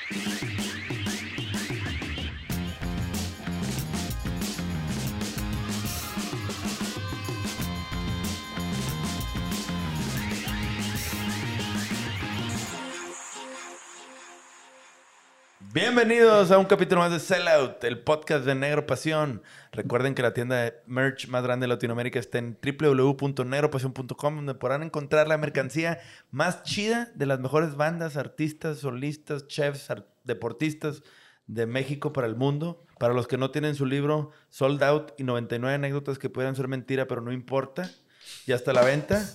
Bienvenidos a un capítulo más de Sellout, el podcast de Negro Pasión. Recuerden que la tienda de merch más grande de Latinoamérica está en www.negropasión.com, donde podrán encontrar la mercancía más chida de las mejores bandas, artistas, solistas, chefs, deportistas de México para el mundo. Para los que no tienen su libro Sold Out y 99 anécdotas que pudieran ser mentira, pero no importa, ya está a la venta.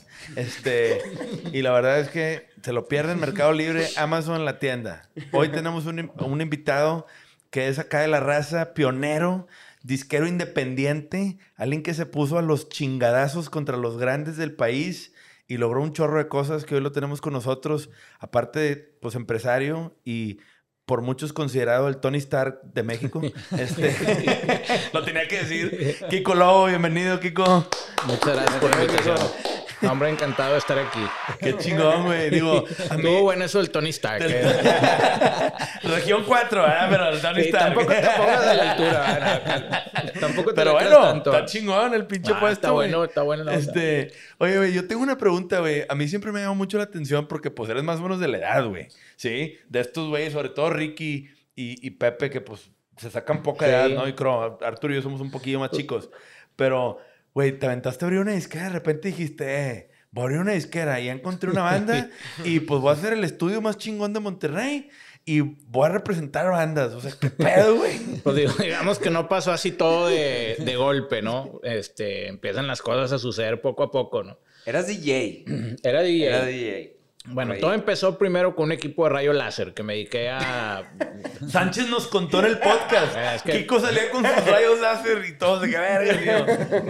Y la verdad es que se lo pierden. Mercado Libre, Amazon, la tienda. Hoy tenemos un invitado que es acá de la raza, pionero, disquero independiente, alguien que se puso a los chingadazos contra los grandes del país y logró un chorro de cosas que hoy lo tenemos con nosotros. Aparte de, pues, empresario y por muchos considerado el Tony Stark de México. Lo tenía que decir. Kiko Lobo, bienvenido, Kiko. Muchas gracias por la invitación. No, hombre, encantado de estar aquí. Qué chingón, güey. Digo, estuvo bueno eso del Tony Stark. Región 4, ¿verdad? Pero el Tony Stark. Tampoco te pongas a la altura. Tampoco te Pero bueno, tanto. Está chingón el pinche puesto, está bueno la onda. Oye, güey, yo tengo una pregunta, güey. A mí siempre me llama mucho la atención porque, pues, eres más o menos de la edad, güey. ¿Sí? De estos güeyes, sobre todo Ricky y Pepe, que, pues, se sacan poca edad, ¿no? Y creo, Arturo y yo somos un poquillo más chicos. Pero, güey, te aventaste a abrir una disquera. De repente dijiste, voy a abrir una disquera. Y ya encontré una banda. Y, pues, voy a hacer el estudio más chingón de Monterrey. Y voy a representar bandas. O sea, ¿qué pedo, güey? Pues digamos que no pasó así todo de golpe, ¿no? Empiezan las cosas a suceder poco a poco, ¿no? ¿Eras DJ? Era DJ. Era DJ. Bueno, todo empezó primero con un equipo de rayo láser que me dediqué a... Sánchez nos contó en el podcast. Es que... Kiko salía con sus rayos láser y todo se verga,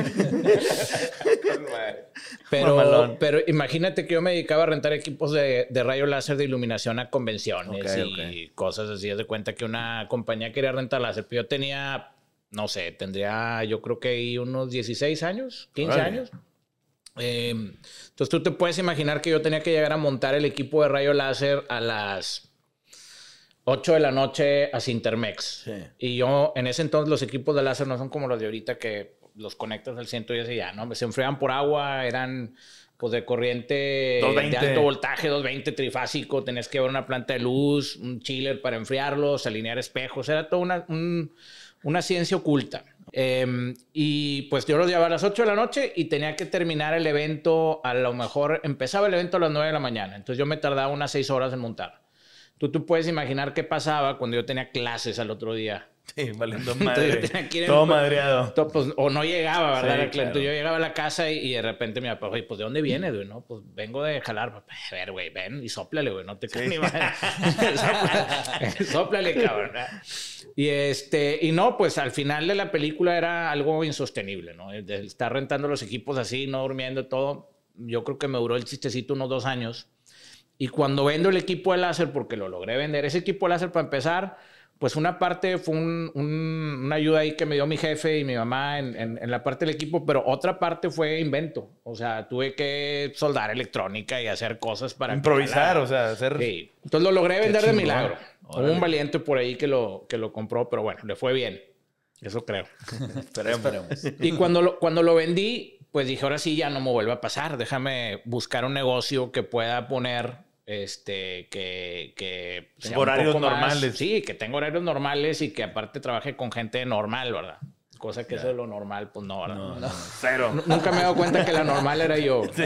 tío. Pero imagínate que yo me dedicaba a rentar equipos de rayo láser de iluminación a convenciones y cosas así. Haz de cuenta que una compañía quería rentar láser, pero yo tenía, no sé, tendría yo creo que ahí unos 16 años, 15 años. Entonces tú te puedes imaginar que yo tenía que llegar a montar el equipo de rayo láser a las 8 de la noche a Cintermex. Sí. Y yo, en ese entonces, los equipos de láser no son como los de ahorita que los conectas al centro y así ya, ¿no? Se enfriaban por agua, eran pues de corriente 220. De alto voltaje, 220 trifásico, tenías que llevar una planta de luz, un chiller para enfriarlos, alinear espejos, era toda una ciencia oculta. Y pues yo los llevaba a las 8 de la noche y tenía que terminar el evento, a lo mejor empezaba el evento a las 9 de la mañana, entonces yo me tardaba unas 6 horas en montar. Tú puedes imaginar qué pasaba cuando yo tenía clases al otro día. Sí, valiendo madre. Todo madreado. Pues, o no llegaba, ¿verdad? Sí, claro. Entonces yo llegaba a la casa y de repente mi papá, oye, pues ¿de dónde vienes, güey? No, pues vengo de jalar. A ver, güey, ven y sóplale, güey, no te caes ni madre. Sóplale, cabrón. Y no, pues al final de la película era algo insostenible, ¿no? De estar rentando los equipos así, no durmiendo, todo. Yo creo que me duró el chistecito unos 2 años. Y cuando vendo el equipo de láser, porque lo logré vender, ese equipo de láser para empezar, pues una parte fue una ayuda ahí que me dio mi jefe y mi mamá en la parte del equipo, pero otra parte fue invento. O sea, tuve que soldar electrónica y hacer cosas para... Improvisar, o sea, hacer... Sí. Entonces lo logré vender de milagro. Hubo un valiente por ahí que lo compró, pero bueno, le fue bien. Eso creo. Esperemos. Y cuando lo vendí, pues dije, ahora sí ya no me vuelve a pasar. Déjame buscar un negocio que pueda poner... que sea horarios un poco normales. Más, sí, que tenga horarios normales y que aparte trabaje con gente normal, ¿verdad? Cosa que eso es lo normal, pues no, ¿verdad? No. Cero. Nunca me he dado cuenta que la normal era yo. Sí.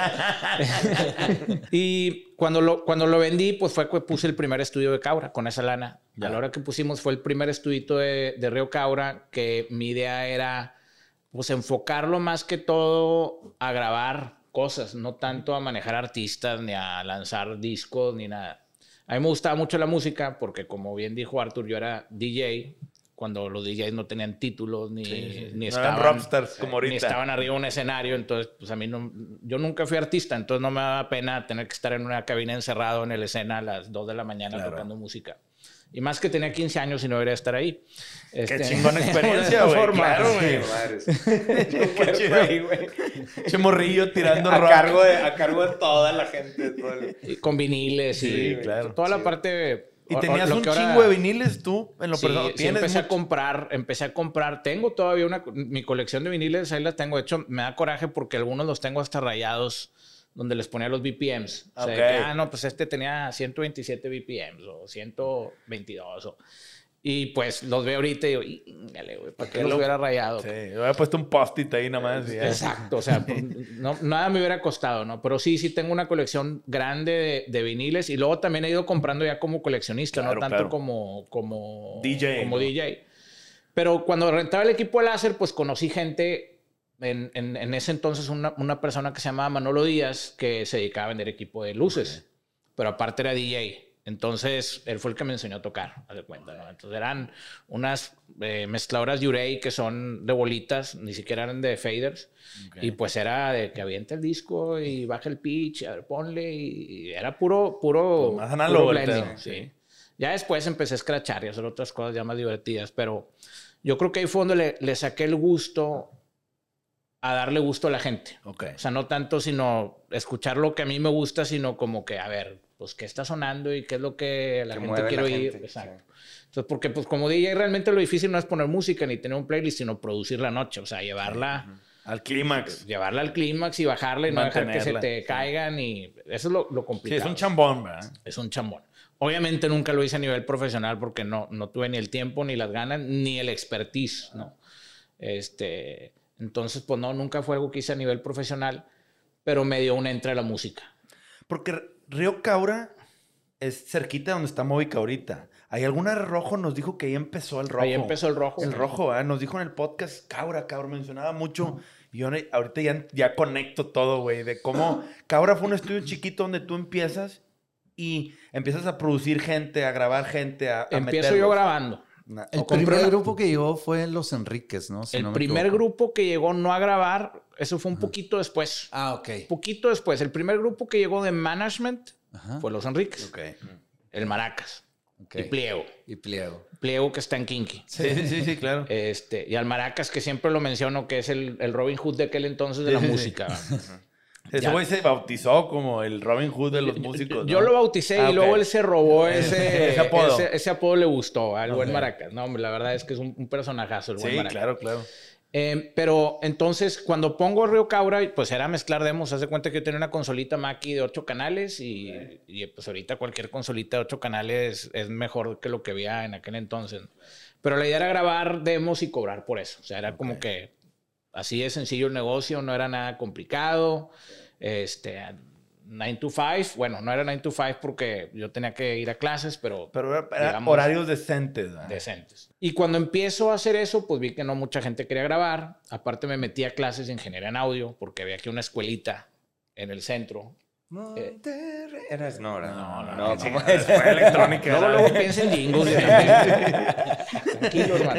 Y cuando lo vendí, pues fue que puse el primer estudio de Caura con esa lana. A la hora que pusimos fue el primer estudito de Río Caura, que mi idea era pues enfocarlo más que todo a grabar cosas, no tanto a manejar artistas, ni a lanzar discos, ni nada. A mí me gustaba mucho la música porque, como bien dijo Arthur, yo era DJ cuando los DJs no tenían títulos ni estaban... No eran rockstars como ahorita. Ni estaban arriba de un escenario. Entonces, pues a mí no... Yo nunca fui artista, entonces no me daba pena tener que estar en una cabina encerrado en la escena a las 2 de la mañana tocando música. Y más que tenía 15 años y no debería estar ahí. Qué chingona experiencia, güey. Claro, güey. Qué chido, güey. Che morrillo tirando rock. A cargo de toda la gente. Y con viniles y claro. toda la parte... ¿Y tenías un chingo de viniles tú en lo personal? Sí, empecé a comprar. Tengo todavía mi colección de viniles, ahí la tengo. De hecho, me da coraje porque algunos los tengo hasta rayados donde les ponía los BPMs. O sea, no, pues este tenía 127 BPMs o 122 y pues los veo ahorita y digo, dale, güey, ¿para qué los hubiera rayado? Sí, yo había puesto un post-it ahí nada más. Exacto, o sea, nada me hubiera costado, ¿no? Pero sí tengo una colección grande de viniles y luego también he ido comprando ya como coleccionista, claro, no tanto como DJ. Como DJ. Pero cuando rentaba el equipo de láser, pues conocí gente, en ese entonces una persona que se llamaba Manolo Díaz, que se dedicaba a vender equipo de luces, pero aparte era DJ. Entonces, él fue el que me enseñó a tocar, haz de cuenta, ¿no? Entonces, eran unas mezcladoras Yurei que son de bolitas, ni siquiera eran de faders. Y pues era de que avienta el disco y baja el pitch, a ver, ponle, y era puro pues más análogo, blending, sí. Ya después empecé a scratchar y hacer otras cosas ya más divertidas, pero yo creo que ahí fue donde le saqué el gusto a darle gusto a la gente. O sea, no tanto sino escuchar lo que a mí me gusta, sino como que, a ver, pues qué está sonando y qué es lo que la gente quiere oír. Exacto. Sí. Entonces, porque pues como DJ realmente lo difícil no es poner música ni tener un playlist, sino producir la noche. O sea, llevarla al clímax. Llevarla al clímax y bajarla y no dejar que se te caigan. Y eso es lo complicado. Sí, es un chambón, ¿verdad? Es un chambón. Obviamente nunca lo hice a nivel profesional porque no tuve ni el tiempo, ni las ganas, ni el expertise, ¿no? Entonces, pues no, nunca fue algo que hice a nivel profesional, pero me dio una entrada a la música. Porque Río Caura es cerquita donde está Móvica ahorita. ¿Hay alguna Rojo? Nos dijo que ahí empezó el Rojo. Ahí empezó el Rojo. El Rojo, ¿verdad? Nos dijo en el podcast, Caura, mencionaba mucho. Y yo ahorita ya conecto todo, güey, de cómo Caura fue un estudio chiquito donde tú empiezas y empiezas a producir gente, a grabar gente, Empiezo yo grabando. El primer grupo que llegó fue Los Enríquez, ¿no? Si el primer grupo que llegó no a grabar, eso fue un poquito después. Ah, ok. Poquito después. El primer grupo que llegó de management fue Los Enríquez. Ok. El Maracas. Okay. Y Pliego. Pliego que está en Kinky. Sí, claro. Y al Maracas, que siempre lo menciono, que es el Robin Hood de aquel entonces de la música. Ese güey se bautizó como el Robin Hood de los músicos, ¿no? Yo lo bauticé y luego él se robó ese apodo. Ese apodo le gustó al buen Maracas. No, hombre, la verdad es que es un personajazo el buen Maracas. Sí, claro. Pero entonces, cuando pongo Río Caura, pues era mezclar demos. Haz de cuenta que yo tenía una consolita Mackie de 8 canales y pues ahorita cualquier consolita de 8 canales es mejor que lo que había en aquel entonces. Pero la idea era grabar demos y cobrar por eso. O sea, era como que así de sencillo el negocio, no era nada complicado. 9 to 5, bueno, no era 9 to 5 porque yo tenía que ir a clases, pero eran horarios decentes, ¿verdad? Decentes. Y cuando empiezo a hacer eso, pues vi que no mucha gente quería grabar. Aparte me metí a clases de ingeniería en audio porque había aquí una escuelita en el centro. No, ¿cómo es? Fue electrónica. Luego piensa en jingles. Tranquilo, hermano.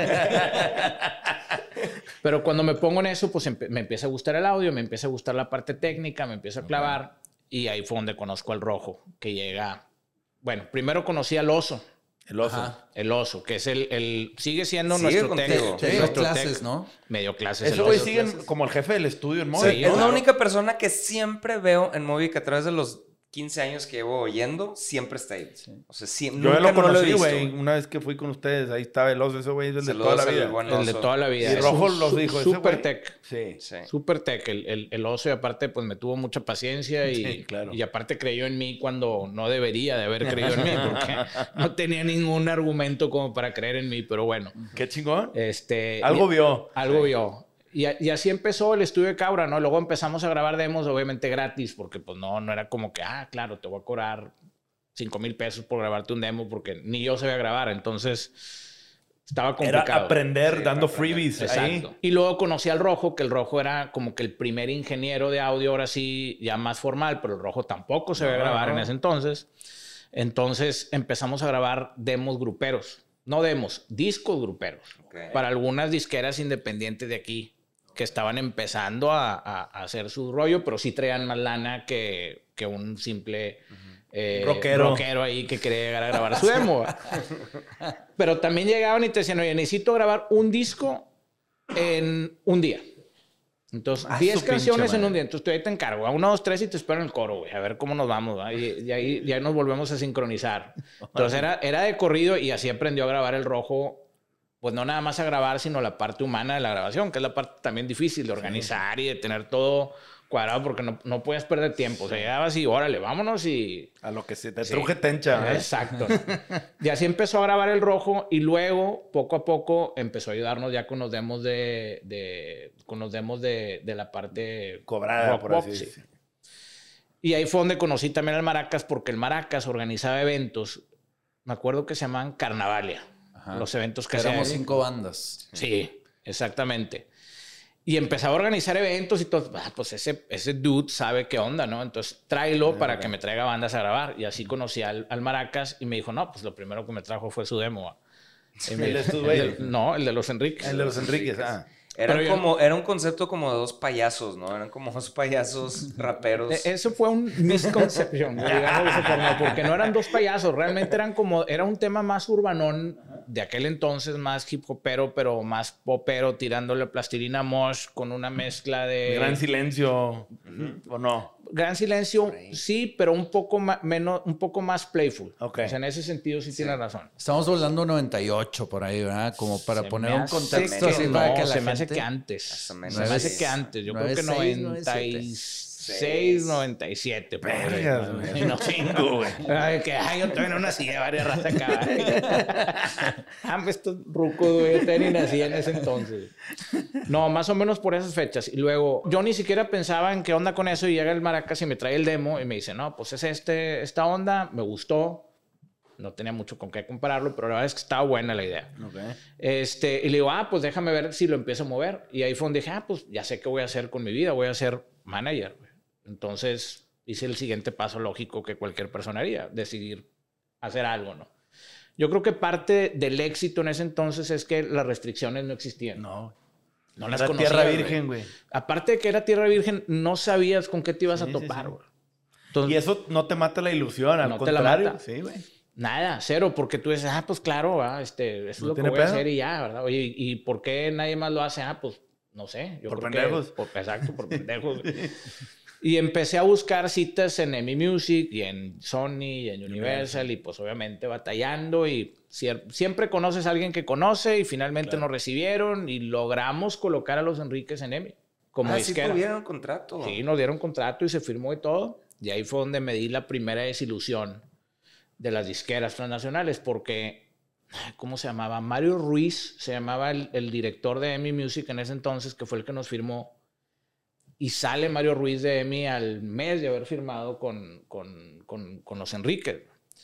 Pero cuando me pongo en eso, pues me empieza a gustar el audio, me empieza a gustar la parte técnica, me empiezo a clavar. Y ahí fue donde conozco al Rojo, que llega... Bueno, primero conocí al Oso. El Oso. Ajá. El Oso, que es sigue siendo nuestro técnico. Sí, medio clases, ¿no? Medio clases. Eso güey sigue como el jefe del estudio en Móvica. Sí, es la única persona que siempre veo en Móvica a través de los 15 años que llevo oyendo, siempre está ahí. Sí. O sea, yo lo conocí, güey. Una vez que fui con ustedes, ahí estaba el Oso. Ese güey es el de toda la vida. El de toda la vida. Y Rojo los dijo. Super tech. Sí. Super tech. El Oso, y aparte, pues me tuvo mucha paciencia y aparte creyó en mí cuando no debería de haber creído en mí, porque no tenía ningún argumento como para creer en mí, pero bueno. Qué chingón. Algo vio. Algo vio. Y así empezó el estudio de Caura, ¿no? Luego empezamos a grabar demos, obviamente gratis, porque pues no era como que, claro, te voy a cobrar 5,000 pesos por grabarte un demo, porque ni yo sabía grabar, entonces estaba complicado. Era aprender dando freebies. Exacto. Ahí. Y luego conocí al Rojo, que el Rojo era como que el primer ingeniero de audio, ahora sí, ya más formal, pero el Rojo tampoco sabía grabar en ese entonces. Entonces empezamos a grabar demos gruperos. No demos, discos gruperos. Para algunas disqueras independientes de aquí, que estaban empezando a hacer su rollo, pero sí traían más lana que un simple rockero ahí que quería llegar a grabar su demo. Pero también llegaban y te decían, oye, necesito grabar un disco en un día. Entonces, Ah, 10 su canciones pinche en un madre. día. Entonces, tú ahí te encargo. A 1, 2, 3 y te espero en el coro, güey. A ver cómo nos vamos, ¿va? Y ahí nos volvemos a sincronizar. Entonces, era de corrido y así aprendió a grabar el Rojo. Pues no nada más a grabar, sino la parte humana de la grabación, que es la parte también difícil de organizar y de tener todo cuadrado porque no puedes perder tiempo. O sea, llegabas y órale, vámonos y... A lo que se te truje tencha, ¿eh? Exacto. Y así empezó a grabar el Rojo y luego, poco a poco, empezó a ayudarnos ya con los demos de la parte... Cobrada, rock por pop, así sí. decirlo. Y ahí fue donde conocí también al Maracas porque el Maracas organizaba eventos. Me acuerdo que se llamaban Carnavalia. Ajá. Los eventos que Éramos hacían. 5 bandas. Sí, exactamente. Y empezaba a organizar eventos y todo. Pues ese dude sabe qué onda, ¿no? Entonces tráelo para que me traiga bandas a grabar. Y así conocí al Maracas y me dijo, no, pues lo primero que me trajo fue su demo. Y me ¿El de dijo, estos güeyes? no, el de los Enríquez. El de los Enríquez, ah. Era Pero un concepto como de 2 payasos, ¿no? Eran como 2 payasos raperos. Eso fue un misconception, digamos de esa forma, porque no eran 2 payasos, realmente era un tema más urbanón de aquel entonces, más hip hopero, pero más popero, tirándole plastilina mosh con una mezcla de... Gran Silencio, ¿o no? Gran Silencio, sí, pero un poco más playful. Ok. O sea, en ese sentido sí tienes razón. Estamos hablando 98 por ahí, ¿verdad? Como para Se poner me un hace contexto que así no, para que la se me hace gente... que antes. Más o menos. Se me hace que antes. Yo creo que 96, 97. por ahí. Vergas, güey. No, chingo, güey. Ay, yo todavía no nací, varias raza acá. Estos rucos, güey, yo todavía ni nací en ese entonces. No, más o menos por esas fechas. Y luego, yo ni siquiera pensaba en qué onda con eso y llega el Maracas y me trae el demo y me dice, no, pues es esta onda, me gustó. No tenía mucho con qué compararlo, pero la verdad es que estaba buena la idea. Okay. Y le digo, pues déjame ver si lo empiezo a mover. Y ahí fue donde dije, pues ya sé qué voy a hacer con mi vida, voy a ser manager. Güey. Entonces hice el siguiente paso lógico que cualquier persona haría, decidir hacer algo, ¿no? Yo creo que parte del éxito en ese entonces es que las restricciones no existían. No las era conocías, tierra virgen, güey. Aparte de que era tierra virgen, no sabías con qué te ibas a topar, güey. Entonces, Y eso no te mata la ilusión, al No te la contrario. mata. Sí, güey. nada, cero, porque tú dices, pues claro, eso es ¿No lo que tiene voy a pedo? hacer y ya, ¿verdad? Oye, ¿y por qué nadie más lo hace? Pues no sé. Yo Por creo pendejos. Exacto, por pendejos. Y empecé a buscar citas en EMI Music y en Sony y en Universal y pues obviamente batallando y siempre conoces a alguien que conoce y finalmente nos recibieron y logramos colocar a los Enríquez en EMI como disquera. Sí tuvieron contrato. Sí, nos dieron contrato y se firmó y todo. Y ahí fue donde me di la primera desilusión de las disqueras transnacionales porque, ¿cómo se llamaba? Mario Ruiz se llamaba el director de EMI Music en ese entonces, que fue el que nos firmó. Y sale Mario Ruiz de EMI al mes de haber firmado con los Enríquez.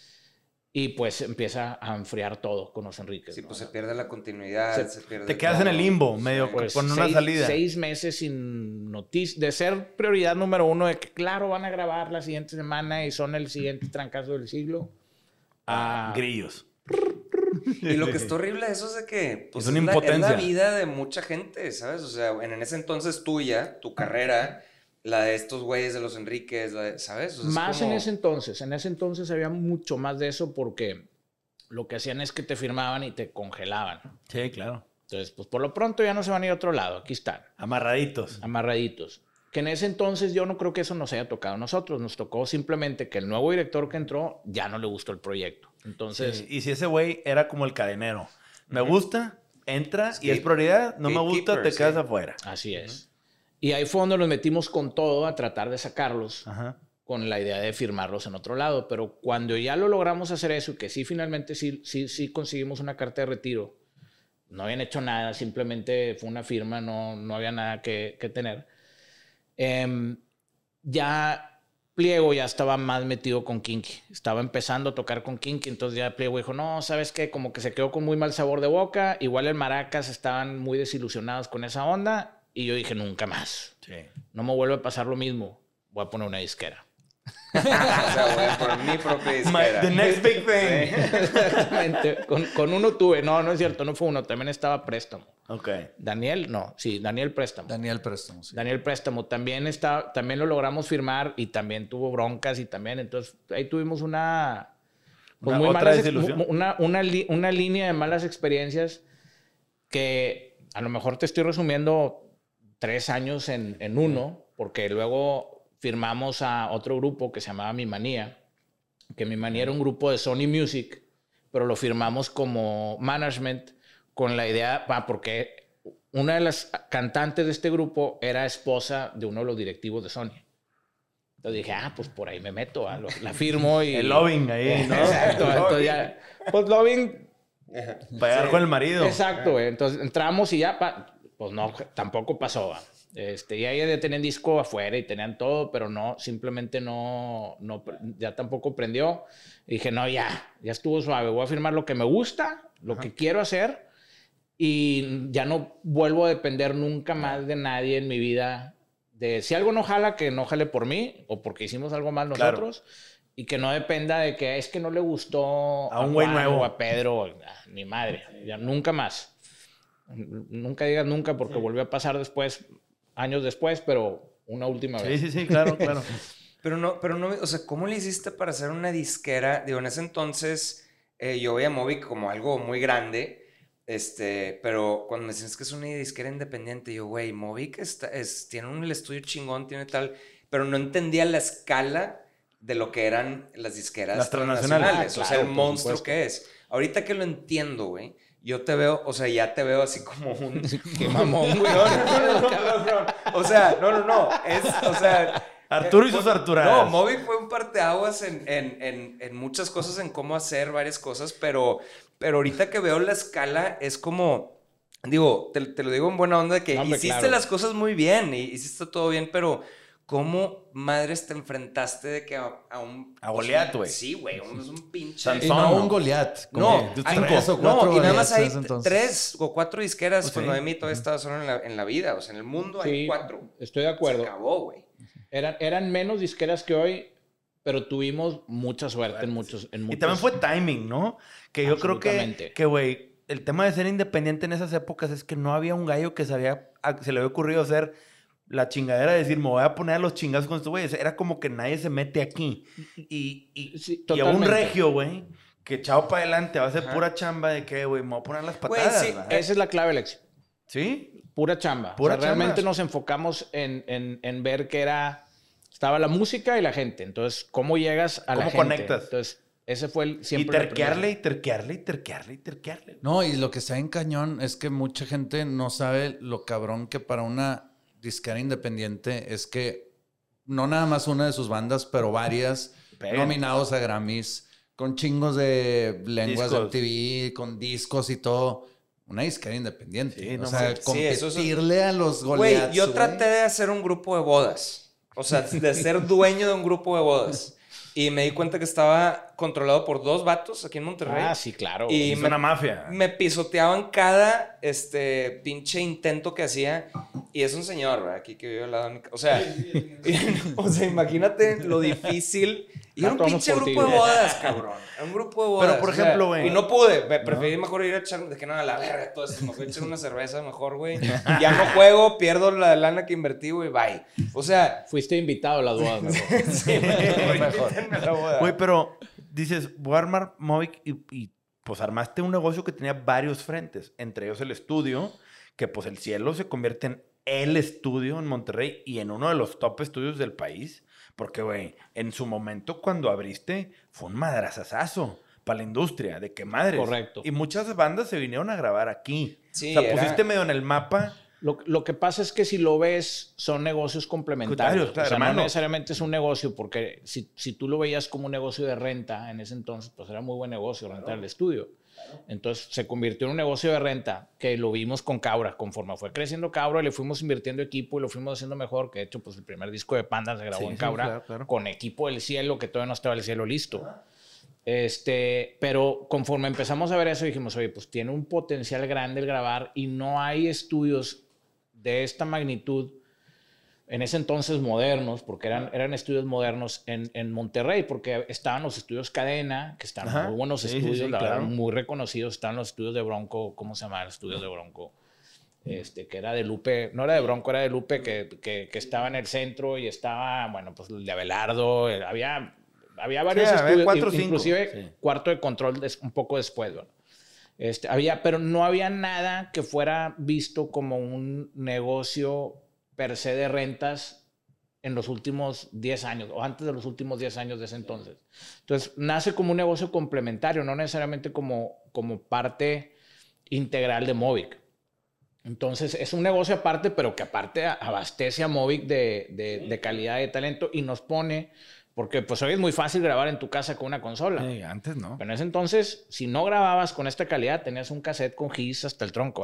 Y pues empieza a enfriar todo con los Enríquez. Sí, ¿no? pues se pierde la continuidad, se pierde Te quedas en el limbo, medio Pues con una salida. 6 meses sin noticias, de ser prioridad número 1, de que claro, van a grabar la siguiente semana y son el siguiente trancazo del siglo. Grillos. Y lo que está horrible de eso es de que pues, Es una es impotencia. la vida de mucha gente, ¿sabes? O sea, en ese entonces tuya, tu carrera, la de estos güeyes de los Enríquez, ¿sabes? O sea, Más es como... en ese entonces había mucho más de eso porque lo que hacían es que te firmaban y te congelaban. Sí, claro. Entonces, pues por lo pronto ya no se van a ir a otro lado, aquí están, Amarraditos. amarraditos. Que en ese entonces yo no creo que eso nos haya tocado a nosotros, nos tocó simplemente que el nuevo director que entró ya no le gustó el proyecto. Entonces, Sí, y si ese güey era como el cadenero. Me gusta, entra y es Gate- prioridad. No me gusta, te gatekeeper, quedas sí. afuera. así es. Y ahí fue donde nos metimos con todo a tratar de sacarlos Ajá. con la idea de firmarlos en otro lado. Pero cuando ya lo logramos hacer eso, que sí finalmente sí conseguimos una carta de retiro, no habían hecho nada, simplemente fue una firma, no había nada que tener. Ya Pliego ya estaba más metido con Kinky. Estaba empezando a tocar con Kinky, entonces ya Pliego dijo, no, ¿sabes qué? Como que se quedó con muy mal sabor de boca. Igual el Maracas estaban muy desilusionados con esa onda. Y yo dije, nunca más. Sí. No me vuelve a pasar lo mismo. Voy a poner una disquera. O sea, güey, por mi propia disquera. The next big thing. Exactamente. Con uno tuve. No es cierto, no fue uno. También estaba Préstamo. Ok. Daniel Préstamo. Daniel Préstamo, sí. Daniel Préstamo también lo logramos firmar y también tuvo broncas y también, entonces ahí tuvimos una muy otra malas, desilusión. una línea de malas experiencias que a lo mejor te estoy resumiendo 3 años en uno, porque luego firmamos a otro grupo que se llamaba Mi Manía, que Mi Manía era un grupo de Sony Music, pero lo firmamos como management con la idea, porque una de las cantantes de este grupo era esposa de uno de los directivos de Sony. Entonces dije, pues por ahí me meto, la firmo y... El lobbying ahí, ¿no? Exacto. Entonces ya, pues lobbying... Para llegar con el marido. Exacto, güey. Entonces entramos y ya, pues no, tampoco pasó. Y ahí ya tenían disco afuera y tenían todo, pero no, simplemente no, ya tampoco prendió. Y dije, no, ya estuvo suave. Voy a firmar lo que me gusta, lo que quiero hacer y ya no vuelvo a depender nunca más de nadie en mi vida. De si algo no jala, que no jale por mí o porque hicimos algo mal nosotros. Claro. Y que no dependa de que es que no le gustó a un güey nuevo o a Pedro, ni madre. Ya nunca más. Nunca digas nunca porque volvió a pasar después, años después, pero una última vez. Sí, claro. Pero no, o sea, ¿cómo le hiciste para hacer una disquera? Digo, en ese entonces yo veía Moby como algo muy grande, pero cuando me decías que es una disquera independiente, yo, güey, Moby tiene un estudio chingón, tiene tal, pero no entendía la escala de lo que eran las disqueras transnacionales. Claro, o sea, el monstruo que es. Ahorita que lo entiendo, güey, yo te veo, o sea, ya te veo así como un... ¡Qué mamón, güey! No. O sea, no. O sea... Arturo y sus Arturadas. No, Moby fue un parteaguas en muchas cosas, en cómo hacer varias cosas, pero ahorita que veo la escala es como... Digo, te lo digo en buena onda de que hiciste las cosas muy bien, y hiciste todo bien, pero... ¿Cómo madres te enfrentaste de que a un... A Goliat, güey. Sí, güey, es un pinche... Sansón. Y no un Goliat. No, hay 3 o 4 y nada más hay 3 o 4 disqueras. Pues cuando Emi todavía estaba solo en la vida. O sea, en el mundo hay 4. Estoy de acuerdo. Se acabó, güey. Eran menos disqueras que hoy, pero tuvimos mucha suerte en muchos... Y también fue timing, ¿no? Que yo creo que, güey, el tema de ser independiente en esas épocas es que no había un gallo que se le había ocurrido hacer... La chingadera de decir, me voy a poner a los chingazos con estos güeyes. Era como que nadie se mete aquí. Y a un regio, güey, que echado para adelante va a ser pura chamba de que, güey, me voy a poner las patadas. Güey, sí, esa es la clave del éxito. ¿Sí? Pura chamba. Realmente nos enfocamos en ver que estaba la música y la gente. Entonces, ¿cómo llegas a la gente? ¿Cómo conectas? Entonces, ese fue siempre... Y terquearle. No, y lo que está en cañón es que mucha gente no sabe lo cabrón que para una disquera independiente es que no nada más una de sus bandas, pero varias nominados a Grammys, con chingos de lenguas de MTV, con discos y todo. Una disquera independiente. Sí, o sea, competirle a los Goliaths. Güey, yo traté de hacer un grupo de bodas. O sea, de ser dueño de un grupo de bodas. Y me di cuenta que estaba controlado por 2 vatos aquí en Monterrey. Ah, sí, claro. Y es una mafia. Me pisoteaban cada pinche intento que hacía. Y es un señor, ¿verdad? Aquí que vive al lado de mi casa. O sea, imagínate lo difícil. Y era un pinche grupo de bodas, cabrón. Era un grupo de bodas. Pero, por ejemplo, güey. Y no pude. Preferí mejor ir a echar... De que no, a la verga, todo esto. Me fui a echar una cerveza mejor, güey. Ya no juego, pierdo la lana que invertí, güey. Bye. O sea... Fuiste invitado a las bodas, mejor. Sí, mejor. Güey, pero dices, voy a armar Moby y pues armaste un negocio que tenía varios frentes. Entre ellos el estudio, que pues el cielo se convierte en el estudio en Monterrey y en uno de los top estudios del país. Porque, güey, en su momento cuando abriste fue un madrazazazo para la industria. ¿De qué madres? Correcto. Y muchas bandas se vinieron a grabar aquí. Sí, o sea, pusiste medio en el mapa. Lo que pasa es que si lo ves, son negocios complementarios. Claro, o sea, hermano. no necesariamente es un negocio, porque si tú lo veías como un negocio de renta en ese entonces, pues era muy buen negocio rentar el estudio. Entonces se convirtió en un negocio de renta que lo vimos con Cabra. Conforme fue creciendo Cabra, le fuimos invirtiendo equipo y lo fuimos haciendo mejor. Que de hecho, pues el primer disco de Panda se grabó en Cabra claro. con equipo del cielo, que todavía no estaba el cielo listo. Pero conforme empezamos a ver eso, dijimos, oye, pues tiene un potencial grande el grabar y no hay estudios de esta magnitud en ese entonces modernos, porque eran estudios modernos en Monterrey, porque estaban los estudios Cadena, que están muy buenos estudios, la verdad, muy reconocidos. Estaban los estudios de Bronco, ¿cómo se llama? Los estudios de Bronco, que era de Lupe, no era de Bronco, era de Lupe, que estaba en el centro y estaba, bueno, pues el de Abelardo, había varios estudios, 4 o 5. Inclusive Cuarto de Control un poco después, bueno. Pero no había nada que fuera visto como un negocio per se de rentas en los últimos 10 años o antes de los últimos 10 años de ese entonces. Entonces, nace como un negocio complementario, no necesariamente como parte integral de Movic. Entonces, es un negocio aparte, pero que aparte abastece a Movic de calidad de talento y nos pone... Porque pues hoy es muy fácil grabar en tu casa con una consola. Sí, antes no. Pero en ese entonces, si no grababas con esta calidad, tenías un cassette con hiss hasta el tronco.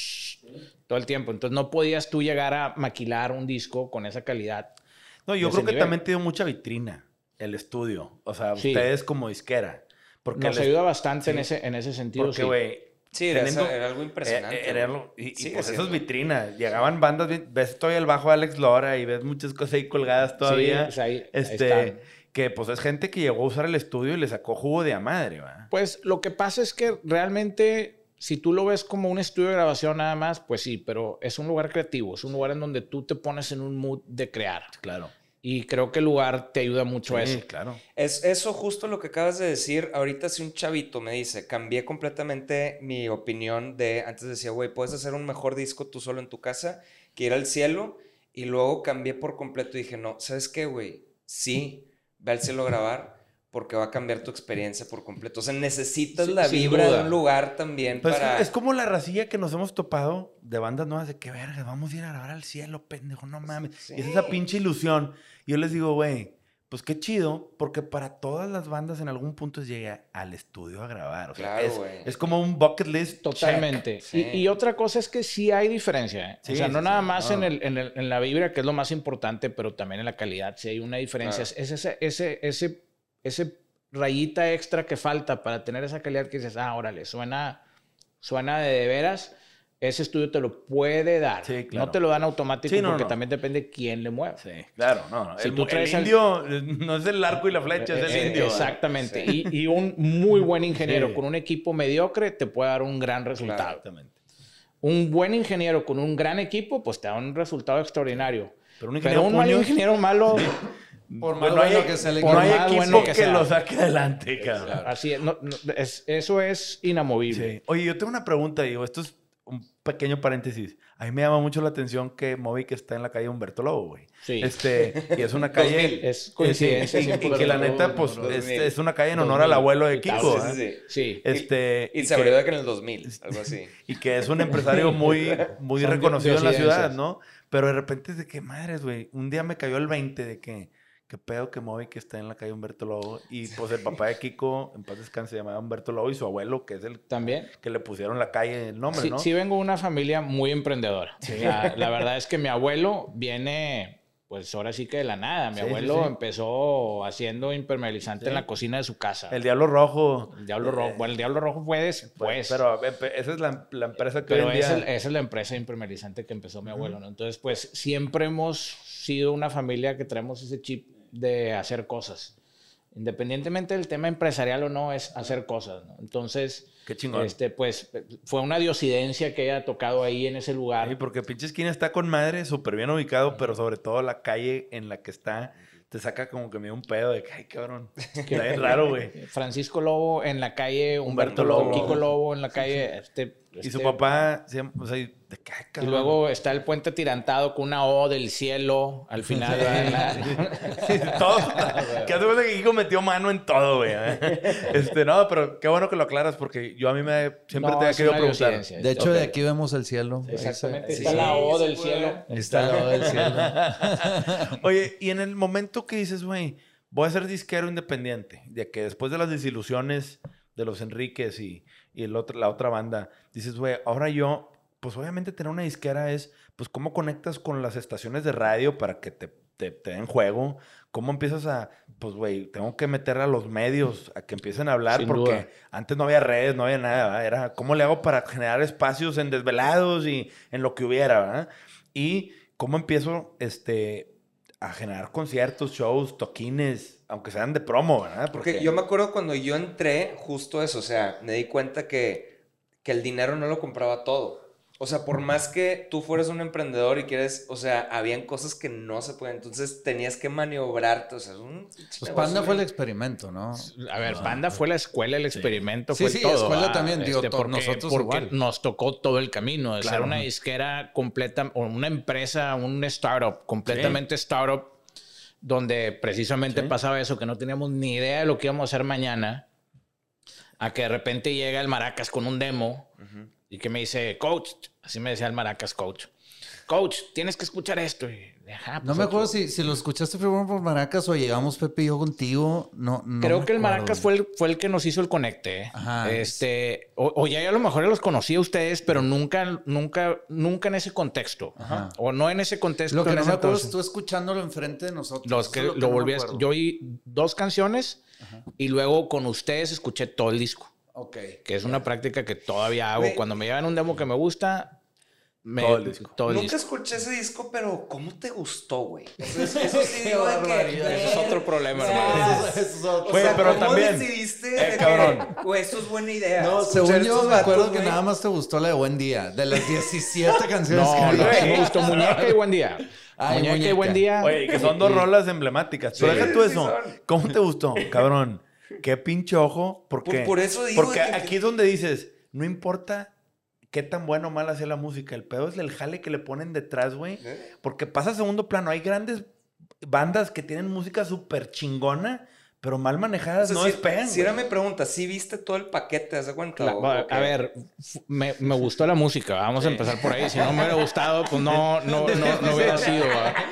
Todo el tiempo. Entonces no podías tú llegar a maquilar un disco con esa calidad. No, yo creo que también te dio mucha vitrina el estudio. O sea, ustedes como disquera. Porque nos ayuda bastante en ese sentido. Porque, güey... Sí, era algo impresionante. Y pues eso es vitrina. Llegaban bandas, ves todavía el bajo de Alex Lora y ves muchas cosas ahí colgadas todavía. Sí, pues ahí están. Que pues es gente que llegó a usar el estudio y le sacó jugo de a madre, ¿va? Pues lo que pasa es que realmente, si tú lo ves como un estudio de grabación nada más, pues sí, pero es un lugar creativo. Es un lugar en donde tú te pones en un mood de crear. Claro. Y creo que el lugar te ayuda mucho a eso. Claro. Es eso justo lo que acabas de decir. Ahorita si un chavito me dice, cambié completamente mi opinión de... Antes decía, güey, puedes hacer un mejor disco tú solo en tu casa que ir al cielo. Y luego cambié por completo y dije, no, ¿sabes qué, güey? Sí, ve al cielo a grabar porque va a cambiar tu experiencia por completo. O sea, necesitas la vibra de un lugar también pues para... Es como la racilla que nos hemos topado de bandas nuevas de que, verga, vamos a ir a grabar al cielo, pendejo, no mames. Sí. Y es esa pinche ilusión. Y yo les digo, güey, pues qué chido, porque para todas las bandas en algún punto llega al estudio a grabar. O sea, claro, es como un bucket list. Totalmente. Sí. Y otra cosa es que sí hay diferencia. Sí, o sea, no nada más en la vibra, que es lo más importante, pero también en la calidad. Sí hay una diferencia. Claro. Es ese rayita extra que falta para tener esa calidad que dices, órale, suena de veras. Ese estudio te lo puede dar. Sí, claro. No te lo dan automático porque también depende de quién le mueva. Sí, claro. No. Si el indio no es el arco y la flecha, es el indio. Exactamente. Sí. Y un muy buen ingeniero con un equipo mediocre te puede dar un gran resultado. Exactamente. Un buen ingeniero con un gran equipo, pues te da un resultado extraordinario. Pero un mal ingeniero malo... Por más bueno que se le no hay equipo que lo saque adelante, cabrón. Claro. Así es. Eso es inamovible. Sí. Oye, yo tengo una pregunta, digo, esto es un pequeño paréntesis. A mí me llama mucho la atención que Movic está en la calle Humberto Lobo, güey. Sí. Y es una calle... Es coincidencia. Y que la neta, pues, es una calle en honor al abuelo de Kiko. Sí. Y se abrió de que en el 2000, algo así. Y que es un empresario muy reconocido en la ciudad, ¿no? Pero de repente es de que, madres, güey, un día me cayó el 20 de que... Qué pedo que Movic está en la calle Humberto Lobo. Y pues el papá de Kiko, en paz descanse, se llamaba Humberto Lobo. Y su abuelo, que es el también que le pusieron la calle el nombre, ¿no? Sí, vengo de una familia muy emprendedora. Sí. La verdad es que mi abuelo viene, pues ahora sí que de la nada. Mi abuelo empezó haciendo impermeabilizante en la cocina de su casa. El Diablo Rojo. El Diablo Rojo. Bueno, el Diablo Rojo fue después. Pero esa es la empresa que hoy en día... esa es la empresa de impermeabilizante que empezó mi abuelo, ¿no? Entonces, pues siempre hemos sido una familia que traemos ese chip de hacer cosas. Independientemente del tema empresarial o no, es hacer cosas, ¿no? Entonces, qué chingón. Pues fue una diosidencia que haya tocado ahí en ese lugar. Sí, porque pinche esquina está con madre, súper bien ubicado, pero sobre todo la calle en la que está te saca como que me dio un pedo de que, ay, cabrón, está bien raro, güey. Francisco Lobo en la calle, Humberto Lobo, Kiko Lobo en la calle, y su papá, o sea, de qué, y luego está el puente atirantado con una O del cielo al final. Sí, todo. Que hace cuenta que Kiko metió mano en todo, güey. No, pero qué bueno que lo aclaras porque yo a mí siempre te había querido preguntar. De hecho, de aquí vemos el cielo. Exactamente. Está la O del cielo. Está la O del cielo. Oye, y en el momento que dices, güey, voy a ser disquero independiente, de que después de las desilusiones de los Enríquez y la otra banda, dices, güey, ahora yo, pues obviamente tener una disquera es, pues cómo conectas con las estaciones de radio para que te den juego, cómo empiezas a, pues güey, tengo que meter a los medios a que empiecen a hablar, porque antes no había redes, no había nada, ¿verdad? Era, ¿cómo le hago para generar espacios en Desvelados y en lo que hubiera, ¿verdad? Y cómo empiezo, a generar conciertos, shows, toquines, aunque sean de promo, ¿verdad? Porque yo me acuerdo cuando yo entré, justo eso, o sea, me di cuenta que el dinero no lo compraba todo. O sea, por más que tú fueras un emprendedor y quieres, o sea, habían cosas que no se pueden, entonces tenías que maniobrarte, o sea, es un... Pues Panda fue el experimento, ¿no? A ver, Panda fue la escuela, el experimento, sí, fue todo. Sí, escuela también, digo, nosotros porque nos tocó todo el camino, de ser una disquera completa, o una empresa, un startup, completamente startup, donde precisamente pasaba eso, que no teníamos ni idea de lo que íbamos a hacer mañana, a que de repente llega el Maracas con un demo y que me dice, coach, así me decía el Maracas, coach, tienes que escuchar esto. Y, pues no me acuerdo si lo escuchaste primero por Maracas o llegamos Pepe y yo contigo. No creo que el Maracas fue el que nos hizo el conecte. Ajá. O ya a lo mejor los conocí a ustedes, pero nunca en ese contexto. Ajá. O no en ese contexto. Lo que no me acuerdo es tú escuchándolo enfrente de nosotros. Lo volví yo oí 2 canciones y luego con ustedes escuché todo el disco. Ok. Que es una práctica que todavía hago. Cuando me llevan un demo que me gusta... Todo el disco. Nunca escuché ese disco, pero ¿cómo te gustó, güey? Eso sí digo de que... Eso es otro problema, hermano. Güey, pero ¿cómo también... decidiste cabrón. Güey, esto es buena idea? No, según yo me acuerdo que nada más te gustó la de Buen Día. De las 17 canciones que había. Me gustó Muñeca y Buen Día. Muñeca y Buen Día. Oye, que son 2 rolas emblemáticas. Pero deja tú eso. ¿Cómo te gustó, cabrón? Qué pinche ojo. Porque, por eso digo... Porque aquí es donde dices, no importa... qué tan bueno o mal hacía la música. El pedo es el jale que le ponen detrás, güey. Porque pasa a segundo plano. Hay grandes bandas que tienen música súper chingona, pero mal manejadas, o sea, no despegan. Si era mi pregunta, ¿sí viste todo el paquete? ¿Te das cuenta? A ver, me gustó la música. Vamos a empezar por ahí. Si no me hubiera gustado, pues no hubiera sido.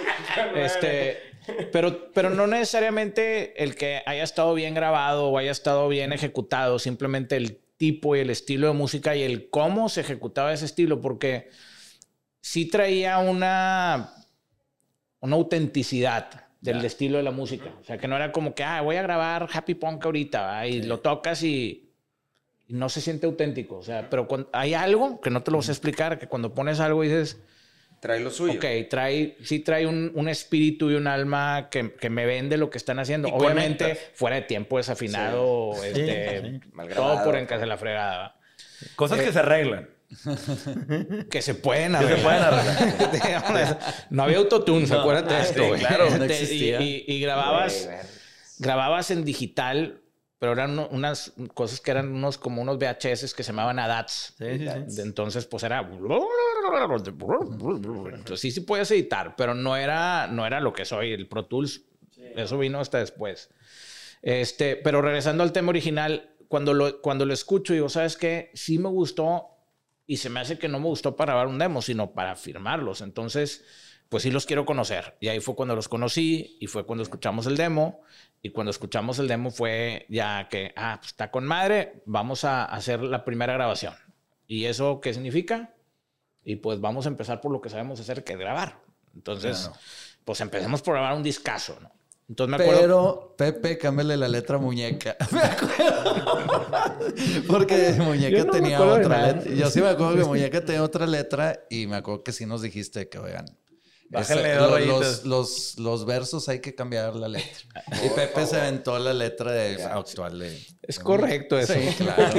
Pero no necesariamente el que haya estado bien grabado o haya estado bien ejecutado. Simplemente el tipo y el estilo de música y el cómo se ejecutaba ese estilo, porque sí traía una autenticidad del estilo de la música. O sea, que no era como que, voy a grabar Happy Punk ahorita, y lo tocas y no se siente auténtico. O sea, pero hay algo que no te lo sé explicar, que cuando pones algo dices... Trae lo suyo. Ok, trae un espíritu y un alma que me vende lo que están haciendo. Y obviamente, conectas. Fuera de tiempo, desafinado, todo por encase la fregada. Cosas que se arreglan. Que se pueden arreglar. No había autotunes, acuérdate de esto. Claro, no existía. Y grababas en digital, pero eran unas cosas que eran como unos VHS que se llamaban ADATs. Entonces, pues era... Entonces sí podías editar, pero no era lo que soy. El Pro Tools, eso vino hasta después. Pero regresando al tema original, cuando lo escucho, digo, ¿sabes qué? Sí me gustó y se me hace que no me gustó para grabar un demo, sino para firmarlos. Entonces, pues sí los quiero conocer. Y ahí fue cuando los conocí y fue cuando escuchamos el demo. Y cuando escuchamos el demo fue ya que, pues está con madre, vamos a hacer la primera grabación. ¿Y eso qué significa? Y pues vamos a empezar por lo que sabemos hacer, que es grabar. Entonces, pues empecemos por grabar un discazo, ¿no? Entonces me acuerdo... Pero, Pepe, cámbiale la letra a Muñeca. Me acuerdo. Porque Muñeca tenía otra letra. Yo sí me acuerdo que Muñeca tenía otra letra y me acuerdo que sí nos dijiste que, oigan, los versos hay que cambiar la letra. Y Pepe se aventó la letra actual de... Es correcto eso. Sí, claro.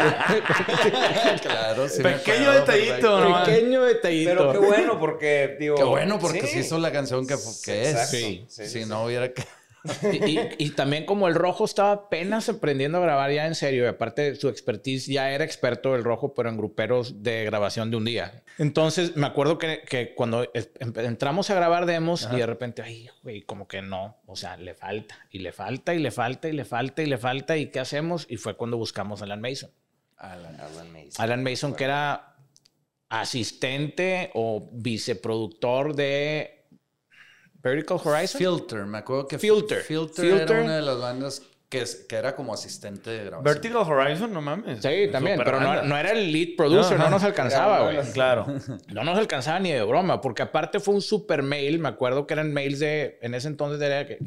Claro, sí. Pequeño detallito, ¿no? Pequeño detallito. Pero qué bueno, porque digo... Qué bueno, porque se hizo la canción que es. Sí. Si no hubiera... Y también como el Rojo estaba apenas aprendiendo a grabar ya en serio, y aparte su expertise, ya era experto el Rojo, pero en gruperos de grabación de un día. Entonces me acuerdo que cuando entramos a grabar demos y de repente, ay, güey, como que no, o sea, le falta, y le falta, y le falta, y le falta, y le falta, ¿y qué hacemos? Y fue cuando buscamos a Alan Mason. Alan Mason, que era asistente o viceproductor de Vertical Horizon. Filter, me acuerdo que Filter era una de las bandas que era como asistente de grabación. Vertical Horizon, no mames. Sí, también, pero no era el lead producer, no nos alcanzaba, güey. Claro. No nos alcanzaba ni de broma, porque aparte fue un super mail, me acuerdo que eran mails en ese entonces era que...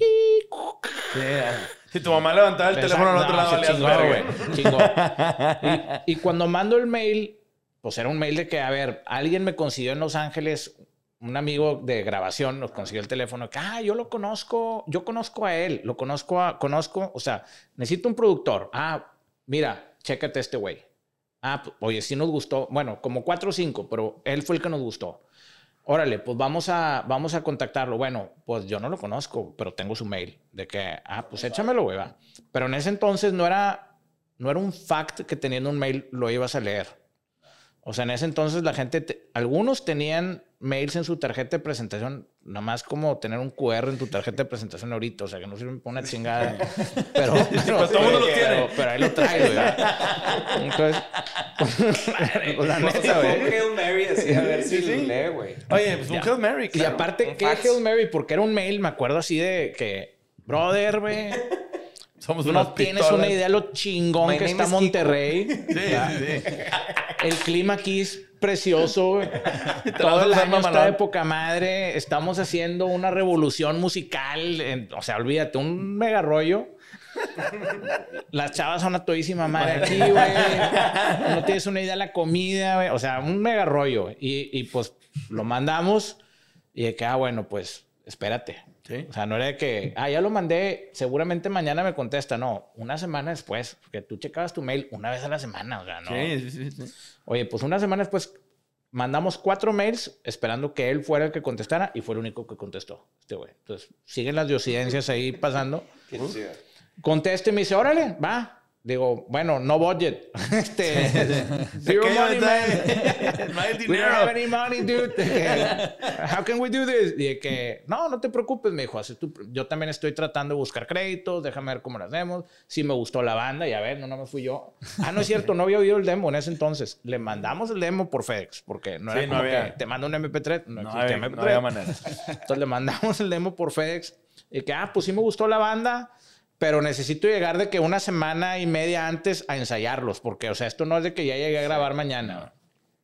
Si tu mamá levantaba el teléfono al otro lado, chingó. Y cuando mando el mail, pues era un mail de que, a ver, alguien me consiguió en Los Ángeles... Un amigo de grabación nos consiguió el teléfono. Que, yo lo conozco. Yo conozco a él. O sea, necesito un productor. Mira, chécate este güey. Oye, sí nos gustó. Bueno, como 4 o 5, pero él fue el que nos gustó. Órale, pues vamos a contactarlo. Bueno, pues yo no lo conozco, pero tengo su mail. De que, pues échamelo, güey, va. Pero en ese entonces no era un fact que teniendo un mail lo ibas a leer. O sea, en ese entonces la gente... algunos tenían mails en su tarjeta de presentación, nada más como tener un QR en tu tarjeta de presentación ahorita. O sea, que no sirve para una chingada. Pero todo el mundo lo tiene. Pero ahí lo trae, güey. Entonces... la neta, güey. Un Hail Mary así, a ver si lo lee, güey. Oye, pues un Hail Mary, claro. Y aparte, ¿qué Hail Mary? Porque era un mail, me acuerdo así de que... Brother, güey... Somos no tienes una idea lo chingón que está Monterrey. Sí. El clima aquí es precioso. Todo el año está de poca madre. Estamos haciendo una revolución musical. O sea, olvídate, un mega rollo. Las chavas son a todísima madre aquí, güey. No tienes una idea de la comida, güey. O sea, un mega rollo. Y pues lo mandamos. Y de que, bueno, pues espérate. ¿Sí? O sea, no era de que, ya lo mandé, seguramente mañana me contesta. No, una semana después, porque tú checabas tu mail una vez a la semana, o sea, no. Sí. Oye, pues una semana después mandamos 4 mails esperando que él fuera el que contestara y fue el único que contestó, este güey. Entonces, siguen las diosidencias ahí pasando. Contesta y me dice, órale, va. Digo, bueno, no budget. Zero money, man. We don't have any money, dude. How can we do this? Y de que, no te preocupes, me dijo. Yo también estoy tratando de buscar créditos. Déjame ver cómo lo hacemos. Si me gustó la banda, y a ver, no me fui yo. No es cierto, no había oído el demo en ese entonces. Le mandamos el demo por FedEx, porque no era como que te mando un MP3. No existía MP3. No había manera. Entonces le mandamos el demo por FedEx. Y que, pues sí me gustó la banda. Pero necesito llegar de que una semana y media antes a ensayarlos. Porque, o sea, esto no es de que ya llegué a grabar mañana.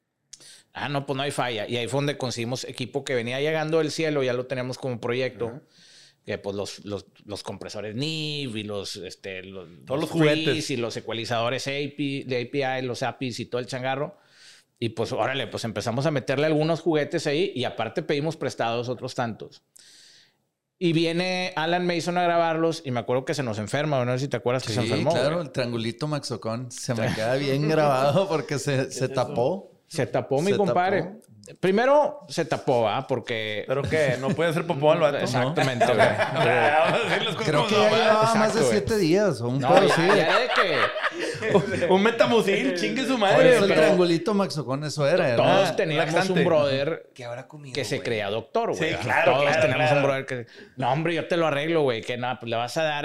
No, pues no hay falla. Y ahí fue donde conseguimos equipo que venía llegando del cielo. Ya lo tenemos como proyecto. Que pues los compresores NIV y todos los juguetes. Y los ecualizadores de API, los APIs y todo el changarro. Y pues, órale, pues empezamos a meterle algunos juguetes ahí. Y aparte pedimos prestados otros tantos. Y viene Alan Mason a grabarlos y me acuerdo que se nos enferma. No sé si te acuerdas que se enfermó. Sí, claro. Güey. El triangulito Maxocon se me queda bien grabado porque se tapó. Se tapó mi compadre. Tapó. Primero se tapó, ¿va? Porque... ¿Pero qué? ¿No puede hacer popó al vato? Exactamente, güey. Creo que ya llevaba más de 7 días. O un ya era de que... un metamucil, chingue su madre. Eso el triangulito Maxocon, eso era. Todos teníamos un brother que se creía doctor, güey. Sí, claro. Todos teníamos un brother que... No, hombre, yo te lo arreglo, güey. Que nada, pues le vas a dar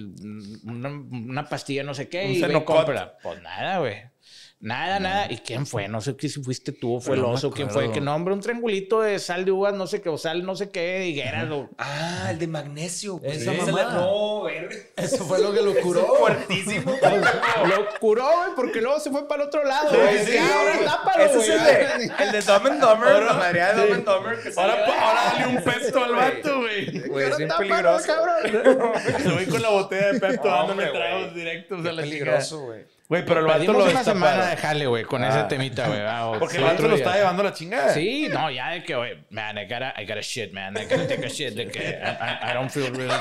una pastilla no sé qué y ve y cómprala. Pues nada, güey. Nada. ¿Y quién fue? No sé si fuiste tú o fue el oso. ¿Quién fue? Que no, hombre, un triangulito de sal de uvas, no sé qué, o sal no sé qué, higueras. El de magnesio. Esa mamá. No, güey. Eso fue lo que lo curó. Fuertísimo. Lo curó, güey, porque luego se fue para el otro lado. Güey. Sí. Ahora tápalo, ese güey. es el de Dumb and Dumber. La madre de Dumb and Dumber. Ahora dale un Pepto al vato, güey. Güey, es bien peligroso. Se voy con la botella de Pepto dándome tragos directos a la peligroso, güey. Güey, pero el vato Pedimos lo una destaparon. semana de jale, güey, con ese temita, güey. Porque el vato lo estaba llevando a la chingada. Sí, no, ya de que, güey, man, I gotta shit, man. I gotta take a shit. De que I don't feel really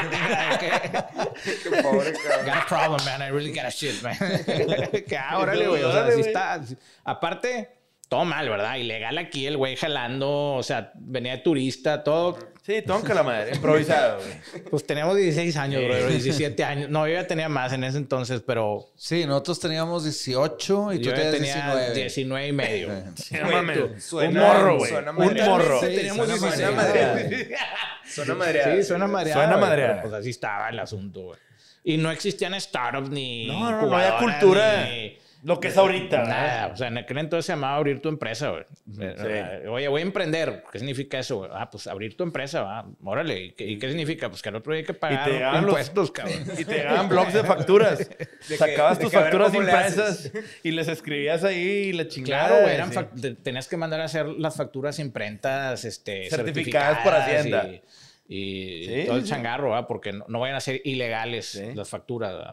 good. Qué pobre, cabrón. Got a problem, man. I really gotta shit, man. Que órale, güey. O sea, así está. Aparte, todo mal, ¿verdad? Ilegal aquí, el güey jalando. O sea, venía de turista, todo. Sí, tonca la madre. Improvisado, güey. Pues teníamos 16 años, bro. 17 años. No, yo ya tenía más en ese entonces, pero... Sí, nosotros teníamos 18 y tú tenías 19. 19 y medio. Sí, no mames. Un morro, güey. Un morro. Sí, teníamos 16. Suena madreada. Sí, suena madreada. Suena güey, madreada. pero pues así estaba el asunto, güey. Y no existían startups ni... No había cultura. Lo que es ahorita. Nada. O sea, en aquel entonces se llamaba abrir tu empresa, güey. Sí. Oye, voy a emprender. ¿Qué significa eso, güey? Pues abrir tu empresa, va. Órale. ¿Y qué significa? Pues que al otro día hay que pagar impuestos, cabrón. Y te llegaban blogs de facturas. Sacabas tus facturas impresas y les escribías ahí y la chingada. Claro, güey. Tenías que mandar a hacer las facturas imprentas, certificadas por Hacienda. Y todo el changarro, ¿verdad? Porque no vayan a ser ilegales las facturas, ¿verdad?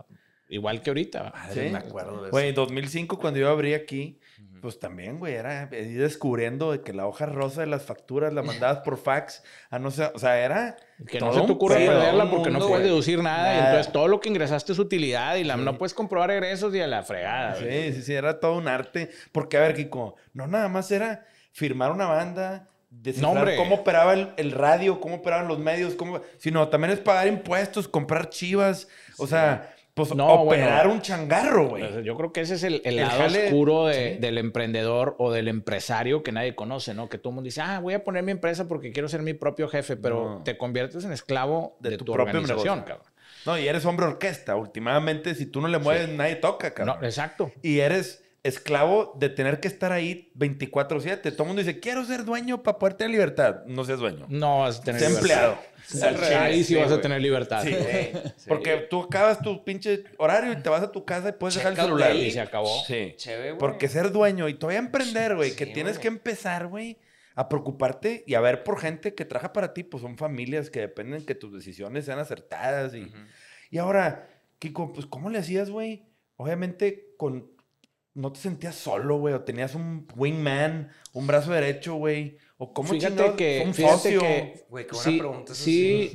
Igual que ahorita. Madre, Sí. me acuerdo de eso. Güey, 2005, cuando yo abrí aquí, pues también, güey, era ir descubriendo de que la hoja rosa de las facturas la mandabas por fax. No sé, o sea, era... Que todo no se te un ocurra pedo, perderla un porque no mundo, puedes güey. deducir nada. Y Nada. entonces todo lo que ingresaste es utilidad y no puedes comprobar egresos y a la fregada. güey. Sí, era todo un arte. Porque, a ver, Kiko, no nada más era firmar una banda, descifrar hombre. cómo operaba el radio, cómo operaban los medios, sino también es pagar impuestos, comprar chivas, o sea, pues No, operar bueno. un changarro, güey. Entonces, yo creo que ese es el lado jale- oscuro sí. del emprendedor o del empresario que nadie conoce, ¿no? Que todo el mundo dice, voy a poner mi empresa porque quiero ser mi propio jefe, pero No. te conviertes en esclavo de tu propio organización, negocio. cabrón. No, y eres hombre orquesta. Últimamente, si tú no le mueves, nadie toca, cabrón. No, exacto. Y eres esclavo de tener que estar ahí 24/7. Todo el mundo dice, quiero ser dueño para poder tener libertad. No seas dueño. No vas a tener Sé libertad. empleado. Al revés, Ahí sí vas a güey. tener libertad. Sí, porque tú acabas tu pinche horario y te vas a tu casa y puedes dejar el Check out celular. daily. Y se acabó. Sí. Chévere, güey. Porque ser dueño y todavía emprender, güey, que Sí, tienes güey. que empezar, güey, a preocuparte y a ver por gente que trabaja para ti, pues son familias que dependen que tus decisiones sean acertadas. Y ahora, Kiko, pues, ¿cómo le hacías, güey? Obviamente, no te sentías solo, güey, o tenías un wingman, un brazo derecho, güey, o cómo chingados, un socio. Güey, qué buena sí, pregunta. Eso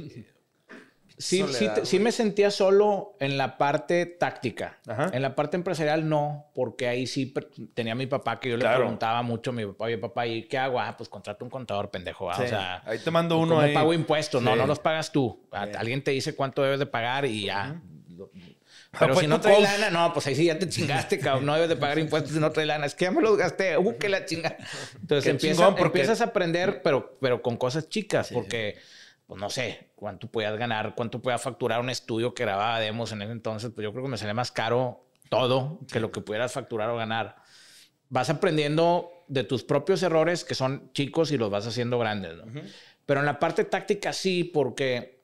sí, Soledad, me sentía solo en la parte táctica. Ajá. En la parte empresarial no, porque ahí sí tenía a mi papá que yo le Claro. preguntaba mucho a mi papá, oye, papá, ¿y qué hago? Pues contrato un contador, pendejo. ¿va? Sí. O sea, Ahí te mando uno ¿cómo ahí. pago impuestos? No, Sí. no los pagas tú. Sí. Alguien te dice cuánto debes de pagar y ya. Pero Pues si no tú trae coach. lana, no, pues ahí sí ya te chingaste, cabrón. No debes de pagar impuestos si no trae lana. Es que ya me los gasté. Que la chinga. Entonces Qué chingón, porque- empiezas a aprender, pero con cosas chicas, porque, pues no sé, cuánto podías ganar, cuánto podía facturar un estudio que grababa demos en ese entonces. Pues yo creo que me salía más caro todo que lo que pudieras facturar o ganar. Vas aprendiendo de tus propios errores que son chicos y los vas haciendo grandes, ¿no? Pero en la parte táctica sí, porque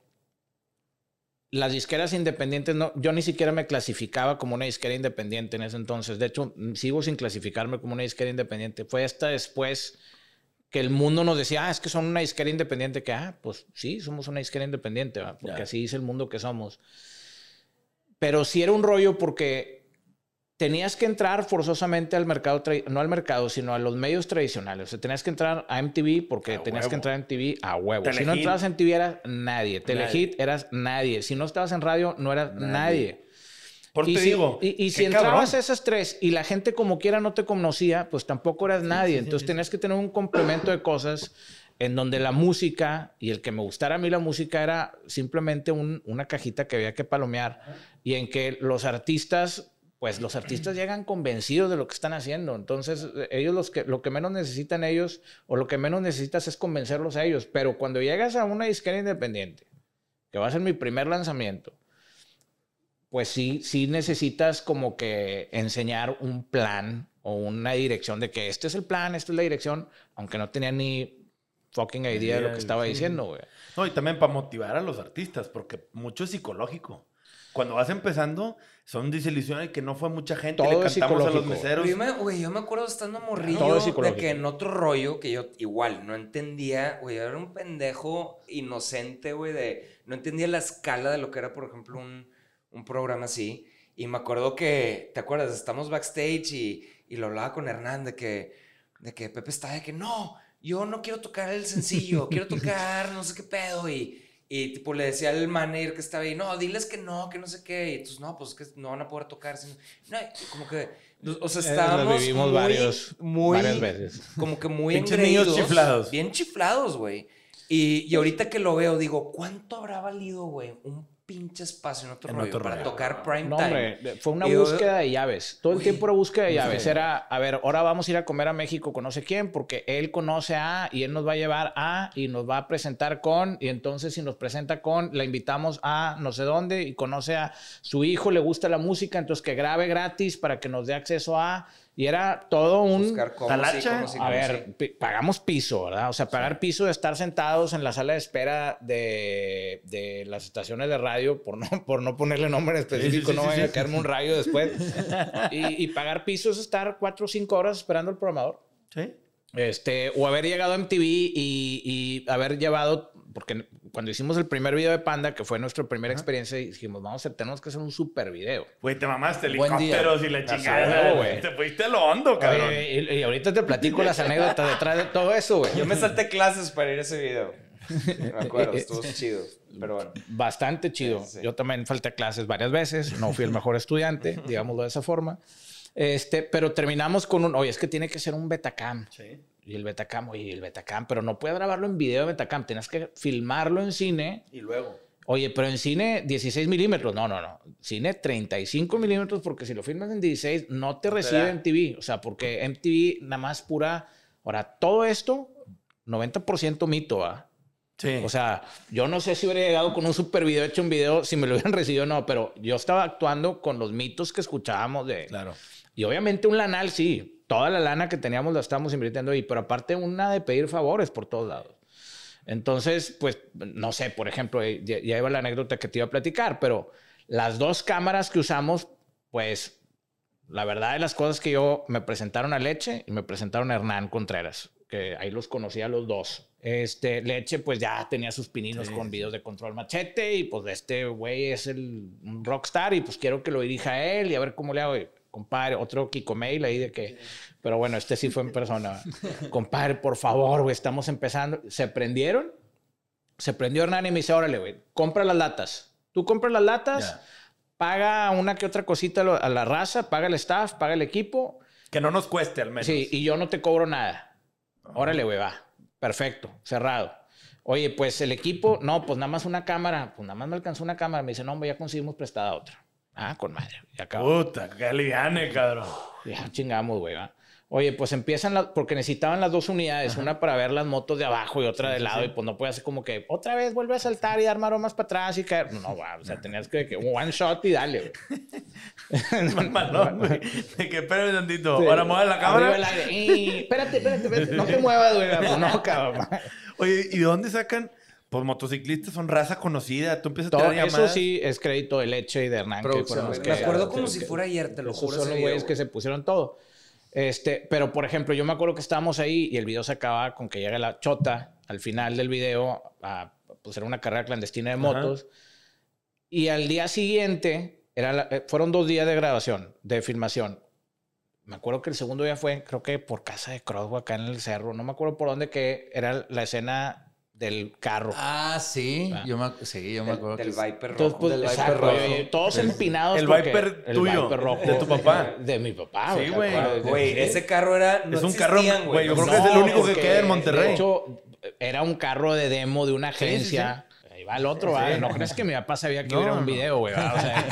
las disqueras independientes, no, yo ni siquiera me clasificaba como una disquera independiente en ese entonces. De hecho, sigo sin clasificarme como una disquera independiente. Fue hasta después que el mundo nos decía, es que son una disquera independiente, que, pues sí, somos una disquera independiente, ¿va? Porque así dice el mundo que somos. Pero sí era un rollo porque tenías que entrar forzosamente al mercado, no al mercado, sino a los medios tradicionales. O sea, tenías que entrar a MTV porque tenías que entrar en TV a huevo. Telehit. Si no entrabas en TV eras nadie. Telehit eras nadie. Si no estabas en radio, no eras nadie. Por Y te si, digo. y si qué entrabas cabrón. a esas tres y la gente como quiera no te conocía, pues tampoco eras nadie. Entonces tenías que tener un complemento de cosas en donde la música y el que me gustara a mí la música era simplemente una cajita que había que palomear y en que los artistas, pues los artistas llegan convencidos de lo que están haciendo. Entonces ellos lo que menos necesitan ellos o lo que menos necesitas es convencerlos a ellos. Pero cuando llegas a una disquera independiente, que va a ser mi primer lanzamiento, pues sí necesitas como que enseñar un plan o una dirección de que este es el plan, esta es la dirección, aunque no tenía ni fucking idea de lo que estaba diciendo, güey. No, y también para motivar a los artistas, porque mucho es psicológico. Cuando vas empezando, son desilusiones que no fue mucha gente, Todo le es cantamos a los psicológico. meseros. Güey, yo me acuerdo estando Todo morrillo es de psicológico. que en otro rollo que yo igual no entendía, güey, yo era un pendejo inocente, güey, no entendía la escala de lo que era, por ejemplo, un programa así. Y me acuerdo que, ¿te acuerdas? Estamos backstage y lo hablaba con Hernán de que Pepe estaba de que no, yo no quiero tocar el sencillo, quiero tocar no sé qué pedo. Y tipo le decía al manager que estaba ahí, no, diles que no sé qué. Y entonces, no, pues que no van a poder tocar. No, como que, o sea, estábamos Lo vivimos varias veces. como que muy Pinches niños engreídos. chiflados. Bien chiflados, güey. Y ahorita que lo veo, digo, ¿cuánto habrá valido, güey? Un pinche espacio en otro rollo para tocar prime No, time. hombre, fue una Y yo- búsqueda de llaves. Todo el Güey, tiempo era búsqueda de llaves. sí. Era, a ver, ahora vamos a ir a comer a México con no sé quién, porque él conoce a y él nos va a llevar a y nos va a presentar con, y entonces si nos presenta con, la invitamos a no sé dónde y conoce a su hijo, le gusta la música, entonces que grabe gratis para que nos dé acceso a... Y era todo un... Buscar cómo Talacha. sí, cómo sí, A cómo ver, sí. pagamos piso, ¿verdad? O sea, pagar piso de estar sentados en la sala de espera de las estaciones de radio, por no ponerle nombre específico, no vaya a caerme un rayo después. Y pagar piso es estar 4 o 5 horas esperando al programador. Sí. O haber llegado a MTV y haber llevado... Porque cuando hicimos el primer video de Panda, que fue nuestra primera experiencia, dijimos, tenemos que hacer un super video. Güey, te mamaste helicópteros y la chingada, güey. Te fuiste a lo hondo, cabrón. Y ahorita te platico las anécdotas detrás de todo eso, güey. Yo me salté clases para ir a ese video. Me acuerdo, estuvo chido. Pero bueno. Bastante chido. Sí. Yo también falté clases varias veces. No fui el mejor estudiante, digámoslo de esa forma. Pero terminamos con oye, es que tiene que ser un Betacam. Sí. Y el Betacam, pero no puedes grabarlo en video de Betacam. Tienes que filmarlo en cine. Y luego. Oye, pero en cine 16 milímetros. No. Cine 35 milímetros, porque si lo filmas en 16, no te recibe MTV. O sea, porque MTV nada más pura... Ahora, todo esto, 90% mito, ¿va? Sí. O sea, yo no sé si hubiera llegado con un super video hecho un video, si me lo hubieran recibido o no, pero yo estaba actuando con los mitos que escuchábamos de... Claro. Y obviamente un lanal, sí. Toda la lana que teníamos la estábamos invirtiendo ahí, pero aparte una de pedir favores por todos lados. Entonces, pues, no sé, por ejemplo, ya iba la anécdota que te iba a platicar, pero las 2 cámaras que usamos, pues, la verdad de las cosas que me presentaron a Leche y me presentaron a Hernán Contreras, que ahí los conocía a los 2. Leche, pues, ya tenía sus pininos con videos de Control Machete y, pues, este güey es un rockstar y, pues, quiero que lo dirija a él y a ver cómo le hago. Compadre, otro Kiko Mail ahí de que... Pero bueno, sí fue en persona. Compadre, por favor, güey, estamos empezando. Se prendió Hernán y me dice, órale, güey, compra las latas. Tú compras las latas, paga una que otra cosita a la raza, paga el staff, paga el equipo. Que no nos cueste, al menos. Sí, y yo no te cobro nada. Órale, güey, va. Perfecto, cerrado. Oye, pues el equipo, no, pues nada más una cámara. Pues nada más me alcanzó una cámara. Me dice, no, hombre, ya conseguimos prestada otra. Ah, con madre. Ya acabó. Puta, qué aliviane, cabrón. Ya chingamos, güey, ¿va? Oye, pues empiezan porque necesitaban las 2 unidades. Ajá. Una para ver las motos de abajo y otra de lado. Y pues no puede hacer como que otra vez vuelve a saltar y dar maromas para atrás y caer. No, va. O sea, tenías que one shot y dale, güey. Malón, güey. De que espérame tantito. Sí. Ahora mueve la cámara. Espérate. No te muevas, güey. Pues no, cabrón. Oye, ¿y de dónde sacan? Pues motociclistas son raza conocida. Tú empiezas a tener llamadas. Eso sí es crédito de Leche y de Hernán. Me acuerdo como si fuera ayer, te lo juro. Son los güeyes que se pusieron todo. Pero, por ejemplo, yo me acuerdo que estábamos ahí y el video se acaba con que llega la chota al final del video pues era una carrera clandestina de motos. Ajá. Y al día siguiente, fueron 2 días de grabación, de filmación. Me acuerdo que el segundo día fue, creo que por Casa de Crosbo, acá en el cerro. No me acuerdo por dónde, que era la escena del carro. Ah, sí. Yo me acuerdo. Del Viper rojo. Entonces, pues, del Viper rojo. Todos empinados. El Viper tuyo. El Viper rojo. De tu papá. De mi papá. Sí, güey. Güey, ese carro era... No es un carro, güey. Yo creo que es el único que queda en Monterrey. De hecho, era un carro de demo de una agencia. Sí. Ahí va el otro, ¿vale? No crees que mi papá sabía que hubiera un video, güey. O sea,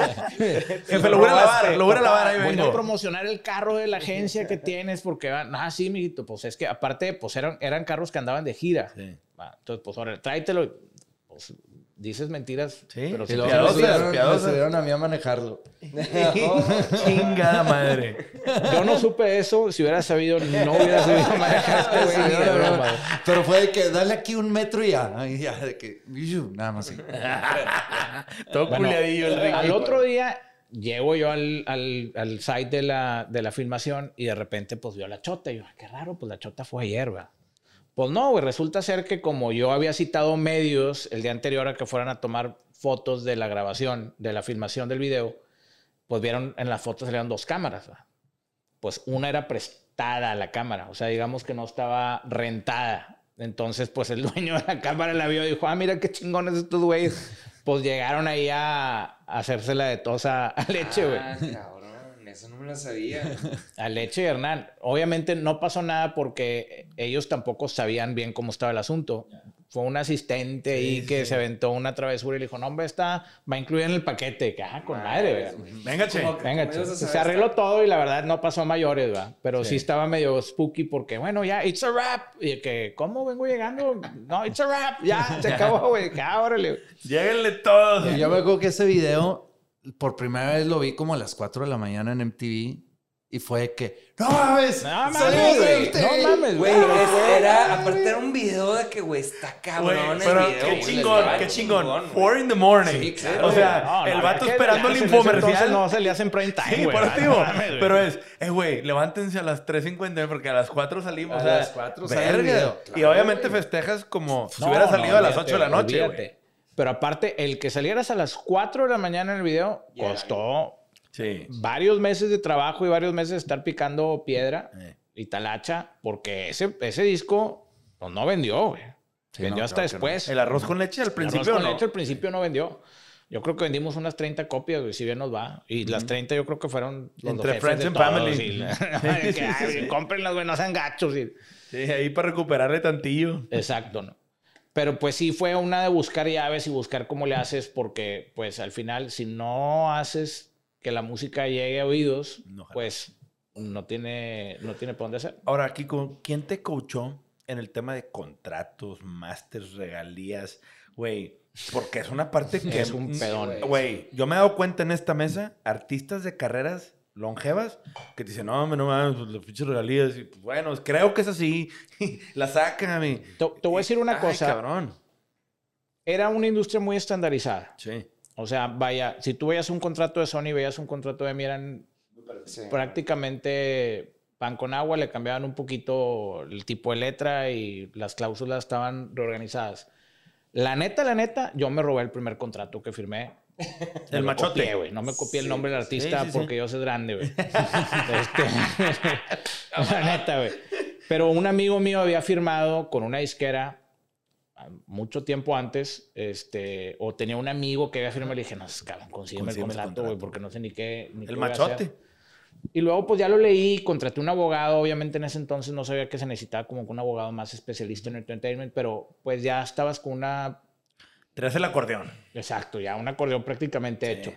jefe, lo voy a lavar, ahí vengo. Voy a promocionar el carro de la agencia que tienes porque van... Ah, sí, mijito. Pues es que aparte, pues eran carros que andaban de gira. Sí. Entonces, pues ahora, tráetelo. Pues, dices mentiras. Sí, pero piadosas. Me subieron a mí a manejarlo. Chingada madre. Yo no supe eso. Si hubiera sabido, no hubiera subido a manejar este güey. Pero fue de que dale aquí 1 metro y ya. Y ya, de que... Nada más así. Todo culiadillo el Ricky. Al otro día... Llego yo al site de la filmación y de repente pues veo la chota. Y yo, qué raro, pues la chota fue ayer, ¿verdad? Pues no, güey. Resulta ser que como yo había citado medios el día anterior a que fueran a tomar fotos de la grabación, de la filmación del video, pues vieron en las fotos salieron 2 cámaras, ¿verdad? Pues una era prestada a la cámara. O sea, digamos que no estaba rentada. Entonces, pues el dueño de la cámara la vio y dijo, mira qué chingones estos güeyes. Pues llegaron ahí a hacérsela de tos a Leche, güey. Cabrón, eso no me lo sabía. A Leche y Hernán. Obviamente no pasó nada porque ellos tampoco sabían bien cómo estaba el asunto. Fue un asistente ahí que se aventó una travesura y le dijo, no, hombre, esta va a incluir en el paquete. Que, con madre, güey. Venga, che. Se arregló todo y la verdad no pasó a mayores, ¿verdad? Pero sí estaba medio spooky porque, bueno, ya, it's a wrap. Y que, ¿cómo vengo llegando? No, it's a wrap. Ya, se acabó, güey. Órale. Lléguenle todos. Yo me acuerdo que ese video, por primera vez lo vi como a las 4 de la mañana en MTV. Y fue que, no mames, no mames, güey. Aparte era un video de que, güey, está cabrón pero el video. qué chingón. 4 in the morning. Sí, claro. O sea, el vato esperando el infomercial. infomercial. No se le hacen prime time, Sí, güey. por eso digo. Pero es, güey, levántense a las 3:50 porque a las 4 salimos. A las 4 sale el video. Y obviamente festejas como si hubiera salido a las 8 de la noche, güey. Pero aparte, el que salieras a las 4 de la mañana en el video costó varios meses de trabajo y varios meses de estar picando piedra y talacha, porque ese disco pues, no vendió, güey. Sí, vendió hasta después. El arroz con leche al principio el arroz con leche al principio no vendió. Yo creo que vendimos unas 30 copias, güey, si bien nos va. Y las 30 yo creo que fueron los entre friends and family. Cómprenlas, güey, no sean gachos. Sí, ahí para recuperarle tantillo. Exacto, ¿no? Pero pues sí fue una de buscar llaves y buscar cómo le haces, porque pues al final si no haces que la música llegue a oídos, pues no tiene por dónde hacer. Ahora, Kiko, ¿quién te coachó en el tema de contratos, másters, regalías? Güey, porque es una parte que... es un pedón. Güey, yo me he dado cuenta en esta mesa, artistas de carreras longevas que te dicen, no mames, pues las pinches regalías. Y, pues, bueno, creo que es así. La sacan a mí. Te voy a decir una cosa. Cabrón. Era una industria muy estandarizada. Sí. O sea, vaya, si tú veías un contrato de Sony, veías un contrato de Miran, prácticamente pan con agua, le cambiaban un poquito el tipo de letra y las cláusulas estaban reorganizadas. La neta, yo me robé el primer contrato que firmé. El machote. Copié, güey. No me copié el nombre del artista porque yo soy grande, güey. La neta, güey. Pero un amigo mío había firmado con una disquera mucho tiempo antes, o tenía un amigo que había firmado y le dije, no, cabrón, consígueme el contrato, güey, porque no sé ni qué el machote. Y luego, pues ya lo leí, contraté un abogado. Obviamente en ese entonces no sabía que se necesitaba como un abogado más especialista en entertainment, pero pues ya estabas con una... Traes el acordeón. Exacto, ya un acordeón prácticamente hecho.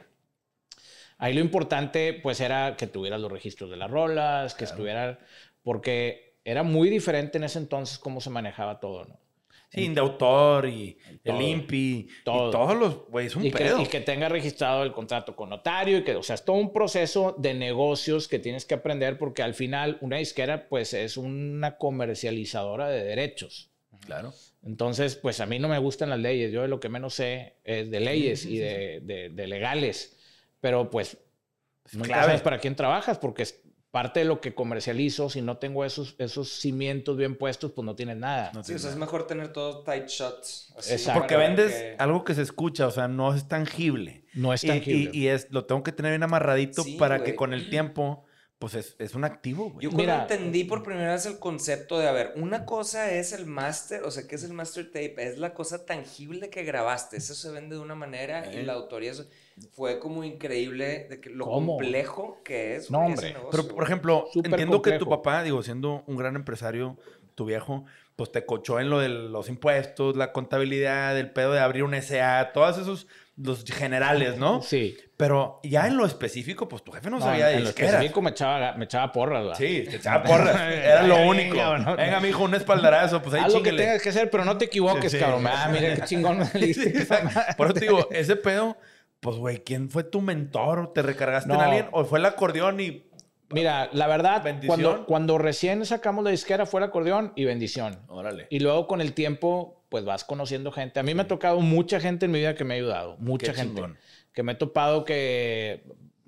Ahí lo importante, pues, era que tuvieras los registros de las rolas, que estuviera... Porque era muy diferente en ese entonces cómo se manejaba todo, ¿no? Sí, de autor y el INPI. Todo. Y todos los... Güey, es un pedo. Y que tenga registrado el contrato con notario. Y que, o sea, es todo un proceso de negocios que tienes que aprender porque al final una disquera, pues, es una comercializadora de derechos. Claro. Entonces, pues, a mí no me gustan las leyes. Yo de lo que menos sé es de leyes y de legales. Pero, pues, nunca sabes para quién trabajas porque parte de lo que comercializo, si no tengo esos cimientos bien puestos, pues no tienes nada. Sí, o sea, es mejor tener todo tight shots. Exacto. Porque vendes algo que se escucha, o sea, no es tangible. No es tangible. Y lo tengo que tener bien amarradito para que con el tiempo, pues es un activo, güey. Yo cuando entendí por primera vez el concepto de, a ver, una cosa es el master, o sea, ¿qué es el master tape? Es la cosa tangible que grabaste. Eso se vende de una manera y la autoría... Fue como increíble de que lo complejo que es. No, hombre. Negocio, pero, por ejemplo, entiendo complejo. que tu papá, digo, siendo un gran empresario, tu viejo, pues te coachó en lo de los impuestos, la contabilidad, el pedo de abrir un SA, todos esos, los generales, ¿no? Sí. Pero ya en lo específico, pues tu jefe no sabía de disqueras. En lo específico me echaba porras, ¿verdad? Sí, te echaba porras. Era lo único. Venga, mijo, un espaldarazo, pues ahí haz lo que tengas que hacer, pero no te equivoques, cabrón. Mira qué chingón me saliste. Por eso te digo, ese pedo... Pues, güey, ¿quién fue tu mentor? ¿Te recargaste en alguien? ¿O fue el acordeón y...? Mira, la verdad, cuando recién sacamos la disquera fue el acordeón y bendición. Órale. Y luego con el tiempo, pues vas conociendo gente. A mí me ha tocado mucha gente en mi vida que me ha ayudado. Mucha gente. Chingón. Que me he topado que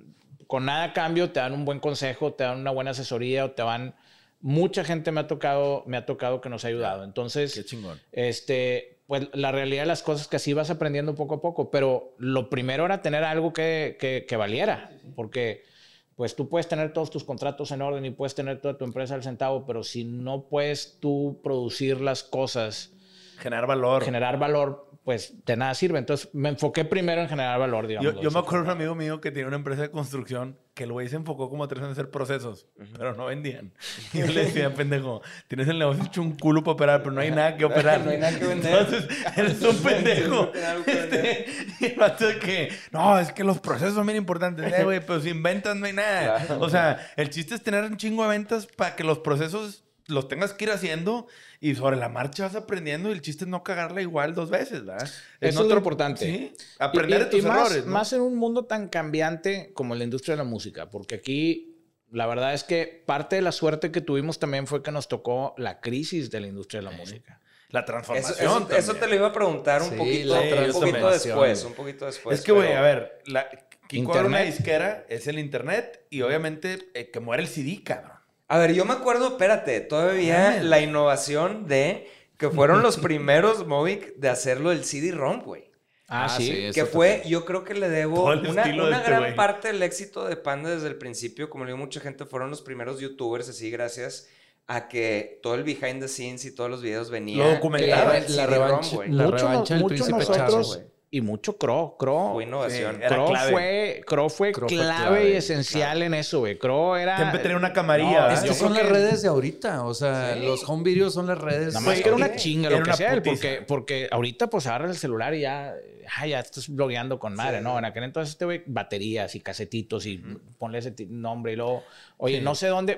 con nada a cambio te dan un buen consejo, te dan una buena asesoría o te van... Mucha gente me ha tocado que nos ha ayudado. Entonces... Qué chingón. Pues la realidad de las cosas que así vas aprendiendo poco a poco, pero lo primero era tener algo que valiera, porque pues tú puedes tener todos tus contratos en orden y puedes tener toda tu empresa al centavo, pero si no puedes tú producir las cosas, generar valor, pues de nada sirve. Entonces me enfoqué primero en generar valor, digamos. Yo me acuerdo de un amigo mío que tenía una empresa de construcción que el güey se enfocó como 3 años en hacer procesos, pero no vendían. Y yo le decía, pendejo, tienes el negocio hecho un culo para operar, pero no hay nada que operar. No hay nada que vender. Entonces, eres un pendejo. Y el vato de que, no, es que los procesos son bien importantes. Güey, pero sin ventas no hay nada. Claro. O sea, el chiste es tener un chingo de ventas para que los procesos los tengas que ir haciendo y sobre la marcha vas aprendiendo y el chiste es no cagarla igual 2 veces, ¿verdad? Eso es lo importante. Sí, aprender de tus errores. Más en un mundo tan cambiante como la industria de la música, porque aquí La verdad es que parte de la suerte que tuvimos también fue que nos tocó la crisis de la industria de la música. La transformación. Eso te lo iba a preguntar un poquito después. Es que, güey, a ver, quien cobra una disquera es el internet y obviamente que muere el CD, cabrón. A ver, yo me acuerdo, espérate, todavía la innovación de que fueron los primeros Movic de hacerlo del CD-ROM, güey. Sí. Que fue, yo creo que le debo una gran wey. parte del éxito de Panda desde el principio. Como le digo, mucha gente fueron los primeros youtubers así gracias a que todo el behind the scenes y todos los videos venían. Lo documentaban. La revancha del Príncipe Charro, güey. Y mucho Crow. Fue innovación. Crow fue clave y esencial en eso, güey. Crow era... Siempre tenía una camarilla. Estas son las redes de ahorita. O sea, los home videos son las redes. Nada más que era una chinga lo que sea. Porque ahorita pues agarras el celular y ya estás blogueando con madre, ¿no? En aquel entonces güey, baterías y casetitos y ponle ese nombre y luego... Oye, no sé dónde...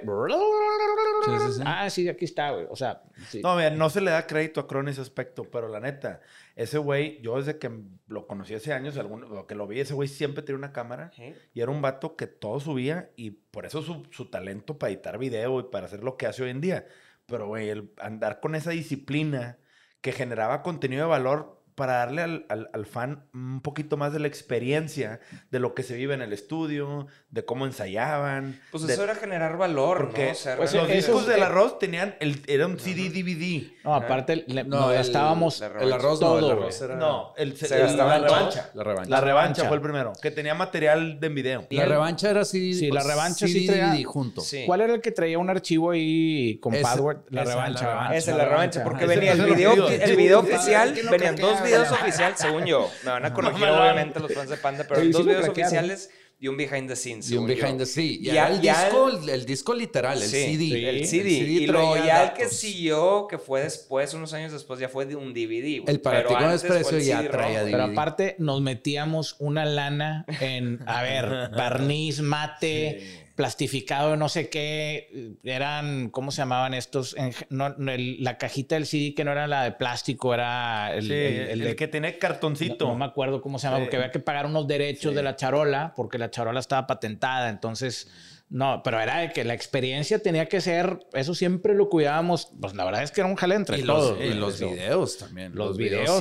Sí, aquí está, güey. O sea... Sí. No, mira, no se le da crédito a Crow en ese aspecto, pero la neta... Ese güey, yo desde que lo conocí hace años, que lo vi, ese güey siempre tenía una cámara y era un vato que todo subía y por eso su talento para editar video y para hacer lo que hace hoy en día. Pero, güey, el andar con esa disciplina que generaba contenido de valor para darle al fan un poquito más de la experiencia de lo que se vive en el estudio, de cómo ensayaban. Pues eso era generar valor, porque, ¿no? O sea, pues los discos del arroz tenían, era un CD, DVD. No, aparte, gastábamos el arroz todo, no, el güey. arroz era... No, se gastaba la revancha. La revancha fue el primero, que tenía material de video. La revancha era CD. Sí, la revancha sí traía traía junto. Sí. ¿Cuál era el que traía un archivo ahí con password? La revancha. Esa es la revancha, porque venía el video oficial, venían dos videos oficiales, según yo. Me van a corregir obviamente los fans de Panda, pero dos videos oficiales y un behind the scenes. Y un behind the scenes. Y el disco literal, el CD. Sí, el CD. Y luego ya el que siguió, que fue después, unos años después, ya fue de un DVD. El Para ti con desprecio ya traía DVD. Pero aparte nos metíamos una lana en, barniz, mate... plastificado, no sé qué, eran, ¿cómo se llamaban estos? La cajita del CD que no era la de plástico, era el que tenía cartoncito. No me acuerdo cómo se llama, porque había que pagar unos derechos de la charola, porque la charola estaba patentada, entonces... No, pero era de que la experiencia tenía que ser, eso siempre lo cuidábamos, pues la verdad es que era un jale entre todos. Y los videos también. Los videos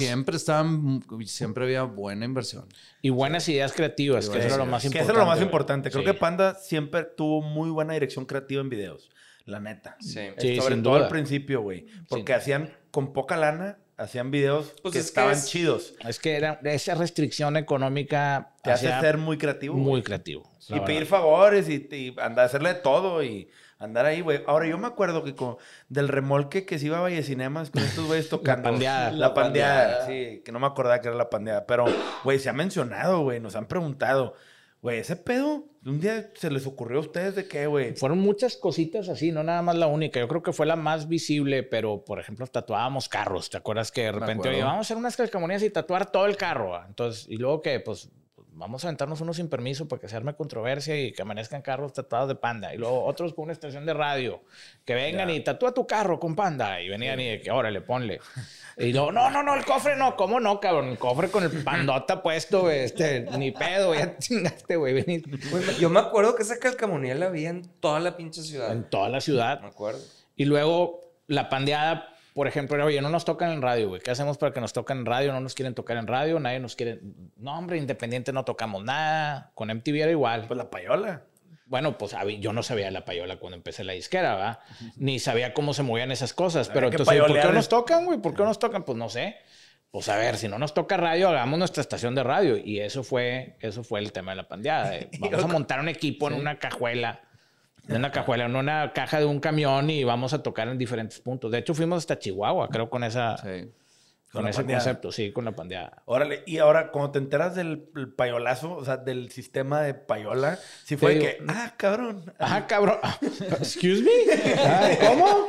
siempre había buena inversión. Y buenas ideas creativas, que eso era lo más importante. Que eso era lo más importante. Creo que Panda siempre tuvo muy buena dirección creativa en videos, la neta. Sí, sobre todo duda. al principio, güey. Porque hacían con poca lana, hacían videos que estaban chidos. Es que esa restricción económica te hace ser muy creativo. Muy creativo. Y pedir favores y andar a hacerle de todo y andar ahí, güey. Ahora, yo me acuerdo que del remolque que se iba a Vallecinemas con estos güeyes tocando. La pandeada. Sí, que no me acordaba que era la pandeada. Pero, güey, se ha mencionado, güey. Nos han preguntado. Güey, ese pedo, un día se les ocurrió a ustedes de qué, güey. Fueron muchas cositas así, no nada más la única. Yo creo que fue la más visible, pero, por ejemplo, tatuábamos carros. ¿Te acuerdas que de repente, oye, vamos a hacer unas calcamonías y tatuar todo el carro? Entonces, y luego que, pues, vamos a aventarnos uno sin permiso para que se arme controversia y que amanezcan carros tatuados de Panda. Y luego otros con una estación de radio que vengan y tatúa tu carro con Panda. Y venían y de que, órale, ponle. Y luego, no, el cofre no. ¿Cómo no, cabrón? El cofre con el pandota puesto, güey. Ni pedo, ya chingaste, güey. Yo me acuerdo que esa calcamonía la vi en toda la pinche ciudad. En toda la ciudad. Me acuerdo. Y luego la pandeada, por ejemplo, oye, no nos tocan en radio, güey. ¿Qué hacemos para que nos toquen en radio? No nos quieren tocar en radio, nadie nos quiere... No, hombre, independiente no tocamos nada. Con MTV era igual. Pues la payola. Bueno, pues yo no sabía la payola cuando empecé la disquera, ¿verdad? Ni sabía cómo se movían esas cosas. Pero entonces, ¿por qué nos tocan, güey? ¿Por qué nos tocan? Pues no sé. Pues a ver, si no nos toca radio, hagamos nuestra estación de radio. Y eso fue el tema de la pandeada. Vamos a montar un equipo en una cajuela. En una caja de un camión y vamos a tocar en diferentes puntos. De hecho, fuimos hasta Chihuahua, creo, con esa... Sí. Con ese concepto, sí, con la pandeada. Órale, y ahora, cuando te enteras del payolazo, o sea, del sistema de payola, sí fue que, cabrón. Cabrón. ¿Excuse me? ¿Cómo?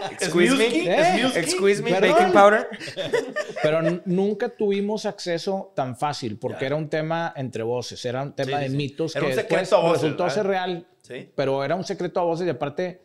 Excuse me, baking powder. Pero nunca tuvimos acceso tan fácil, porque era un tema entre voces, era un tema de mitos era que un después secreto a voces, resultó ser real, pero era un secreto a voces y aparte...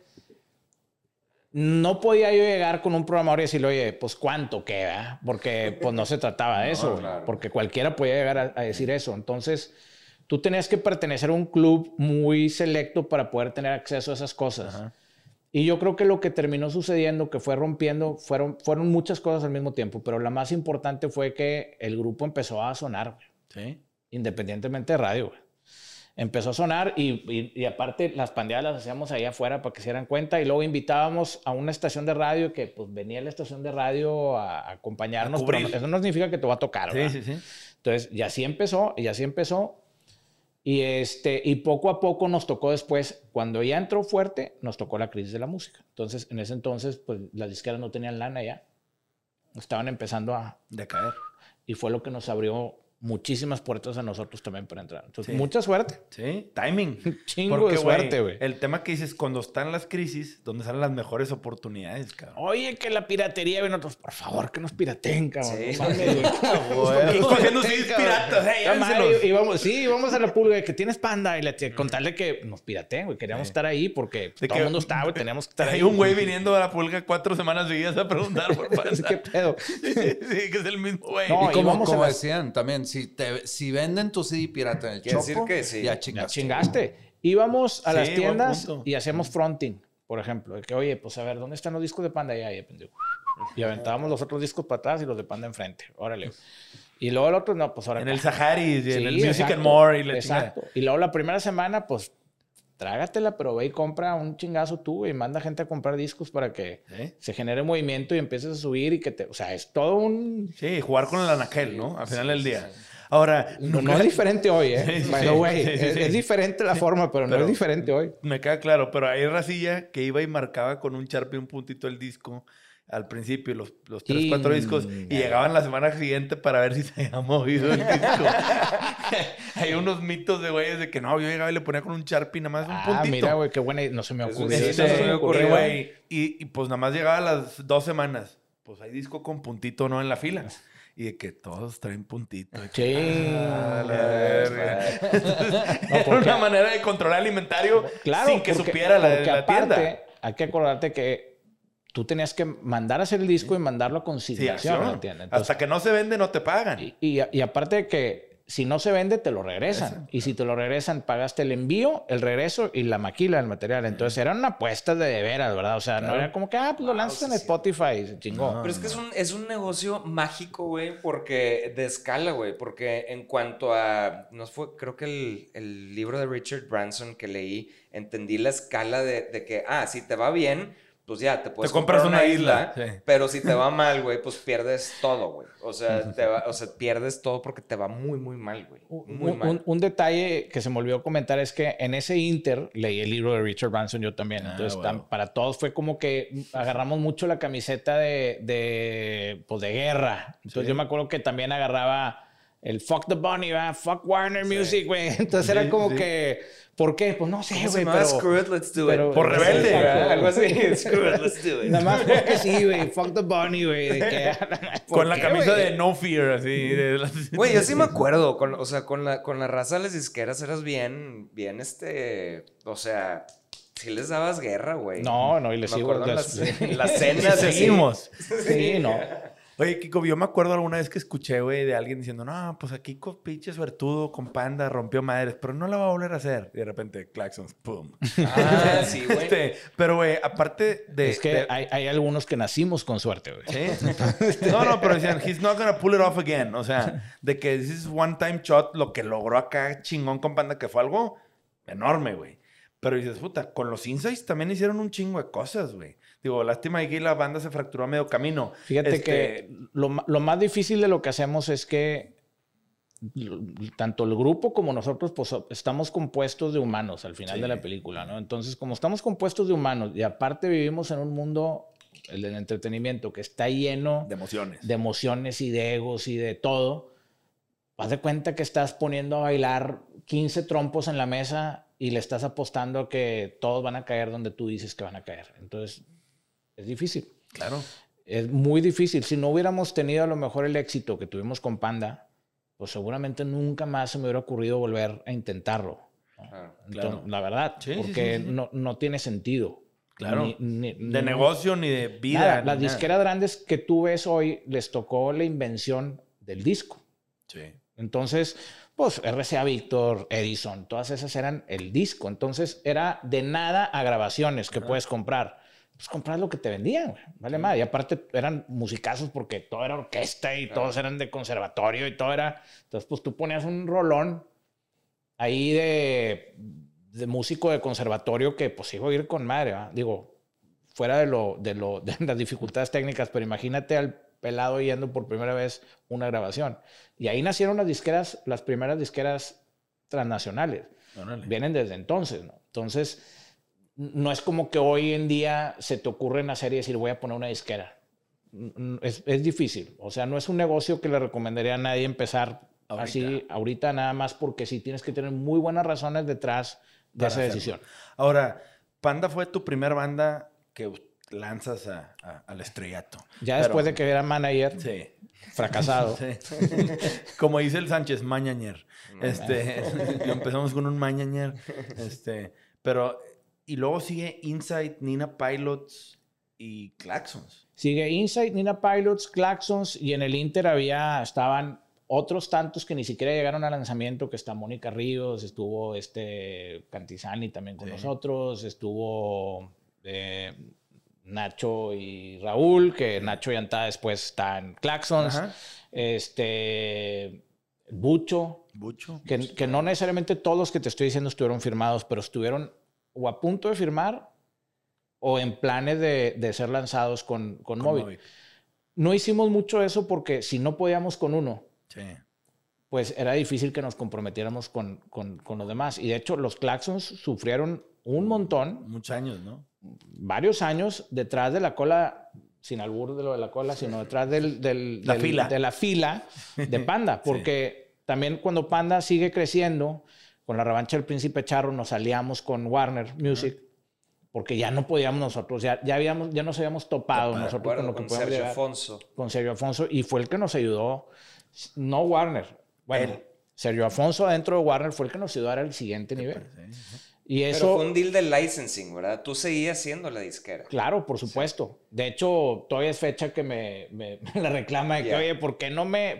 No podía yo llegar con un programador y decirle, oye, pues ¿cuánto queda? Porque pues no se trataba de eso, claro. porque cualquiera podía llegar a decir eso. Entonces, tú tenías que pertenecer a un club muy selecto para poder tener acceso a esas cosas. Ajá. Y yo creo que lo que terminó sucediendo, que fue rompiendo, fueron muchas cosas al mismo tiempo, pero la más importante fue que el grupo empezó a sonar, güey. Sí. Independientemente de radio, güey. Empezó a sonar y aparte las pandeadas las hacíamos ahí afuera para que se dieran cuenta y luego invitábamos a una estación de radio que pues venía la estación de radio a acompañarnos, pero eso no significa que te va a tocar, ¿verdad? Sí. Entonces, y así empezó. Y poco a poco nos tocó después, cuando ya entró fuerte, nos tocó la crisis de la música. Entonces, en ese entonces, pues las disqueras no tenían lana ya. Estaban empezando a decaer. Y fue lo que nos abrió muchísimas puertas a nosotros también para entrar. Entonces, mucha suerte. Sí, timing. Chingo de suerte, güey. El tema que dices, cuando están las crisis, donde salen las mejores oportunidades, cabrón. Oye, que la piratería, güey, nosotros, por favor, que nos pirateen, cabrón. Sí. Cogiendo CDs piratas, íbamos a la pulga que tienes Panda y contarle que nos pirateen, güey. Queríamos estar ahí porque todo el mundo está, güey, teníamos que estar ahí. Hay un güey viniendo a la pulga 4 semanas seguidas a preguntar por Panda. ¿Qué pedo? Sí, que es el mismo güey. No, y como decían también, si venden tu CD pirata en el Chopo, decir que sí. ya chingaste. Ya chingaste. Íbamos a las tiendas y hacíamos fronting, por ejemplo. De que, oye, pues a ver, ¿dónde están los discos de Panda? Ya, pendejo. Y aventábamos los otros discos para atrás y los de Panda enfrente. Órale. Y luego el otro, no, pues ahora. En el Sahari, en el Music and More. Exacto. Y luego la primera semana, pues, trágatela, pero ve y compra un chingazo tú y manda gente a comprar discos para que se genere movimiento y empieces a subir y que te... O sea, es todo un... Sí, jugar con el anaquel, ¿no? Al final del día. Ahora... No es diferente hoy, ¿eh? Es diferente la forma, pero no es diferente hoy. Me queda claro, pero hay racilla que iba y marcaba con un Sharpie un puntito el disco al principio, los 3, 4 discos, y llegaban la semana siguiente para ver si se había movido el disco. Hay unos mitos de güeyes de que no, yo llegaba y le ponía con un Sharpie nada más un puntito. Mira, güey, qué buena, no se me ocurrió. No se me ocurrió, güey. Y pues nada más llegaba a las 2 semanas. Pues hay disco con puntito, ¿no? En la fila. Y de que todos traen puntito. Sí. La verga. Era una manera de controlar alimentario sin que supiera la tienda. Hay que acordarte que tú tenías que mandar a hacer el disco y mandarlo a consignación. Entonces, hasta que no se vende, no te pagan. Y aparte de que si no se vende, te lo regresan. Y si te lo regresan, pagaste el envío, el regreso y la maquila del material. Entonces, eran una apuesta de veras, ¿verdad? O sea, no era como que, pues lo lanzas en Spotify y se chingó. Pero es que es un negocio mágico, güey, porque de escala, güey. Porque en cuanto a... creo que el libro de Richard Branson que leí, entendí la escala de que, si te va bien... pues ya, te puedes comprar una isla. Pero si te va mal, güey, pues pierdes todo, güey. O sea, pierdes todo porque te va muy, muy mal, güey. Muy mal. Un detalle que se me olvidó comentar es que en ese inter leí el libro de Richard Branson yo también. Entonces, para todos fue como que agarramos mucho la camiseta de guerra. Entonces, yo me acuerdo que también agarraba el Fuck the Bunny, ¿verdad? Fuck Warner Music, güey. Entonces, era como que... ¿Por qué? Pues no sé, güey, pero... Screw it, let's do it. Por rebelde, algo así. Screw it, let's do it. Nada más porque sí, güey. Fuck the Bunny, güey. Con la camisa de No Fear, así. Güey, yo sí me acuerdo. Con la raza de las disqueras eras bien, o sea... sí les dabas guerra, güey. No, y les sigo. Las cenas. Seguimos. Sí, no. Oye, Kiko, yo me acuerdo alguna vez que escuché, güey, de alguien diciendo, no, pues aquí con pinche suertudo, con Panda, rompió madres, pero no la va a volver a hacer. Y de repente, claxons, pum. Sí, güey. Pero, güey, aparte de... Es que hay algunos que nacimos con suerte, güey. ¿Sí? No, pero decían, he's not gonna pull it off again. O sea, de que this is one time shot, lo que logró acá chingón con Panda, que fue algo enorme, güey. Pero dices, puta, con los Insights también hicieron un chingo de cosas, güey. Digo, lástima que la banda se fracturó a medio camino. Fíjate que lo más difícil de lo que hacemos es que tanto el grupo como nosotros pues, estamos compuestos de humanos al final de la película, ¿no? Entonces, como estamos compuestos de humanos y aparte vivimos en un mundo, el del entretenimiento, que está lleno de emociones y de egos y de todo, haz de cuenta que estás poniendo a bailar 15 trompos en la mesa y le estás apostando a que todos van a caer donde tú dices que van a caer. Entonces, es difícil. Claro. Es muy difícil. Si no hubiéramos tenido a lo mejor el éxito que tuvimos con Panda, pues seguramente nunca más se me hubiera ocurrido volver a intentarlo. ¿no? Claro. Entonces, la verdad, porque no tiene sentido. Claro. De negocio ni de vida. Nada. Las disqueras grandes que tú ves hoy les tocó la invención del disco. Sí. Entonces, Pues RCA Victor, Edison, todas esas eran el disco. Entonces era de nada a grabaciones que puedes comprar. Pues comprar lo que te vendían, güey. Vale más. Y aparte eran musicazos porque todo era orquesta y todos eran de conservatorio y todo era... Entonces pues tú ponías un rolón ahí de músico de conservatorio que pues iba a ir con madre, ¿verdad? Digo, fuera de las dificultades técnicas, pero imagínate al pelado yendo por primera vez una grabación. Y ahí nacieron las primeras disqueras transnacionales. Órale. Vienen desde entonces, ¿no? Entonces, no es como que hoy en día se te ocurre hacer y decir, voy a poner una disquera. Es difícil. O sea, no es un negocio que le recomendaría a nadie empezar así ahorita, nada más porque sí tienes que tener muy buenas razones detrás de esa decisión. Ahora, Panda fue tu primer banda que lanzas al estrellato. Ya después de que era manager, fracasado. Sí. Como dice el Sánchez, mañañer. Empezamos con un mañañer. Pero, y luego sigue Insight, Nina Pilots y Klaxons. Sigue Insight, Nina Pilots, Klaxons, y en el Inter estaban otros tantos que ni siquiera llegaron al lanzamiento, que está Mónica Ríos, estuvo Cantizani también con nosotros, estuvo Nacho y Raúl, que Nacho ya después está en Klaxons, Bucho, que no necesariamente todos los que te estoy diciendo estuvieron firmados, pero estuvieron o a punto de firmar o en planes de ser lanzados con Moby. No hicimos mucho eso porque si no podíamos con uno, pues era difícil que nos comprometiéramos con los demás. Y de hecho, los Klaxons sufrieron un montón. Muchos años, ¿no? Varios años detrás de la cola, sin albur de lo de la cola, sino detrás de la fila de Panda. Porque también cuando Panda sigue creciendo, con la revancha del Príncipe Charro, nos aliamos con Warner Music. Porque ya no podíamos nosotros, ya nos habíamos topado nosotros con lo que podíamos llegar. Con Sergio Afonso. Y fue el que nos ayudó. No Warner. Bueno, Sergio Afonso dentro de Warner fue el que nos ayudó a dar el siguiente nivel. Y eso, pero fue un deal de licensing, ¿verdad? Tú seguías siendo la disquera. Claro, por supuesto. Sí. De hecho, todavía es fecha que me la reclama de que, oye, ¿por qué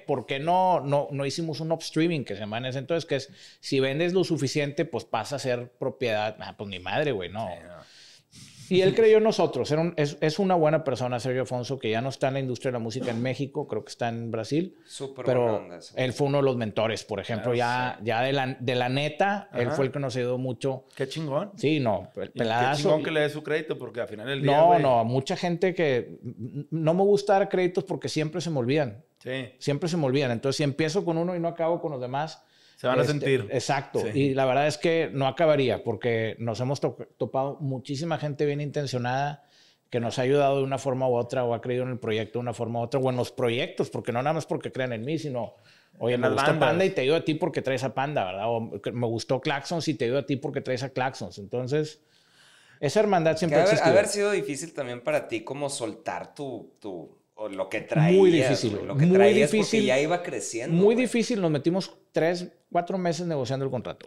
no hicimos un upstreaming que se llama en ese entonces? Que es, si vendes lo suficiente, pues pasa a ser propiedad. Pues ni madre, güey, no. Sí, no. Y él creyó en nosotros. Es una buena persona, Sergio Afonso, que ya no está en la industria de la música en México, creo que está en Brasil. Súper pero buena onda, él fue uno de los mentores, por ejemplo. Claro, ya de la neta, él fue el que nos ayudó mucho. Qué chingón. Sí, no, peladazo. Qué chingón que le dé su crédito, porque al final del día, No, mucha gente que... No me gusta dar créditos porque siempre se me olvidan. Sí. Siempre se me olvidan. Entonces, si empiezo con uno y no acabo con los demás... Se van a sentir. Exacto. Sí. Y la verdad es que no acabaría porque nos hemos topado muchísima gente bien intencionada que nos ha ayudado de una forma u otra o ha creído en el proyecto de una forma u otra o en los proyectos, porque no nada más porque crean en mí, sino, oye, me gustó Panda y te ayudo a ti porque traes a Panda, ¿verdad? O me gustó Klaxons y te ayudo a ti porque traes a Klaxons. Entonces, esa hermandad siempre ha existido. Haber sido difícil también para ti como soltar o lo que traías. Muy difícil. Lo que traías porque ya iba creciendo. Muy difícil. Nos metimos 4 meses negociando el contrato.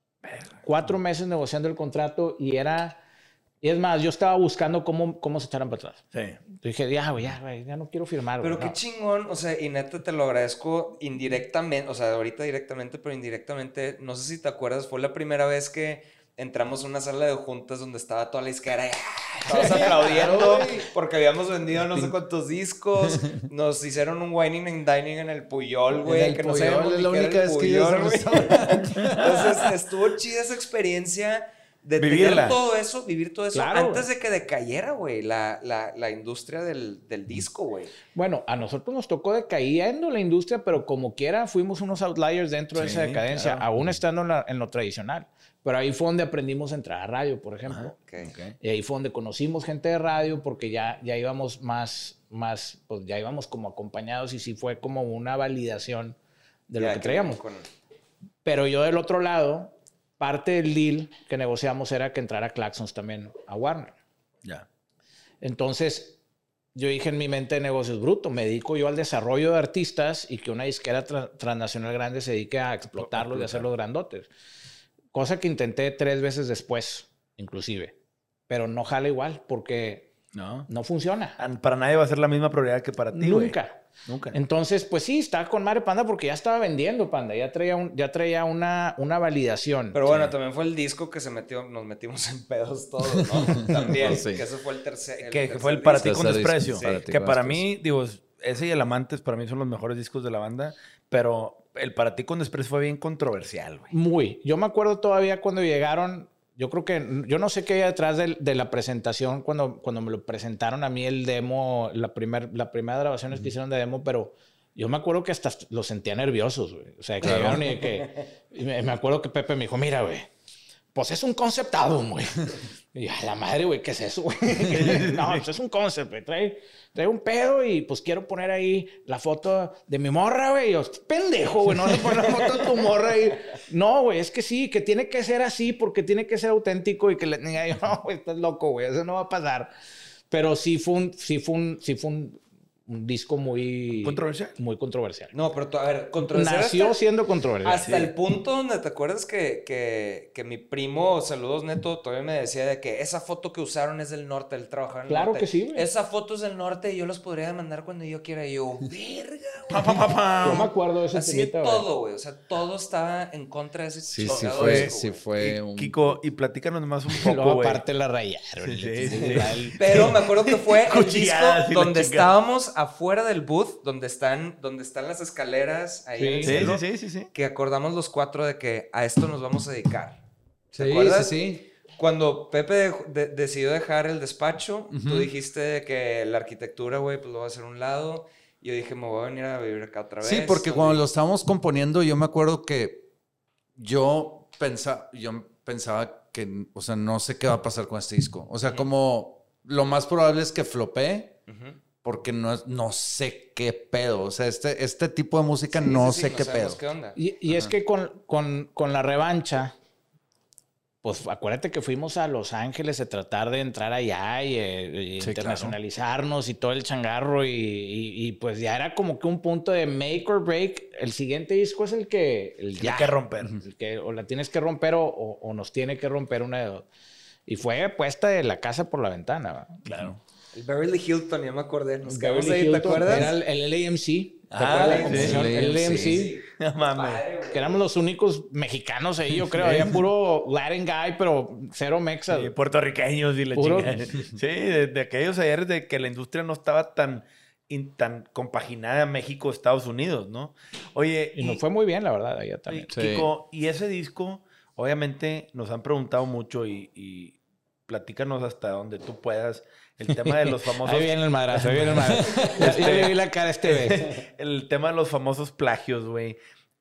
4 meses negociando el contrato y es más, yo estaba buscando cómo se echaran para atrás. Sí. Dije, ya no quiero firmar. Pero qué chingón, o sea, y neta te lo agradezco indirectamente, o sea, ahorita directamente, pero indirectamente, no sé si te acuerdas, fue la primera vez que entramos a una sala de juntas donde estaba toda la disquera y todos aplaudiendo porque habíamos vendido no sé cuántos discos. Nos hicieron un wining and dining en el Puyol, güey. Que no sabíamos ni qué era el Puyol, güey. Entonces estuvo chida esa experiencia de vivir todo eso claro, antes de que decayera, güey, la industria del disco, güey. Bueno, a nosotros nos tocó decayendo la industria, pero como quiera fuimos unos outliers dentro de esa decadencia, claro, aún estando en lo tradicional. Pero ahí fue donde aprendimos a entrar a radio, por ejemplo. Okay. Y ahí fue donde conocimos gente de radio porque ya íbamos más, pues ya íbamos como acompañados y sí fue como una validación de lo que traíamos. Pero yo del otro lado, parte del deal que negociamos era que entrara Klaxons también a Warner. Ya. Entonces, yo dije en mi mente de negocios bruto, me dedico yo al desarrollo de artistas y que una disquera transnacional grande se dedique a explotarlos y hacerlos grandotes. Cosa que intenté 3 veces después, inclusive. Pero no jala igual, porque No funciona. Para nadie va a ser la misma prioridad que para ti, Nunca. Nunca. Entonces, pues sí, estaba con madre Panda porque ya estaba vendiendo Panda. Ya traía una validación. Pero bueno, también fue el disco que nos metimos en pedos todos, ¿no? También. Sí. Que eso fue el tercer. Que fue el Para ti con desprecio. Sí. Que para mí, digo, ese y el Amantes para mí son los mejores discos de la banda. Pero el Para ti con desprecio fue bien controversial, güey. Muy. Yo me acuerdo todavía cuando llegaron. Yo creo que... Yo no sé qué hay detrás de la presentación cuando me lo presentaron a mí el demo, la primera grabaciones que hicieron de demo, pero yo me acuerdo que hasta los sentía nerviosos, güey. O sea, que llegaron y me acuerdo que Pepe me dijo, mira, güey, pues es un concept album, güey. Y a la madre, güey, ¿qué es eso, güey? No, pues es un concept, güey. Trae un pedo y pues quiero poner ahí la foto de mi morra, güey. Yo, pendejo, güey, no vas a poner la foto de tu morra ahí. No, güey, es que sí, que tiene que ser así porque tiene que ser auténtico y que le diga yo, no, güey, estás loco, güey, eso no va a pasar. Pero sí fue un disco muy... ¿Controversial? Muy controversial. No, pero a ver, controversial. Nació siendo controversial. Hasta el punto donde te acuerdas que mi primo, saludos Neto, todavía me decía de que esa foto que usaron es del norte, él trabajaba en el norte. Claro que sí, güey. Esa foto es del norte y yo los podría demandar cuando yo quiera. Y yo, verga, güey. Yo me acuerdo de ese Así temita, todo, güey. O sea, todo estaba en contra de ese Sí fue un... Kiko, y platícanos más un Y poco, luego güey. aparte la rayaron. Sí. Pero me acuerdo que fue el disco Cuchilladas y la donde chingada. estábamos afuera del booth, donde están las escaleras ahí en el cielo, Sí. que acordamos los cuatro de que a esto nos vamos a dedicar. ¿Te Sí, acuerdas? sí. Cuando Pepe decidió dejar el despacho, tú dijiste que la arquitectura, güey, pues lo va a hacer a un lado. Y yo dije, me voy a venir a vivir acá otra vez. Sí, porque cuando lo estábamos componiendo, yo me acuerdo que yo pensaba que, o sea, no sé qué va a pasar con este disco. O sea, como lo más probable es que flopee, porque no sé qué pedo. O sea, este tipo de música no sé qué pedo. ¿Qué onda? Y es que con la revancha, pues acuérdate que fuimos a Los Ángeles a tratar de entrar allá y Sí, internacionalizarnos y todo el changarro y pues ya era como que un punto de make or break. El siguiente disco es el que... Tiene que romper. El que o la tienes que romper o nos tiene que romper una de dos. Y fue puesta de la casa por la ventana, ¿va? Claro. El Beverly Hilton, ya me acordé. Nos quedamos Beverly ahí, ¿te Hilton acuerdas? Era el LAMC. ¿Te Ah, acuerdas? sí, La convención? El LAMC. sí. No mames. Que éramos los únicos mexicanos ahí, yo creo. Había puro Latin guy, pero cero mexa. Sí, puertorriqueños y la Puro- chingada. Sí, de aquellos ayer de que la industria no estaba tan compaginada México, Estados Unidos, ¿no? Oye, Y nos fue muy bien, la verdad, allá también. Sí. Kiko, y ese disco, obviamente nos han preguntado mucho y platícanos hasta donde tú puedas. El tema de los famosos... Ahí viene el madrazo, ahí viene el madrazo. Ya le vi la cara a este vez. El tema de los famosos plagios, güey.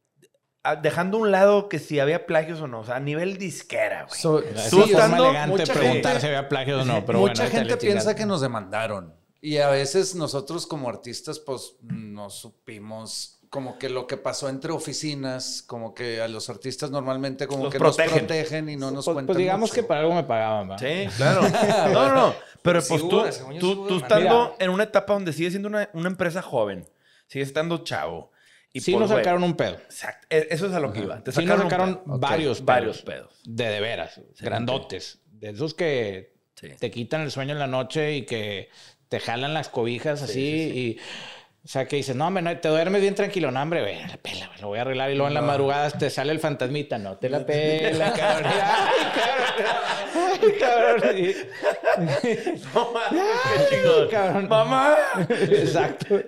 Dejando a un lado que si había plagios o no. O sea, a nivel disquera, güey. Es Tú una forma estando- elegante mucha preguntar gente- si había plagios o no, pero Mucha bueno, gente échale piensa chingada. que nos demandaron. Y a veces nosotros como artistas, pues, no supimos como que lo que pasó entre oficinas, como que a los artistas normalmente como Los que protegen. nos protegen y no nos Pues, cuentan digamos mucho. que para algo me pagaban, ¿va? Sí, claro. No. Pero Sí pues hubo, según yo sí hubo tú demanda. estando Mira. en una etapa donde sigue siendo una empresa joven, sigue estando chavo. Y Sí pues, nos güey, sacaron un pedo. Exacto. Eso es a lo que iba. Te Sí nos un sacaron pedo. varios Varios pedos. De veras, grandotes. De esos que Sí. te quitan el sueño en la noche y que te jalan las cobijas así y... O sea, que dices, no, hombre, no, te duermes bien tranquilo. No, hombre, güey, la pela, güey, lo voy a arreglar. Y luego en la madrugada te sale el fantasmita. No te la pela, cabrón. Ay, cabrón. Y- No mames, qué chingón. cabrón. ¡Mamá! Exacto.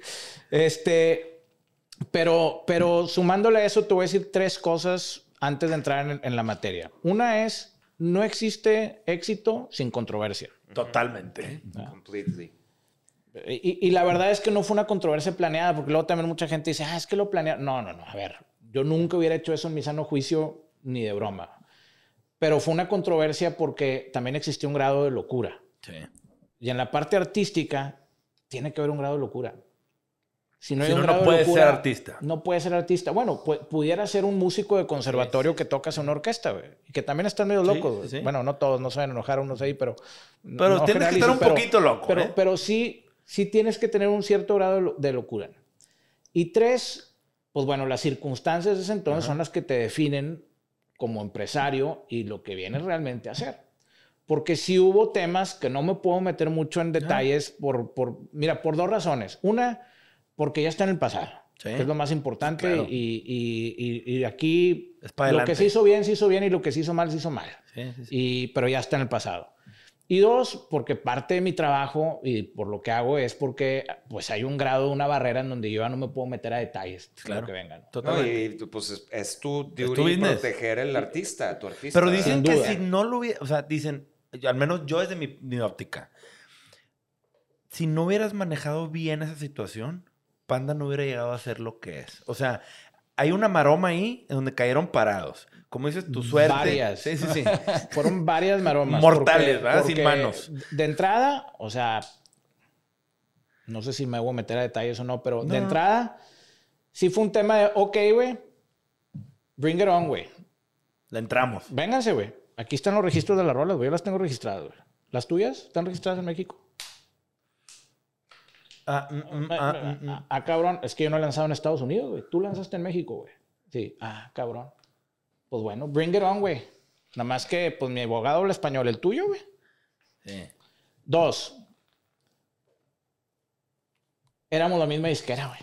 Pero sumándole a eso, te voy a decir tres cosas antes de entrar en la materia. Una es, no existe éxito sin controversia. Totalmente. Completely. Y la verdad es que no fue una controversia planeada, porque luego también mucha gente dice, es que lo planearon. No. A ver, yo nunca hubiera hecho eso en mi sano juicio ni de broma. Pero fue una controversia porque también existió un grado de locura. Sí. Y en la parte artística tiene que haber un grado de locura. Si no hay Si un no, grado no de puedes locura, ser artista. no puedes ser artista. Bueno, pudiera ser un músico de conservatorio que tocas en una orquesta, güey. Y que también están medio Sí, locos, güey. sí. Bueno, no todos, no se van a enojar unos ahí, pero... Pero no tienes que generalizo, estar un poquito loco, ¿eh? Pero sí tienes que tener un cierto grado de locura. Y tres, pues bueno, las circunstancias de ese entonces son las que te definen como empresario y lo que vienes realmente a hacer. Porque sí hubo temas que no me puedo meter mucho en detalles por 2 razones. Una, porque ya está en el pasado, que es lo más importante. Claro. Y aquí lo que se hizo bien y lo que se hizo mal, Sí. Pero ya está en el pasado. Y 2, porque parte de mi trabajo y por lo que hago es porque pues hay un grado, una barrera en donde yo ya no me puedo meter a detalles de lo que vengan. Totalmente. No, y pues es tu duty proteger al artista, tu artista. Pero dicen que si no lo hubiera, o sea, dicen, al menos yo desde mi óptica, si no hubieras manejado bien esa situación, Panda no hubiera llegado a ser lo que es. O sea, hay una maroma ahí en donde cayeron parados. Como dices, tu suerte. Varias. Sí. Fueron varias maromas. Mortales, ¿verdad? Sin manos. De entrada, o sea, no sé si me voy a meter a detalles o no, pero de entrada, sí fue un tema de, ok, güey, bring it on, güey. Le entramos. Vénganse, güey. Aquí están los registros de las rolas, güey. Yo las tengo registradas, güey. ¿Las tuyas están registradas en México? Cabrón. Es que yo no he lanzado en Estados Unidos, güey. Tú lanzaste en México, güey. Sí. Cabrón. Pues bueno, bring it on, güey. Nada más que, pues, mi abogado habla español. ¿El tuyo, güey? Sí. 2. Éramos la misma disquera, güey.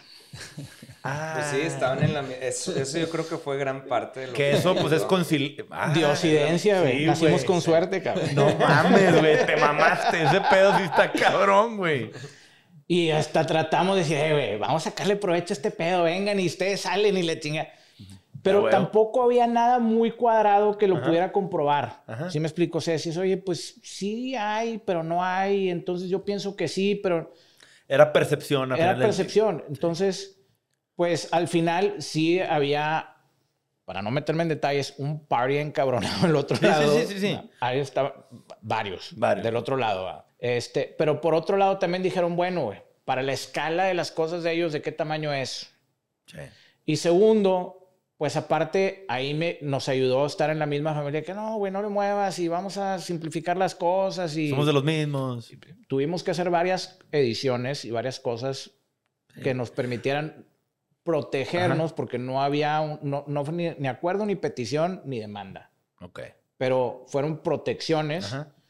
Pues sí, estaban en la... Eso yo creo que fue gran parte de lo que eso, pues, es diosidencia, güey. Sí, nacimos con suerte, cabrón. No mames, güey. Te mamaste. Ese pedo sí está cabrón, güey. Y hasta tratamos de decir, güey, vamos a sacarle provecho a este pedo. Vengan y ustedes salen y le chingan. Pero tampoco había nada muy cuadrado que lo pudiera comprobar. ¿Sí me explico? O sea, si es, oye, pues sí hay, pero no hay. Entonces yo pienso que sí, pero... Era percepción. Era percepción. Entonces, pues al final sí había, para no meterme en detalles, un party encabronado del otro lado. Sí. Ahí estaban varios del otro lado. Pero por otro lado también dijeron, bueno, güey, para la escala de las cosas de ellos, ¿de qué tamaño es? Sí. Y segundo... Pues aparte, ahí nos ayudó a estar en la misma familia que no, güey, no le muevas y vamos a simplificar las cosas. Y somos de los mismos. Tuvimos que hacer varias ediciones y varias cosas que nos permitieran protegernos porque no había, no fue ni acuerdo, ni petición, ni demanda. Ok. Pero fueron protecciones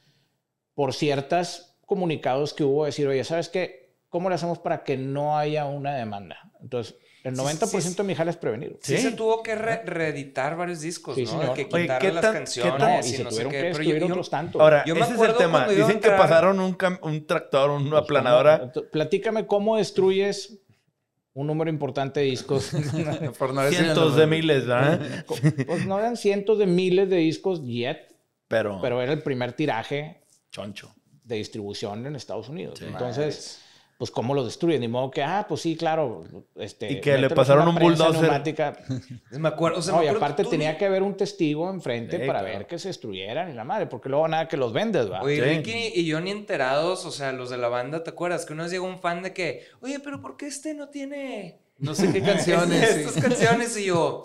por ciertos comunicados que hubo, decir, oye, ¿sabes qué? ¿Cómo le hacemos para que no haya una demanda? Entonces... El 90% de mi jale es prevenir. Sí, se tuvo que reeditar varios discos, ¿no? Señor. Que quitarle las canciones y se tuvieron que destruir otros tantos. Ahora, ese es el tema. Dicen que pasaron un tractor, una aplanadora. Platícame cómo destruyes un número importante de discos. Por no cientos de miles, ¿verdad? Pues no eran cientos de miles de discos yet, pero era el primer tiraje choncho de distribución en Estados Unidos. Sí. Entonces... Pues, ¿cómo lo destruyen? Ni modo que, pues sí, claro. Y que le pasaron un bulldozer. Me acuerdo. O sea, y aparte tenía que haber un testigo enfrente para ver que se destruyeran y la madre, porque luego nada que los vendes, ¿va? Oye, Ricky y yo ni enterados, o sea, los de la banda, ¿te acuerdas? Que una vez llegó un fan de que, oye, pero ¿por qué no tiene... No sé qué canciones. Estas canciones y yo...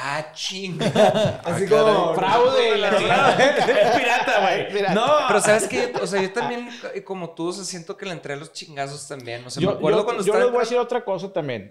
chinga. Así como fraude. La es pirata, güey. No, pero sabes que, o sea, yo también, como tú, o sea, siento que le entré a los chingazos también. O sea, me acuerdo cuando yo les voy a decir otra cosa también.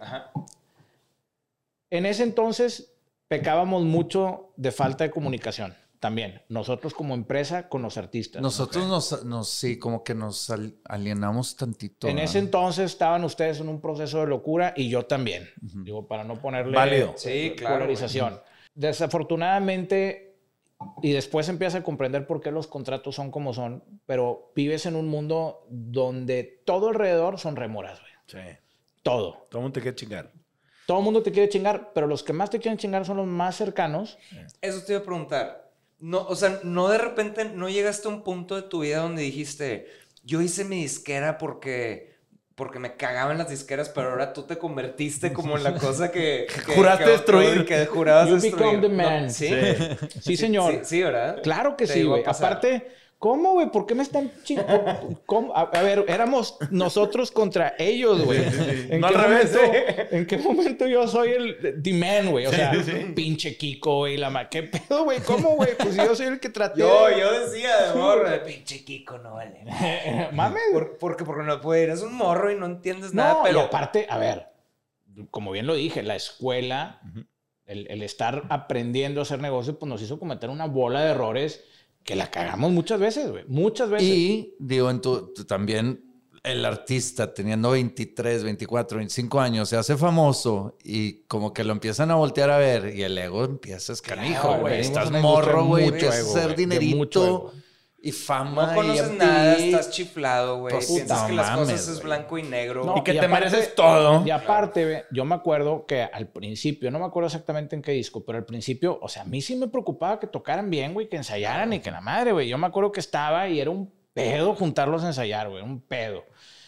En ese entonces pecábamos mucho de falta de comunicación. También, nosotros como empresa con los artistas. Nosotros sí, como que nos alienamos tantito. En ese entonces estaban ustedes en un proceso de locura y yo también. Digo, para no ponerle polarización. Desafortunadamente, y después empiezas a comprender por qué los contratos son como son, pero vives en un mundo donde todo alrededor son remoras, güey. Sí. Todo. Todo el mundo te quiere chingar. Todo el mundo te quiere chingar, pero los que más te quieren chingar son los más cercanos. Eso te iba a preguntar. No, o sea, no de repente no llegaste a un punto de tu vida donde dijiste, yo hice mi disquera porque me cagaban las disqueras, pero ahora tú te convertiste como en la cosa que juraste destruir. Que jurabas you destruir. Become the man. ¿No? ¿Sí? Sí, señor. Sí, ¿verdad? Claro que sí, güey. Aparte, ¿cómo, güey? ¿Por qué me están chingando? A ver, éramos nosotros contra ellos, güey. No al revés, ¿En qué momento yo soy el the man, güey? O sea, pinche Kiko, güey, ¿qué pedo, güey? ¿Cómo, güey? Pues yo soy el que traté. Yo decía de morro, de pinche Kiko, no vale. Mames. Porque no puede ir. Es un morro y no entiendes nada, pero... Y aparte, a ver, como bien lo dije, la escuela, el estar aprendiendo a hacer negocio, pues nos hizo cometer una bola de errores Que la cagamos muchas veces, güey. Muchas veces. Y, digo, tú también, el artista teniendo 23, 24, 25 años se hace famoso y como que lo empiezan a voltear a ver y el ego empieza a escanijo, güey. Estás morro, güey. Empiezas a hacer dinerito y fama. No conoces nada, estás chiflado, güey. Pues, piensas que las mames, cosas es güey. blanco y negro. No, y que te mereces todo. Y aparte, güey, yo me acuerdo que al principio, no me acuerdo exactamente en qué disco, pero al principio, o sea, a mí sí me preocupaba que tocaran bien, güey, que ensayaran y que la madre, güey. Yo me acuerdo que estaba y era un pedo juntarlos a ensayar, güey, un pedo.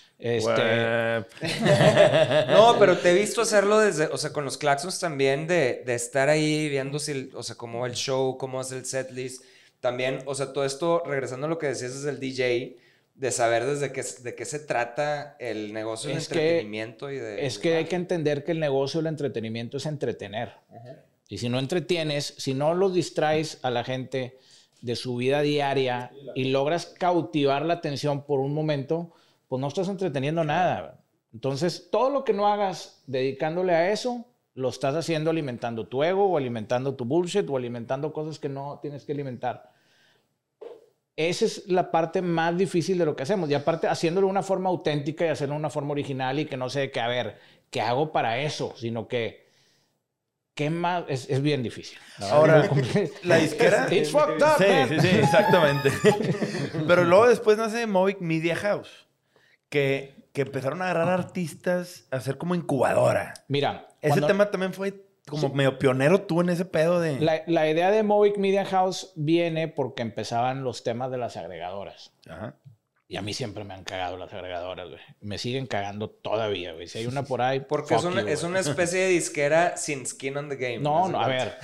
No, pero te he visto hacerlo desde, o sea, con los Claxons también, de estar ahí viendo si, o sea, cómo va el show, cómo hace el setlist. También, o sea, todo esto, regresando a lo que decías desde el DJ, de saber de qué se trata el negocio del entretenimiento y de... Es que hay que entender que el negocio del entretenimiento es entretener. Y si no entretienes, si no los distraes a la gente de su vida diaria y logras cautivar la atención por un momento, pues no estás entreteniendo nada. Entonces, todo lo que no hagas dedicándole a eso, lo estás haciendo alimentando tu ego o alimentando tu bullshit o alimentando cosas que no tienes que alimentar. Esa es la parte más difícil de lo que hacemos. Y aparte, haciéndolo de una forma auténtica y hacerlo de una forma original y que no sé qué, a ver, ¿qué hago para eso? Sino que, ¿qué más? Es bien difícil. Ahora, la disquera... It's fucked up, man. Sí, exactamente. Pero luego después nace Movic Media House, que empezaron a agarrar artistas a hacer como incubadora. Mira, Ese tema también fue como medio pionero tú en ese pedo de... La idea de Movic Media House viene porque empezaban los temas de las agregadoras. Ajá. Y a mí siempre me han cagado las agregadoras, güey. Me siguen cagando todavía, güey. Si hay una por ahí, porque es una especie de disquera sin skin on the game. No, a ver.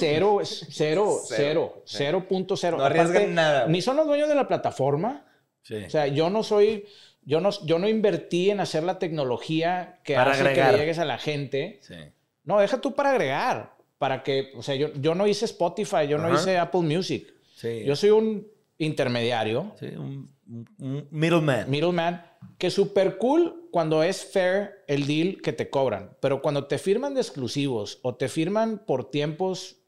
0.0. No arriesgan nada. Ni son los dueños de la plataforma. Sí. O sea, yo no invertí en hacer la tecnología que para hace agregar. que le llegues a la gente. Sí. No, deja tú para agregar. Para que, o sea, yo no hice Spotify, yo no hice Apple Music. Sí. Yo soy un intermediario. Sí, un middleman. Que súper cool cuando es fair el deal que te cobran. Pero cuando te firman de exclusivos o te firman por tiempos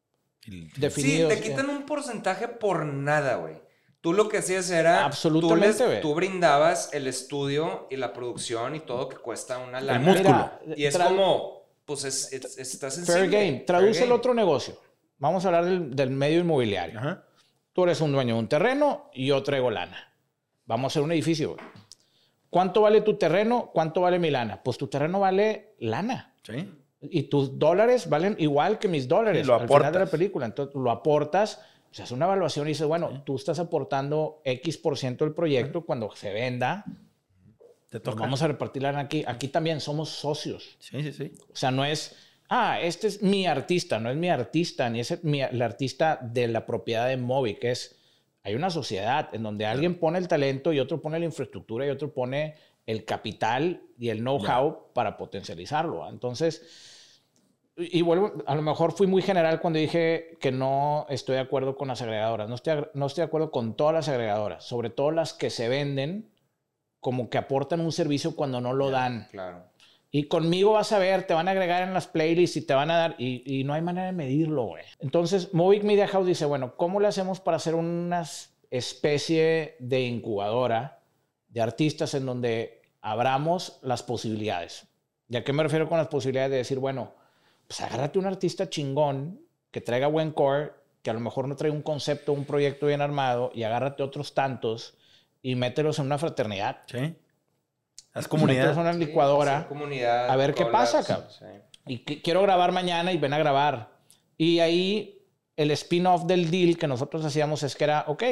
definidos. Sí, te quitan un porcentaje por nada, güey. Tú lo que hacías era... Absolutamente, tú brindabas el estudio y la producción y todo que cuesta una lana. El músculo. Y es como... Pues estás en fair game. Traduce el otro negocio. Vamos a hablar del medio inmobiliario. Ajá. Tú eres un dueño de un terreno y yo traigo lana. Vamos a hacer un edificio. ¿Cuánto vale tu terreno? ¿Cuánto vale mi lana? Pues tu terreno vale lana. Sí. Y tus dólares valen igual que mis dólares lo al aportas. final de la película. Entonces lo aportas, o sea, es una evaluación y dices, bueno, tú estás aportando X% del proyecto. Cuando se venda, Te pues toca. vamos a repartir lana aquí. Aquí también somos socios. Sí. O sea, no es, este es mi artista, no es mi artista, ni es el artista de la propiedad de Movic. Hay una sociedad en donde alguien pone el talento y otro pone la infraestructura y otro pone el capital y el know-how para potencializarlo. Entonces, y vuelvo, a lo mejor fui muy general cuando dije que no estoy de acuerdo con las agregadoras. No estoy de acuerdo con todas las agregadoras, sobre todo las que se venden como que aportan un servicio cuando no lo dan. Claro. Y conmigo vas a ver, te van a agregar en las playlists y te van a dar... Y no hay manera de medirlo, güey. Entonces, Movic Media House dice, bueno, ¿cómo le hacemos para hacer una especie de incubadora de artistas en donde abramos las posibilidades? ¿Y a qué me refiero con las posibilidades de decir, bueno, pues agárrate un artista chingón que traiga buen core, que a lo mejor no trae un concepto, un proyecto bien armado, y agárrate otros tantos y mételos en una fraternidad. Sí. Haz comunidad. Mételos en una licuadora. Comunidad, a ver qué collabs, pasa, cabrón. sí. Y quiero grabar mañana y ven a grabar. Y ahí el spin-off del deal que nosotros hacíamos es que era, ok,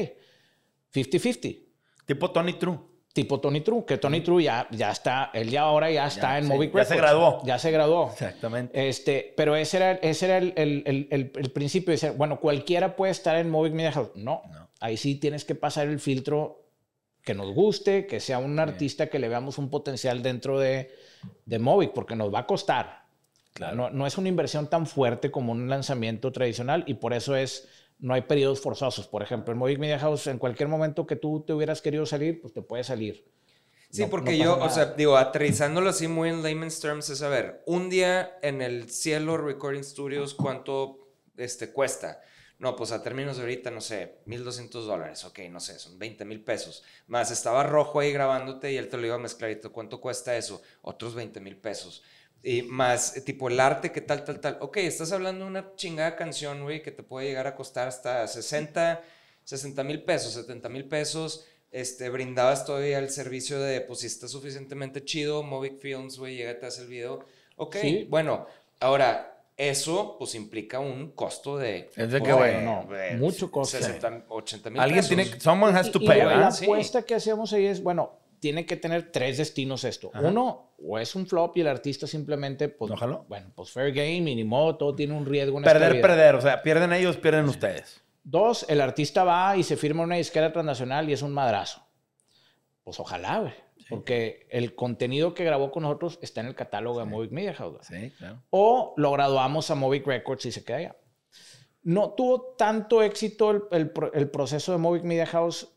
50-50. Tipo Tony True. Tipo Tony True, que Tony True ya está, él ya ahora ya está en sí, Movic ya Records. se graduó. Ya se graduó. Exactamente. Pero ese era el principio. Decir, bueno, cualquiera puede estar en Movic Media House. No. Ahí sí tienes que pasar el filtro que nos guste, que sea un artista que le veamos un potencial dentro de Movic, porque nos va a costar. Claro. No es una inversión tan fuerte como un lanzamiento tradicional y por eso no hay periodos forzosos. Por ejemplo, en Movic Media House, en cualquier momento que tú te hubieras querido salir, pues te puede salir. Sí, porque yo, o sea, digo, aterrizándolo así muy en layman's terms, es a ver, un día en el Cielo Recording Studios, ¿cuánto cuesta? No, pues a términos de ahorita, no sé, $1,200. Ok, no sé, son 20,000 pesos. Más estaba Rojo ahí grabándote y él te lo iba a mezclar. ¿Y cuánto cuesta eso? Otros 20,000 pesos. Y más, tipo, el arte, ¿qué tal, tal, tal? Ok, estás hablando de una chingada canción, güey, que te puede llegar a costar hasta 60,000 pesos, 70,000 pesos. Brindabas todavía el servicio de, pues, si está suficientemente chido, Movic Films, güey, llega, te hace el video. Ok, sí. Bueno, ahora... Eso, pues, implica un costo de... Es de que, güey, mucho costo. 80,000 Alguien pesos. tiene... Someone has to pay, ¿verdad? La apuesta que hacemos ahí es, bueno, tiene que tener 3 destinos esto. Ajá. Uno, o es un flop y el artista simplemente, pues, bueno, pues fair game y ni modo, todo tiene un riesgo en esta vida. Perder. O sea, pierden ellos, pierden ustedes. 2, el artista va y se firma una disquera transnacional y es un madrazo. Pues ojalá, güey. Porque el contenido que grabó con nosotros está en el catálogo de Movic Media House. Sí, claro. O lo graduamos a Movic Records y se queda allá. No tuvo tanto éxito el proceso de Movic Media House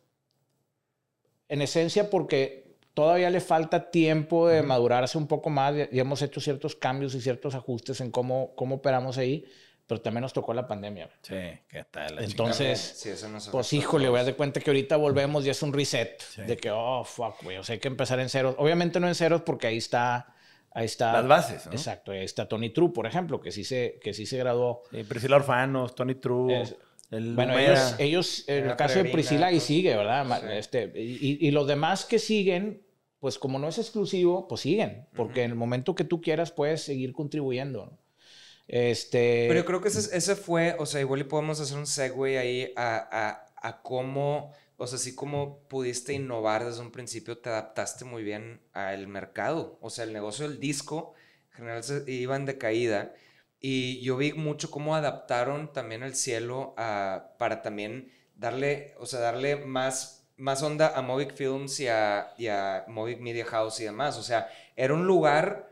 en esencia porque todavía le falta tiempo de madurarse un poco más. Y hemos hecho ciertos cambios y ciertos ajustes en cómo operamos ahí. Pero también nos tocó la pandemia. Sí, ¿qué tal? Entonces, sí, eso no se pues híjole, voy a dar cuenta que ahorita volvemos y es un reset. Sí. De que, oh, fuck, güey. O sea, hay que empezar en ceros. Obviamente no en ceros porque ahí está... Las bases, ¿no? Exacto. Ahí está Tony True, por ejemplo, que sí se graduó. Sí, Priscila Orfanos, Tony True. Bueno, ellos en el caso de Priscila ahí sigue, ¿verdad? Sí. Y los demás que siguen, pues como no es exclusivo, pues siguen. Porque en el momento que tú quieras puedes seguir contribuyendo, ¿no? Pero yo creo que ese fue, o sea, igual y podemos hacer un segue ahí a cómo, o sea, así como pudiste innovar desde un principio, te adaptaste muy bien al mercado. O sea, el negocio del disco en general iba en decaída y yo vi mucho cómo adaptaron también el cielo para también darle más onda a Movic Films y a Movic Media House y demás. O sea, era un lugar...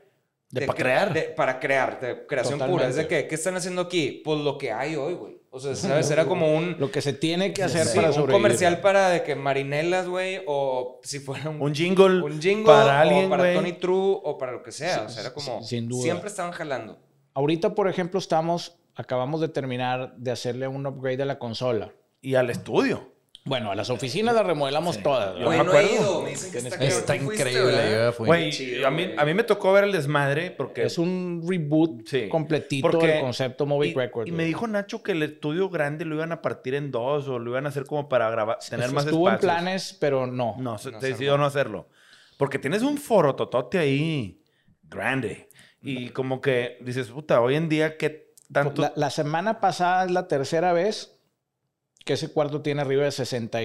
para crear, de creación pura. Es de que, ¿qué están haciendo aquí? Pues lo que hay hoy, güey. O sea, ¿sabes? Era como lo que se tiene que hacer para sobrevivir. Un comercial para de que marinelas, güey, o si fuera un jingle para alguien, o para güey. Tony True, o para lo que sea. O sea, era como... Sin duda. Siempre estaban jalando. Ahorita, por ejemplo, acabamos de terminar de hacerle un upgrade a la consola. Y al estudio. Bueno, a las oficinas las remodelamos todas. Yo no he ido. Me dicen que está increíble. Güey, a mí me tocó ver el desmadre porque... Es un reboot completito del concepto Movic Records. Y me dijo Nacho que el estudio grande lo iban a partir en 2 o lo iban a hacer como para grabar, tener más espacios. Estuvo en planes, pero no. No, se decidió no hacerlo. Porque tienes un forototote ahí grande. Y como que dices, puta, hoy en día, ¿qué tanto...? La semana pasada es la tercera vez que ese cuarto tiene arriba de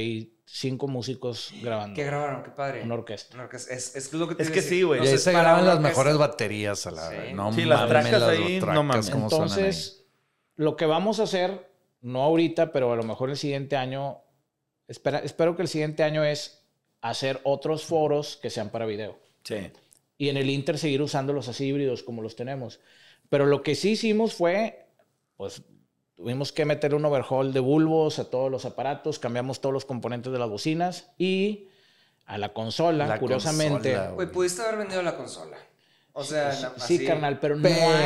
65 músicos grabando. ¿Qué grabaron? Qué padre. Una orquesta. Es lo que te Es que sí, güey. Y ahí se graban las mejores baterías a la vez. No sí, las tracas ahí, no mames. Entonces, lo que vamos a hacer, no ahorita, pero a lo mejor el siguiente año, espero que el siguiente año es hacer otros foros que sean para video. Sí. Y en el Inter seguir usándolos así híbridos como los tenemos. Pero lo que sí hicimos fue, pues... Tuvimos que meter un overhaul de bulbos a todos los aparatos, cambiamos todos los componentes de las bocinas y a la consola, curiosamente... Güey, pudiste haber vendido la consola. O sea, sí, carnal, pero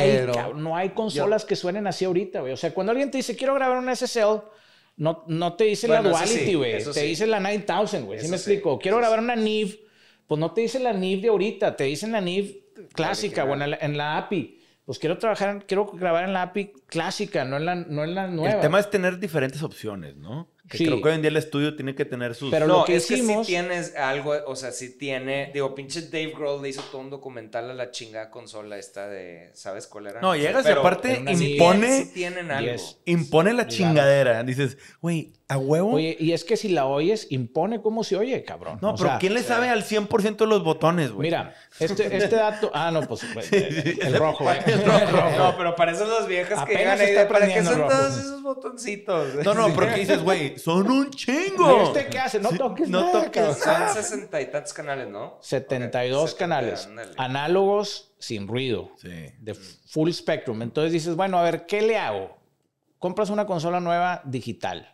no hay consolas que suenen así ahorita, güey. O sea, cuando alguien te dice, quiero grabar una SSL, no te dice la Duality, güey. Te dice la 9000, güey. ¿Sí me explico? Quiero grabar una NIV, pues no te dice la NIV de ahorita, te dicen la NIV clásica o en la API. Pues quiero grabar en la API clásica, no en la nueva. El tema es tener diferentes opciones, ¿no? Que creo que hoy en día el estudio tiene que tener sus... Pero lo que hicimos... que sí tienes algo, o sea, sí tiene... Digo, pinche Dave Grohl le hizo todo un documental a la chingada consola esta de... ¿Sabes cuál era? No, llegas y aparte impone... Sí tienen algo. Impone la chingadera. Dices, güey, ¿a huevo? Oye, y es que si la oyes, impone cómo se oye, cabrón. No, pero ¿quién le sabe al 100% de los botones, güey? Mira, este dato... Ah, no, pues... el rojo, güey. No, pero para eso las viejas que llegan ahí... ¿Para qué son todos esos botoncitos? No, porque dices, güey, son un chingo. ¿Qué hace? No toques nada, cabrón. Son 60 y tantos canales, ¿no? 72 canales. Análogos sin ruido. Sí. De full spectrum. Entonces dices, bueno, a ver, ¿qué le hago? Compras una consola nueva digital.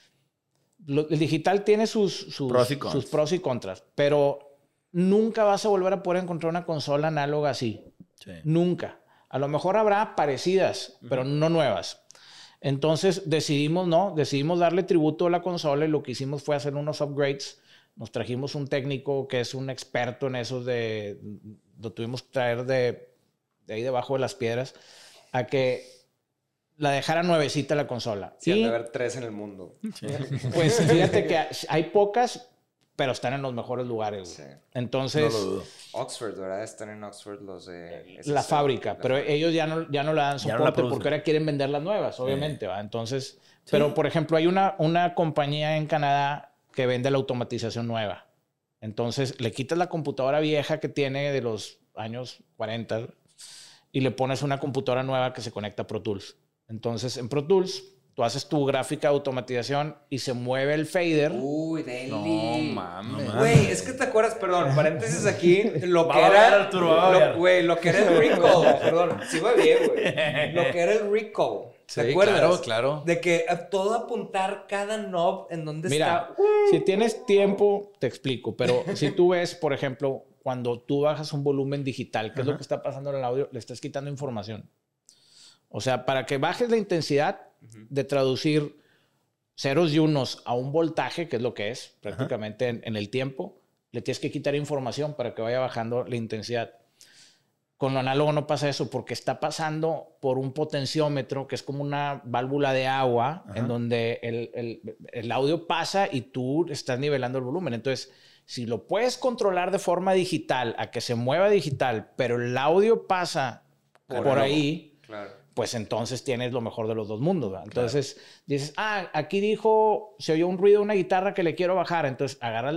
El digital tiene sus pros y contras. Pero nunca vas a volver a poder encontrar una consola análoga así. Sí. Nunca. A lo mejor habrá parecidas, pero no nuevas. Entonces decidimos darle tributo a la consola y lo que hicimos fue hacer unos upgrades. Nos trajimos un técnico que es un experto en eso lo tuvimos que traer de ahí debajo de las piedras a que la dejara nuevecita la consola. Sí, han de haber 3 en el mundo. Pues fíjate que hay pocas, pero están en los mejores lugares. Sí. Entonces... No lo dudo. Oxford, ¿verdad? Están en Oxford los de... La fábrica, pero ellos ya no le dan soporte porque ahora quieren vender las nuevas, obviamente. ¿Va? Entonces... Sí. Pero, por ejemplo, hay una compañía en Canadá que vende la automatización nueva. Entonces, le quitas la computadora vieja que tiene de los años 40 y le pones una computadora nueva que se conecta a Pro Tools. Entonces, en Pro Tools, tú haces tu gráfica de automatización y se mueve el fader. Uy, Deli. No mames. Güey, es que te acuerdas, perdón, paréntesis aquí, lo que era... Güey, lo que era el recall. Perdón, sí va bien, güey. Lo que era el recall. ¿Te acuerdas? Claro, claro. De que a todo apuntar cada knob en donde Mira, está. Si tienes tiempo, te explico. Pero si tú ves, por ejemplo, cuando tú bajas un volumen digital, ¿qué es lo que está pasando en el audio? Le estás quitando información. O sea, para que bajes la intensidad de traducir ceros y unos a un voltaje, que es lo que es prácticamente en el tiempo, le tienes que quitar información para que vaya bajando la intensidad. Con lo análogo no pasa eso porque está pasando por un potenciómetro que es como una válvula de agua en donde el audio pasa y tú estás nivelando el volumen. Entonces, si lo puedes controlar de forma digital a que se mueva digital, pero el audio pasa por ahí, pues entonces tienes lo mejor de los dos mundos, ¿verdad? Entonces dices, aquí se oyó un ruido de una guitarra que le quiero bajar. Entonces agarras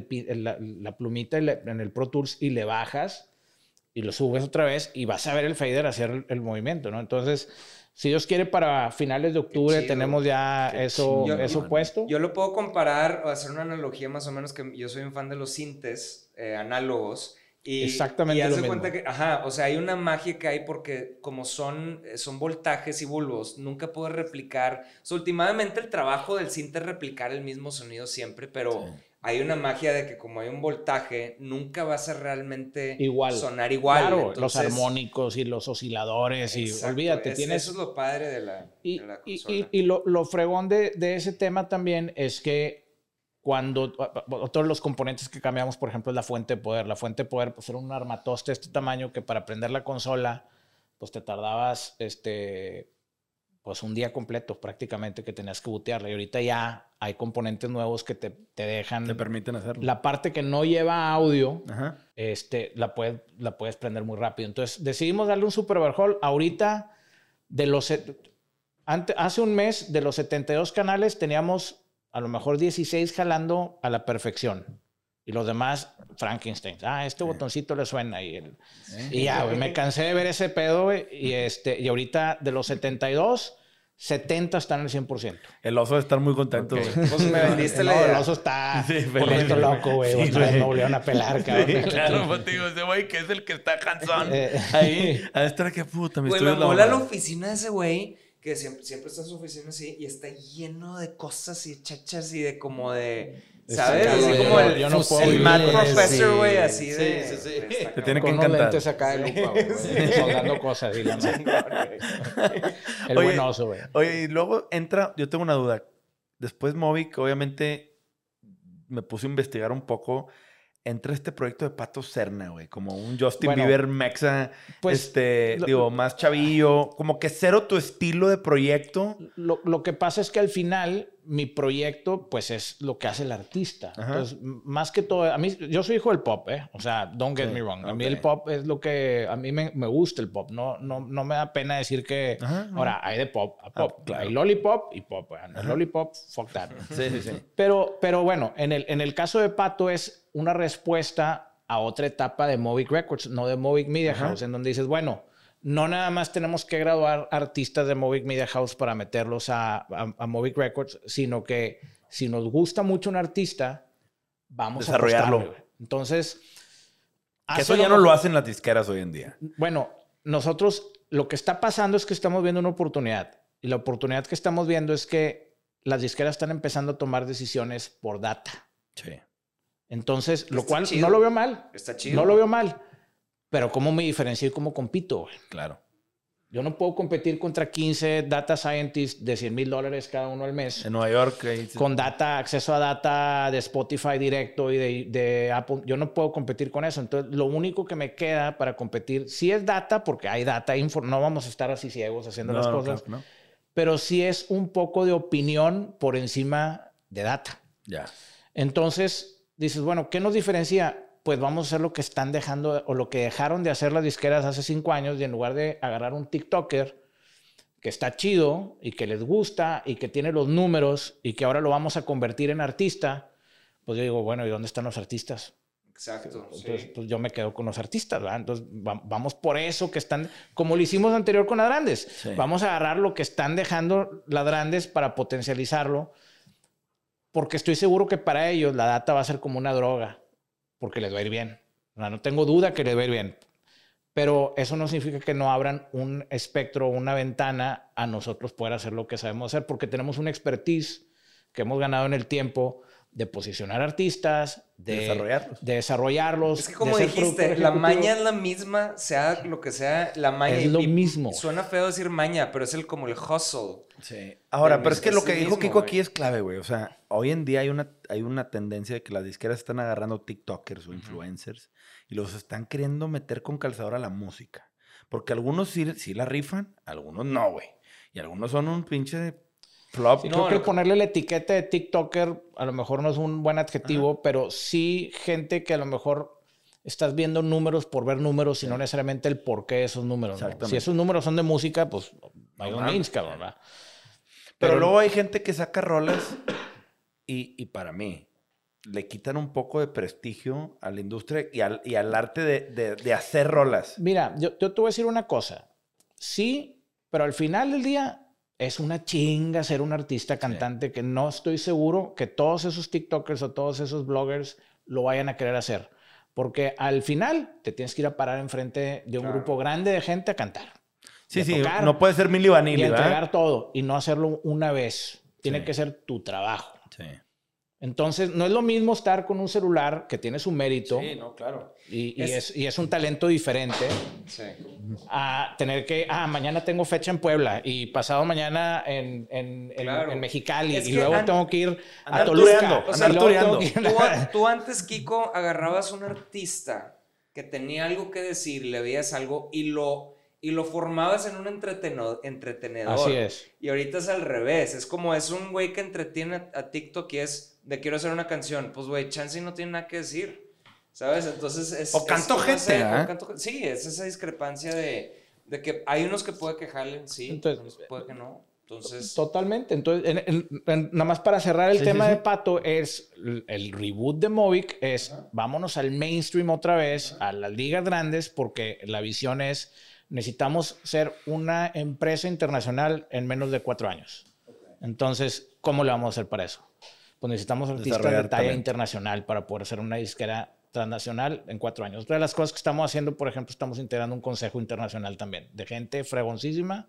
la plumita en el Pro Tools y le bajas y lo subes otra vez y vas a ver el fader hacer el movimiento, ¿no? Entonces, si Dios quiere, para finales de octubre tenemos ya eso puesto. Yo lo puedo comparar o hacer una analogía más o menos, que yo soy un fan de los sintes análogos. Exactamente. Y haz de cuenta que, o sea, hay una magia que hay porque como son voltajes y bulbos, nunca puedes replicar. O sea, últimamente el trabajo del sinte es replicar el mismo sonido siempre, pero hay una magia de que como hay un voltaje, nunca va a ser realmente sonar igual. Claro, entonces, los armónicos y los osciladores y olvídate. Eso es lo padre de la consola. Y lo fregón de ese tema también es que cuando todos los componentes que cambiamos, por ejemplo, es la fuente de poder. La fuente de poder, pues era un armatoste de este tamaño que para prender la consola, pues te tardabas pues un día completo prácticamente que tenías que bootearla. Y ahorita ya hay componentes nuevos que te dejan... Te permiten hacerlo. La parte que no lleva audio, la puedes prender muy rápido. Entonces decidimos darle un super overhaul. Ahorita, hace un mes, de los 72 canales, teníamos a lo mejor 16 jalando a la perfección. Y los demás, Frankenstein. Este botoncito le suena. Y ya, güey, me cansé de ver ese pedo, güey. Y ahorita, de los 72, 70 están al 100%. El oso debe estar muy contento, güey. Pues me vendiste la idea. El oso está volviendo loco, güey. No volvieron a pelar, cabrón. Sí, claro, pues digo, ese güey que es el que está cansón. Ahí, a estar que puta, me estoy... Güey, me mola la oficina de ese güey, que siempre está en su oficina así, y está lleno de cosas y chachas y de como de... ¿Sabes? Así como el Mad Professor, güey, así de... Sí. Te tiene que con encantar. Unos lentes acá de lupa, güey. Soldando cosas, digamos. El buen oso, güey. Oye, y luego entra... Yo tengo una duda. Después Movic, obviamente, me puse a investigar un poco. Entra este proyecto de Pato Serna, güey. Como un Justin Bieber mexa, pues, más chavillo. Como que cero tu estilo de proyecto. Lo que pasa es que al final mi proyecto, pues, es lo que hace el artista. Ajá. Entonces, más que todo, a mí, yo soy hijo del pop, ¿eh? O sea, don't get me wrong. A mí el pop es lo que, a mí me gusta el pop. No me da pena decir que, ahora, hay de pop a pop. Claro. Hay lollipop y pop. El lollipop, fuck that. Sí. Pero bueno, en el caso de Pato es una respuesta a otra etapa de Movic Records, no de Movic Media House, en donde dices, bueno, no nada más tenemos que graduar artistas de Movic Media House para meterlos a Movic Records, sino que si nos gusta mucho un artista, vamos a desarrollarlo. Entonces... Que eso ya no lo hacen las disqueras hoy en día. Bueno, nosotros lo que está pasando es que estamos viendo una oportunidad. Y la oportunidad que estamos viendo es que las disqueras están empezando a tomar decisiones por data. Sí. Entonces, lo cual no lo veo mal. Está chido. No lo veo mal. Pero ¿cómo me diferencio y cómo compito, güey? Claro. Yo no puedo competir contra 15 data scientists de $100,000 cada uno al mes. En Nueva York. Con acceso a data de Spotify directo y de Apple. Yo no puedo competir con eso. Entonces, lo único que me queda para competir, sí es data, porque hay data, no vamos a estar así ciegos haciendo las cosas, claro, no. Pero sí es un poco de opinión por encima de data. Ya. Entonces, dices, bueno, ¿qué nos diferencia? Pues vamos a hacer lo que están dejando o lo que dejaron de hacer las disqueras hace 5 años y en lugar de agarrar un TikToker que está chido y que les gusta y que tiene los números y que ahora lo vamos a convertir en artista, pues yo digo, bueno, ¿y dónde están los artistas? Exacto. Entonces, sí. pues yo me quedo con los artistas, ¿verdad? Entonces vamos por eso que están, como lo hicimos anterior con Ladrandes. Sí. Vamos a agarrar lo que están dejando Ladrandes para potencializarlo, porque estoy seguro que para ellos la data va a ser como una droga. Porque les va a ir bien. No tengo duda que les va a ir bien. Pero eso no significa que no abran un espectro, una ventana a nosotros poder hacer lo que sabemos hacer, porque tenemos una expertise que hemos ganado en el tiempo de posicionar artistas, de desarrollarlos. Es que como dijiste, la maña es la misma, sea lo que sea, la maña es lo mismo. Suena feo decir maña, pero es como el hustle. Sí. Ahora, pero es que lo que dijo Kiko aquí es clave, güey. O sea, hoy en día hay una tendencia de que las disqueras están agarrando TikTokers o influencers y los están queriendo meter con calzador a la música. Porque algunos sí la rifan, algunos no, güey. Y algunos son un pinche flop. Sí, creo que ponerle la etiqueta de TikToker a lo mejor no es un buen adjetivo, pero sí gente que a lo mejor estás viendo números por ver números y no necesariamente el porqué de esos números. ¿No? Si esos números son de música, pues hay un means, cabrón, ¿verdad? Pero luego hay gente que saca rolas y para mí le quitan un poco de prestigio a la industria y al arte de hacer rolas. Mira, yo te voy a decir una cosa. Sí, pero al final del día es una chinga ser un artista cantante que no estoy seguro que todos esos TikTokers o todos esos bloggers lo vayan a querer hacer. Porque al final te tienes que ir a parar enfrente de un grupo grande de gente a cantar. Sí, no puede ser Milli Vanilli, y entregar todo y no hacerlo una vez. Tiene que ser tu trabajo. Sí. Entonces, no es lo mismo estar con un celular que tiene su mérito. Sí, no, claro. Y es un talento diferente. Sí. A tener que, mañana tengo fecha en Puebla y pasado mañana en Mexicali. Y luego tengo que ir a Toluca. Tú antes, Kiko, agarrabas un artista que tenía algo que decir, le veías algo y lo formabas en un entretenedor. Así es. Y ahorita es al revés. Es como es un güey que entretiene a TikTok y es de quiero hacer una canción. Pues güey, Chansey no tiene nada que decir. ¿Sabes? Entonces es... O canto gente, sí, es esa discrepancia de que hay unos que puede que jalen, sí. Entonces, puede que no. Entonces... Totalmente. Entonces, nada más para cerrar el tema de Pato, es el reboot de Movic, es vámonos al mainstream otra vez, a las ligas grandes, porque la visión es necesitamos ser una empresa internacional en menos de 4 años. Entonces, ¿cómo le vamos a hacer para eso? Pues necesitamos artistas de talla internacional para poder ser una disquera transnacional en 4 años. Otra de las cosas que estamos haciendo, por ejemplo, estamos integrando un consejo internacional también, de gente fregoncísima,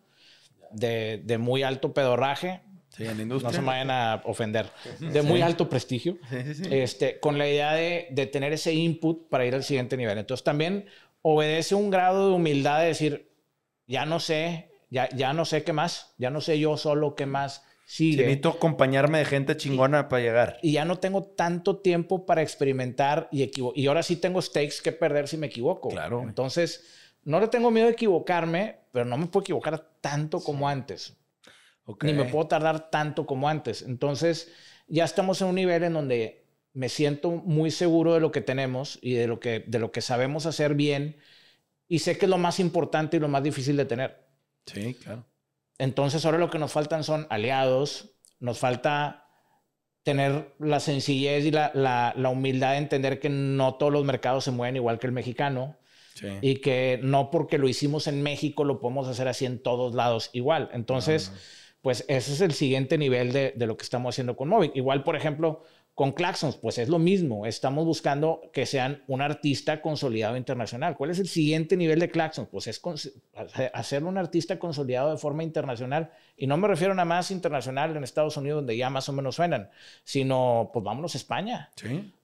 de muy alto pedorraje. Sí, en la industria. No se me vayan a ofender. De muy alto prestigio. Sí. Con la idea de tener ese input para ir al siguiente nivel. Entonces también obedece un grado de humildad de decir, ya no sé qué más, ya no sé yo solo qué más sigue. Necesito acompañarme de gente chingona para llegar. Y ya no tengo tanto tiempo para experimentar y ahora sí tengo stakes que perder si me equivoco. Claro. Entonces, no le tengo miedo de equivocarme, pero no me puedo equivocar tanto como antes. Okay. Ni me puedo tardar tanto como antes. Entonces, ya estamos en un nivel en donde me siento muy seguro de lo que tenemos y de lo que sabemos hacer bien y sé que es lo más importante y lo más difícil de tener. Sí, claro. Entonces ahora lo que nos faltan son aliados, nos falta tener la sencillez y la humildad de entender que no todos los mercados se mueven igual que el mexicano y que no porque lo hicimos en México lo podemos hacer así en todos lados igual. Entonces, pues ese es el siguiente nivel de lo que estamos haciendo con Movic. Igual, por ejemplo, con Klaxons, pues es lo mismo. Estamos buscando que sean un artista consolidado internacional. ¿Cuál es el siguiente nivel de Klaxons? Pues es hacer un artista consolidado de forma internacional. Y no me refiero nada más internacional en Estados Unidos, donde ya más o menos suenan, sino pues vámonos a España. Sí.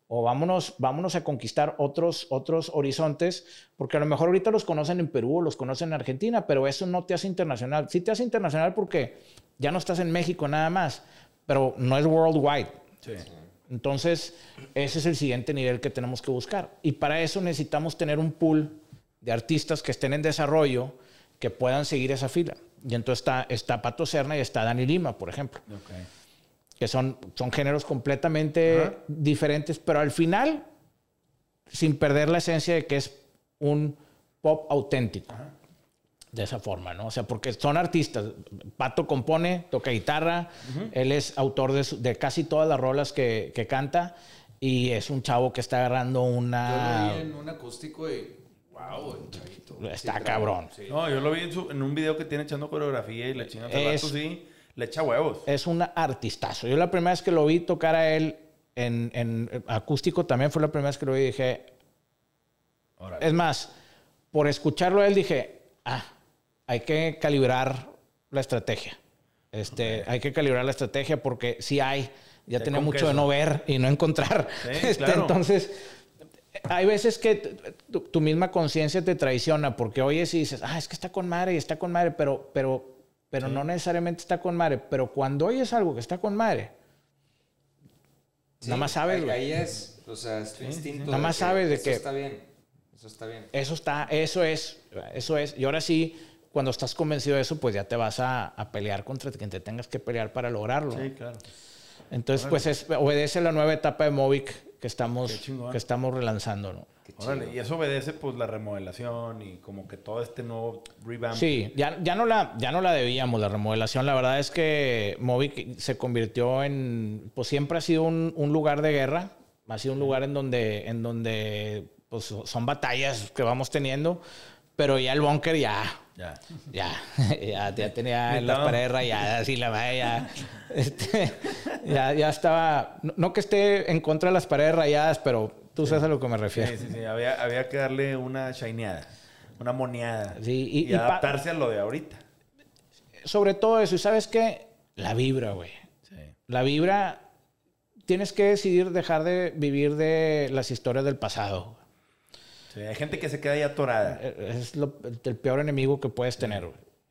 o vámonos a conquistar otros horizontes, porque a lo mejor ahorita los conocen en Perú o los conocen en Argentina, pero eso no te hace internacional. Sí te hace internacional porque ya no estás en México nada más, pero no es worldwide. Sí. Entonces, ese es el siguiente nivel que tenemos que buscar. Y para eso necesitamos tener un pool de artistas que estén en desarrollo, que puedan seguir esa fila. Y entonces está Pato Serna y está Dani Lima, por ejemplo. Okay. Que son géneros completamente diferentes, pero al final, sin perder la esencia de que es un pop auténtico. De esa forma, ¿no? O sea, porque son artistas. Pato compone, toca guitarra, él es autor de casi todas las rolas que canta, y es un chavo que está agarrando una... Yo lo vi en un acústico y... ¡Wow! El chavito. Está sí, cabrón. Sí. No, yo lo vi en un video que tiene echando coreografía y le chingan el vato, sí. Le echa huevos. Es un artistazo. Yo la primera vez que lo vi tocar a él en acústico también fue la primera vez que lo vi y dije... Órale. Es más, por escucharlo a él dije, hay que calibrar la estrategia. Hay que calibrar la estrategia porque sí ya tenía mucho de no ver y no encontrar. Sí, claro. Entonces, hay veces que tu misma conciencia te traiciona porque oyes y dices, es que está con madre, pero sí, no necesariamente está con madre. Pero cuando oyes algo que está con madre, sí, nada más sabes, güey. Ahí es, o sea, es tu instinto. Nada más sabes de que... Eso está bien. Eso está bien. Eso es. Y ahora sí, cuando estás convencido de eso, pues ya te vas a pelear contra quien te tengas que pelear para lograrlo. Sí, claro. Entonces, pues obedece la nueva etapa de Movic que estamos relanzando, ¿no? Órale, y eso obedece pues la remodelación y como que todo este nuevo revamp. Sí, ya no la debíamos, la remodelación. La verdad es que Movic se convirtió en... Pues siempre ha sido un lugar de guerra. Ha sido un lugar en donde pues son batallas que vamos teniendo, pero ya el búnker ya tenía las paredes rayadas y la valla ya estaba, no que esté en contra de las paredes rayadas, pero tú sabes a lo que me refiero. Sí, había que darle una shineada, una moneada, sí, y adaptarse a lo de ahorita. Sobre todo eso, y ¿sabes qué? La vibra, güey. Sí. La vibra, tienes que decidir dejar de vivir de las historias del pasado. Sí, hay gente que se queda ahí atorada. Es el peor enemigo que puedes tener.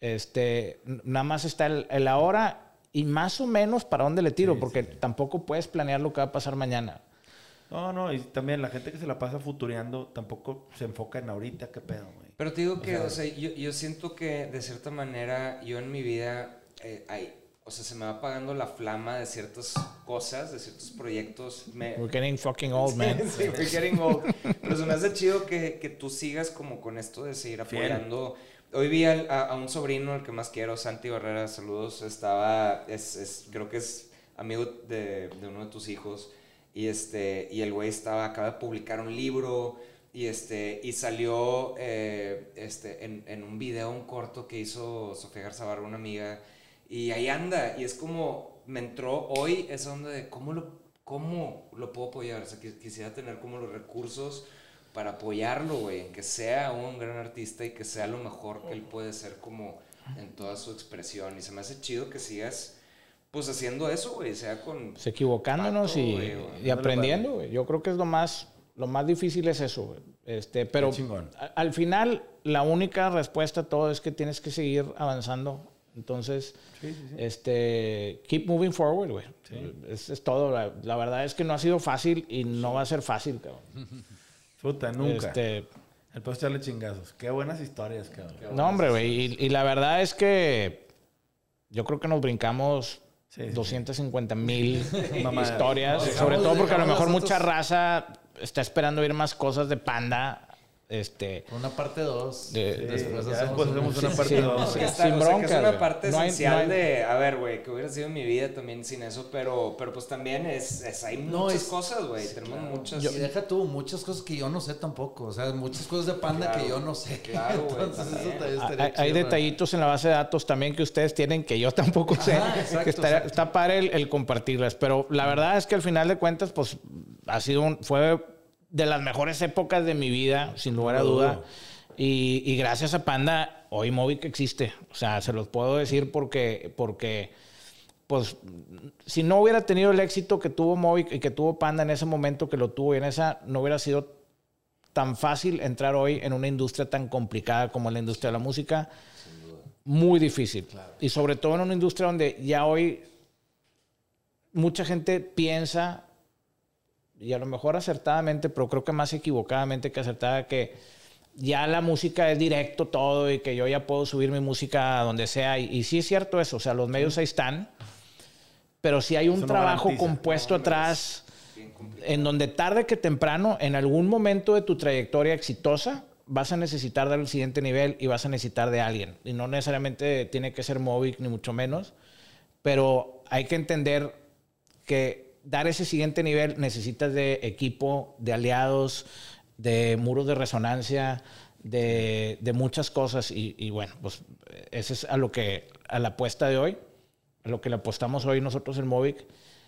Nada más está el ahora y más o menos para dónde le tiro, porque tampoco puedes planear lo que va a pasar mañana. No, y también la gente que se la pasa futureando tampoco se enfoca en ahorita, qué pedo, güey. Pero te digo que, yo siento que de cierta manera yo en mi vida se me va apagando la flama de ciertas cosas, de ciertos proyectos. We're getting fucking old, man. Sí, we're getting old. Pero se me hace chido que tú sigas como con esto de seguir apoyando. Hoy vi a un sobrino, el que más quiero, Santi Barrera, saludos. Creo que es amigo de uno de tus hijos. Y el güey acaba de publicar un libro y salió en un video, un corto que hizo Sofía Garzabarra, una amiga. Y ahí anda, y es como, me entró hoy esa onda de cómo lo puedo apoyar. O sea, quisiera tener como los recursos para apoyarlo, güey, en que sea un gran artista y que sea lo mejor que él puede ser como en toda su expresión. Y se me hace chido que sigas, pues, haciendo eso, güey, sea con... Pues equivocándonos Pato, y aprendiendo, güey. Yo creo que es lo más difícil es eso, güey. Pero al final, la única respuesta a todo es que tienes que seguir avanzando. Entonces, keep moving forward, güey. Sí. Es todo. La verdad es que no ha sido fácil y no va a ser fácil, cabrón. Puta, nunca. El puedo echarle chingazos. Qué buenas historias, cabrón. No, hombre, güey. Y la verdad es que yo creo que nos brincamos 250,000 historias. Sobre todo porque a lo mejor mucha raza está esperando oír más cosas de Panda. Una parte 2. Después hacemos una parte 2. Sin bronca. Es una parte esencial de, a ver, güey, que hubiera sido mi vida también sin eso, pero pues también hay muchas cosas, güey. Tenemos muchas. Y deja tú, muchas cosas que yo no sé tampoco. O sea, muchas cosas de Panda que yo no sé. Claro, güey. Hay detallitos en la base de datos también que ustedes tienen que yo tampoco sé. Que está padre el compartirlas. Pero la verdad es que al final de cuentas, pues, fue de las mejores épocas de mi vida, sin lugar a duda. Y gracias a Panda, hoy Movic existe. O sea, se los puedo decir porque pues, si no hubiera tenido el éxito que tuvo Movic y que tuvo Panda en ese momento que lo tuvo, y en esa no hubiera sido tan fácil entrar hoy en una industria tan complicada como la industria de la música. Muy difícil. Claro. Y sobre todo en una industria donde ya hoy mucha gente piensa, y a lo mejor acertadamente, pero creo que más equivocadamente que acertada, que ya la música es directo todo y que yo ya puedo subir mi música a donde sea. Y sí es cierto eso. O sea, los medios ahí están. Pero si hay un trabajo compuesto atrás en donde tarde que temprano, en algún momento de tu trayectoria exitosa, vas a necesitar dar el siguiente nivel y vas a necesitar de alguien. Y no necesariamente tiene que ser Movic, ni mucho menos. Pero hay que entender que dar ese siguiente nivel necesitas de equipo, de aliados, de muros de resonancia, de muchas cosas. Y bueno, pues ese es a la apuesta de hoy, a lo que le apostamos hoy nosotros en Movic.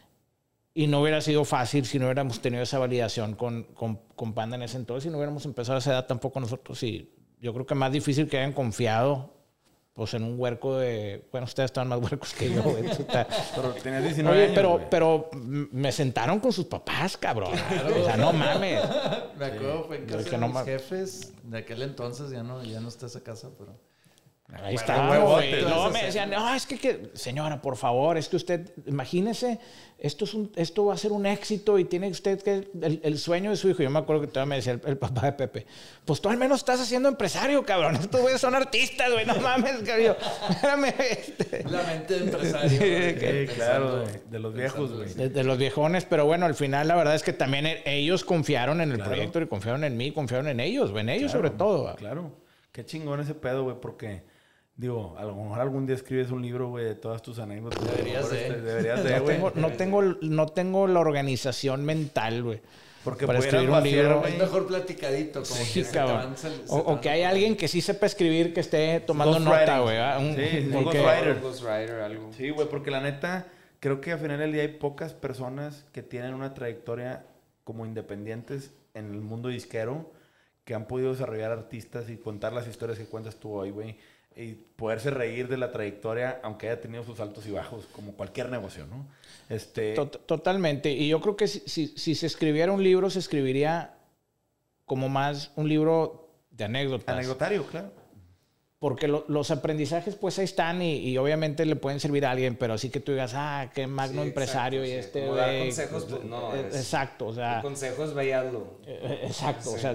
Y no hubiera sido fácil si no hubiéramos tenido esa validación con Panda en ese entonces, y no hubiéramos empezado a esa edad tampoco nosotros. Y yo creo que más difícil que hayan confiado pues en un huerco de... Bueno, ustedes estaban más huercos que yo. Pero tenías 19 años, pero me sentaron con sus papás, cabrón. Claro. O sea, no mames. Me acuerdo, fue en casa de mis jefes de aquel entonces. Ya no está esa casa, pero... Ahí está, güey. No, me decían, no, es que, señora, por favor, es que usted, imagínese, esto va a ser un éxito y tiene usted que, el sueño de su hijo. Yo me acuerdo que todavía me decía el papá de Pepe, pues tú al menos estás haciendo empresario, cabrón. Estos güeyes son artistas, güey, no mames, cabrón. Espérame. La mente de empresario. Sí, claro, de los viejos, güey. De los viejones, pero bueno, al final la verdad es que también ellos confiaron en el proyecto y confiaron en mí, confiaron en ellos, güey, en ellos sobre todo. Claro, qué chingón ese pedo, güey, porque... Digo, a lo mejor algún día escribes un libro, güey, de todas tus anécdotas. Deberías de, güey. No tengo la organización mental, güey. Porque para escribir un libro. Es mejor platicadito, como sí, que cabrón. O que hay alguien que sí sepa escribir, que esté tomando nota, güey. Un ghostwriter, algo. Sí, güey, porque la neta, creo que al final del día hay pocas personas que tienen una trayectoria como independientes en el mundo disquero que han podido desarrollar artistas y contar las historias que cuentas tú hoy, güey. Y poderse reír de la trayectoria, aunque haya tenido sus altos y bajos, como cualquier negocio, ¿no? Totalmente. Y yo creo que si se escribiera un libro, se escribiría como más un libro de anécdotas. Anecdotario, claro. Porque los aprendizajes, pues ahí están y obviamente le pueden servir a alguien, pero así que tú digas, qué magno empresario y este... Como dar consejos, pues no. Exacto, o sea... Consejos, véalo. Exacto, o sea,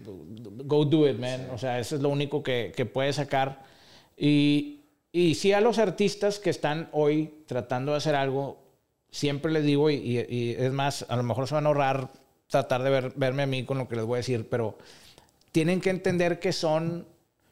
go do it, man. O sea, eso es lo único que puedes sacar. Y sí, a los artistas que están hoy tratando de hacer algo, siempre les digo, y es más, a lo mejor se van a ahorrar tratar de verme a mí con lo que les voy a decir, pero tienen que entender que son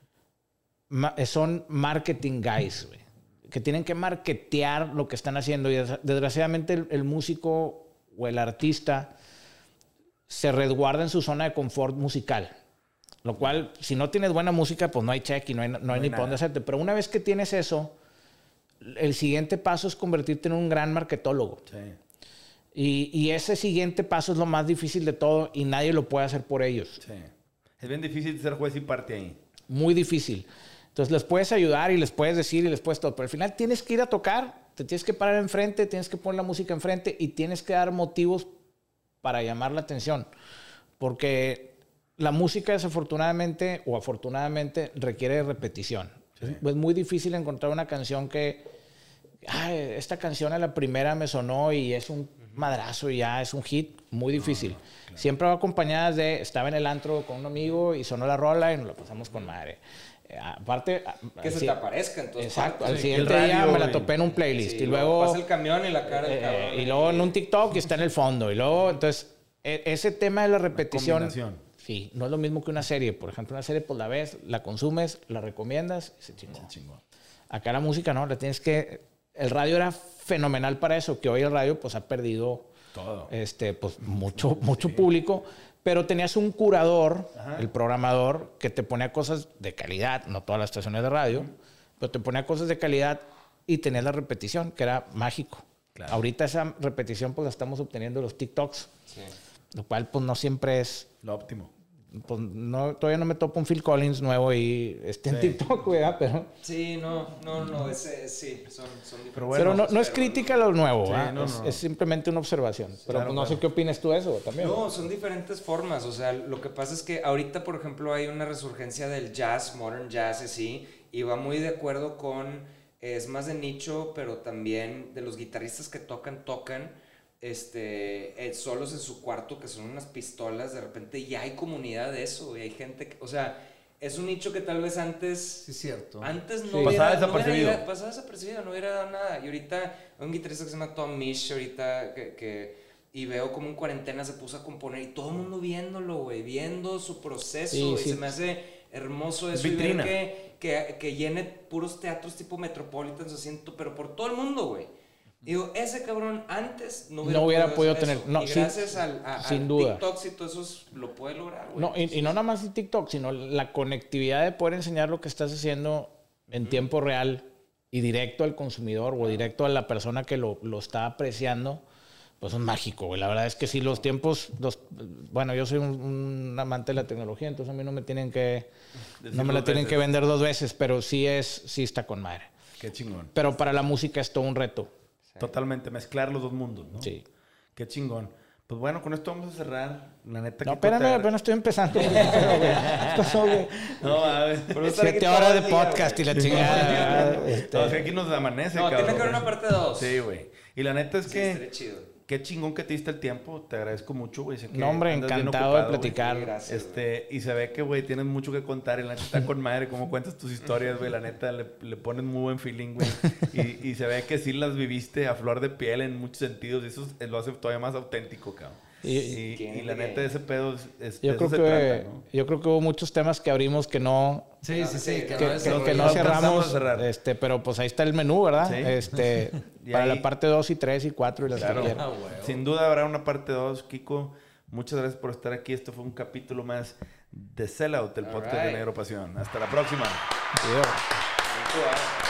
marketing guys, güey, que tienen que marketear lo que están haciendo. Y desgraciadamente el músico o el artista se resguarda en su zona de confort musical. Lo cual, si no tienes buena música, pues no hay check y no hay ni por dónde hacerte. Pero una vez que tienes eso, el siguiente paso es convertirte en un gran marketólogo. Sí. Y ese siguiente paso es lo más difícil de todo y nadie lo puede hacer por ellos. Sí. Es bien difícil ser juez y parte ahí. Muy difícil. Entonces les puedes ayudar y les puedes decir y les puedes todo. Pero al final tienes que ir a tocar, te tienes que parar enfrente, tienes que poner la música enfrente y tienes que dar motivos para llamar la atención. Porque... la música desafortunadamente o afortunadamente requiere repetición. Sí. Es muy difícil encontrar una canción que... esta canción a la primera me sonó y es un madrazo y ya es un hit. Muy difícil. Claro. Siempre va acompañada de... Estaba en el antro con un amigo y sonó la rola y nos la pasamos con madre. Aparte... Que se te aparezca entonces. Exacto. Al siguiente día me la topé en un playlist. Sí, y luego... pasa el camión y la cara del cabrón. Y luego en un TikTok y está en el fondo. Y luego... Entonces, ese tema de la repetición... Sí, no es lo mismo que una serie. Por ejemplo, una serie, pues la ves, la consumes, la recomiendas y se chingó. Acá la música, ¿no? La tienes que... El radio era fenomenal para eso, que hoy el radio, pues, ha perdido... Todo. Pues, mucho público. Pero tenías un curador, el programador, que te ponía cosas de calidad, no todas las estaciones de radio, pero te ponía cosas de calidad y tenías la repetición, que era mágico. Claro. Ahorita esa repetición, pues, la estamos obteniendo en los TikToks. Sí. Lo cual, pues, no siempre es... lo óptimo. pues no, todavía no me topo un Phil Collins nuevo y en TikTok, güey, pero... Sí, sí, son diferentes. Pero no es crítica a lo nuevo, sí, es simplemente una observación. Pero claro, no sé qué opinas tú de eso también. No, son diferentes formas. O sea, lo que pasa es que ahorita, por ejemplo, hay una resurgencia del jazz, modern jazz, así, y va muy de acuerdo con... Es más de nicho, pero también de los guitarristas que tocan solos en su cuarto, que son unas pistolas, de repente ya hay comunidad de eso, y hay gente que, o sea, es un nicho que tal vez antes... Sí, cierto. Antes no hubiera... Pasaba desapercibido, no hubiera dado nada. Y ahorita hay un guitarrista que se llama Tom Misch, ahorita y veo como en cuarentena se puso a componer y todo el mundo viéndolo, güey, viendo su proceso, y se me hace hermoso eso. Vitrina. Y ver que llene puros teatros tipo Metropolitan, se siento, pero por todo el mundo, güey. Digo, ese cabrón antes no hubiera podido tener. No, y gracias a sin duda. TikTok y todo eso lo puede lograr, güey. No, y no nada más en TikTok, sino la conectividad de poder enseñar lo que estás haciendo en tiempo real y directo al consumidor o directo a la persona que lo está apreciando, pues es mágico, güey. La verdad es que sí, los tiempos... Bueno, yo soy un amante de la tecnología, entonces a mí no me tienen que... No me la tienen que vender 2 veces, pero sí está con madre. Qué chingón. Pero para la música es todo un reto. Totalmente, mezclar los dos mundos, ¿no? Sí. Qué chingón. Pues bueno, con esto vamos a cerrar. La neta, no, espérame, apenas estoy empezando. No, a ver. 7 horas de podcast y la chingada. No, es que aquí nos amanece, no, tiene que haber una parte 2. Sí, güey. Y la neta es que... chido. Qué chingón que te diste el tiempo. Te agradezco mucho, güey. No, hombre, encantado de platicar. Gracias, y se ve que, güey, tienes mucho que contar. Y la neta está con madre cómo cuentas tus historias, güey. La neta le pones muy buen feeling, güey. Y se ve que sí las viviste a flor de piel en muchos sentidos. Y eso lo hace todavía más auténtico, cabrón. Y la neta de ese pedo yo creo que hubo muchos temas que abrimos que no... Sí. Que no cerramos. Pero pues ahí está el menú, ¿verdad? Sí. Para la parte 2 y 3 y 4 y las que quieran. Sin duda habrá una parte 2, Kiko. Muchas gracias por estar aquí. Esto fue un capítulo más de Sellout, el podcast de Negro Pasión. Hasta la próxima. Adiós.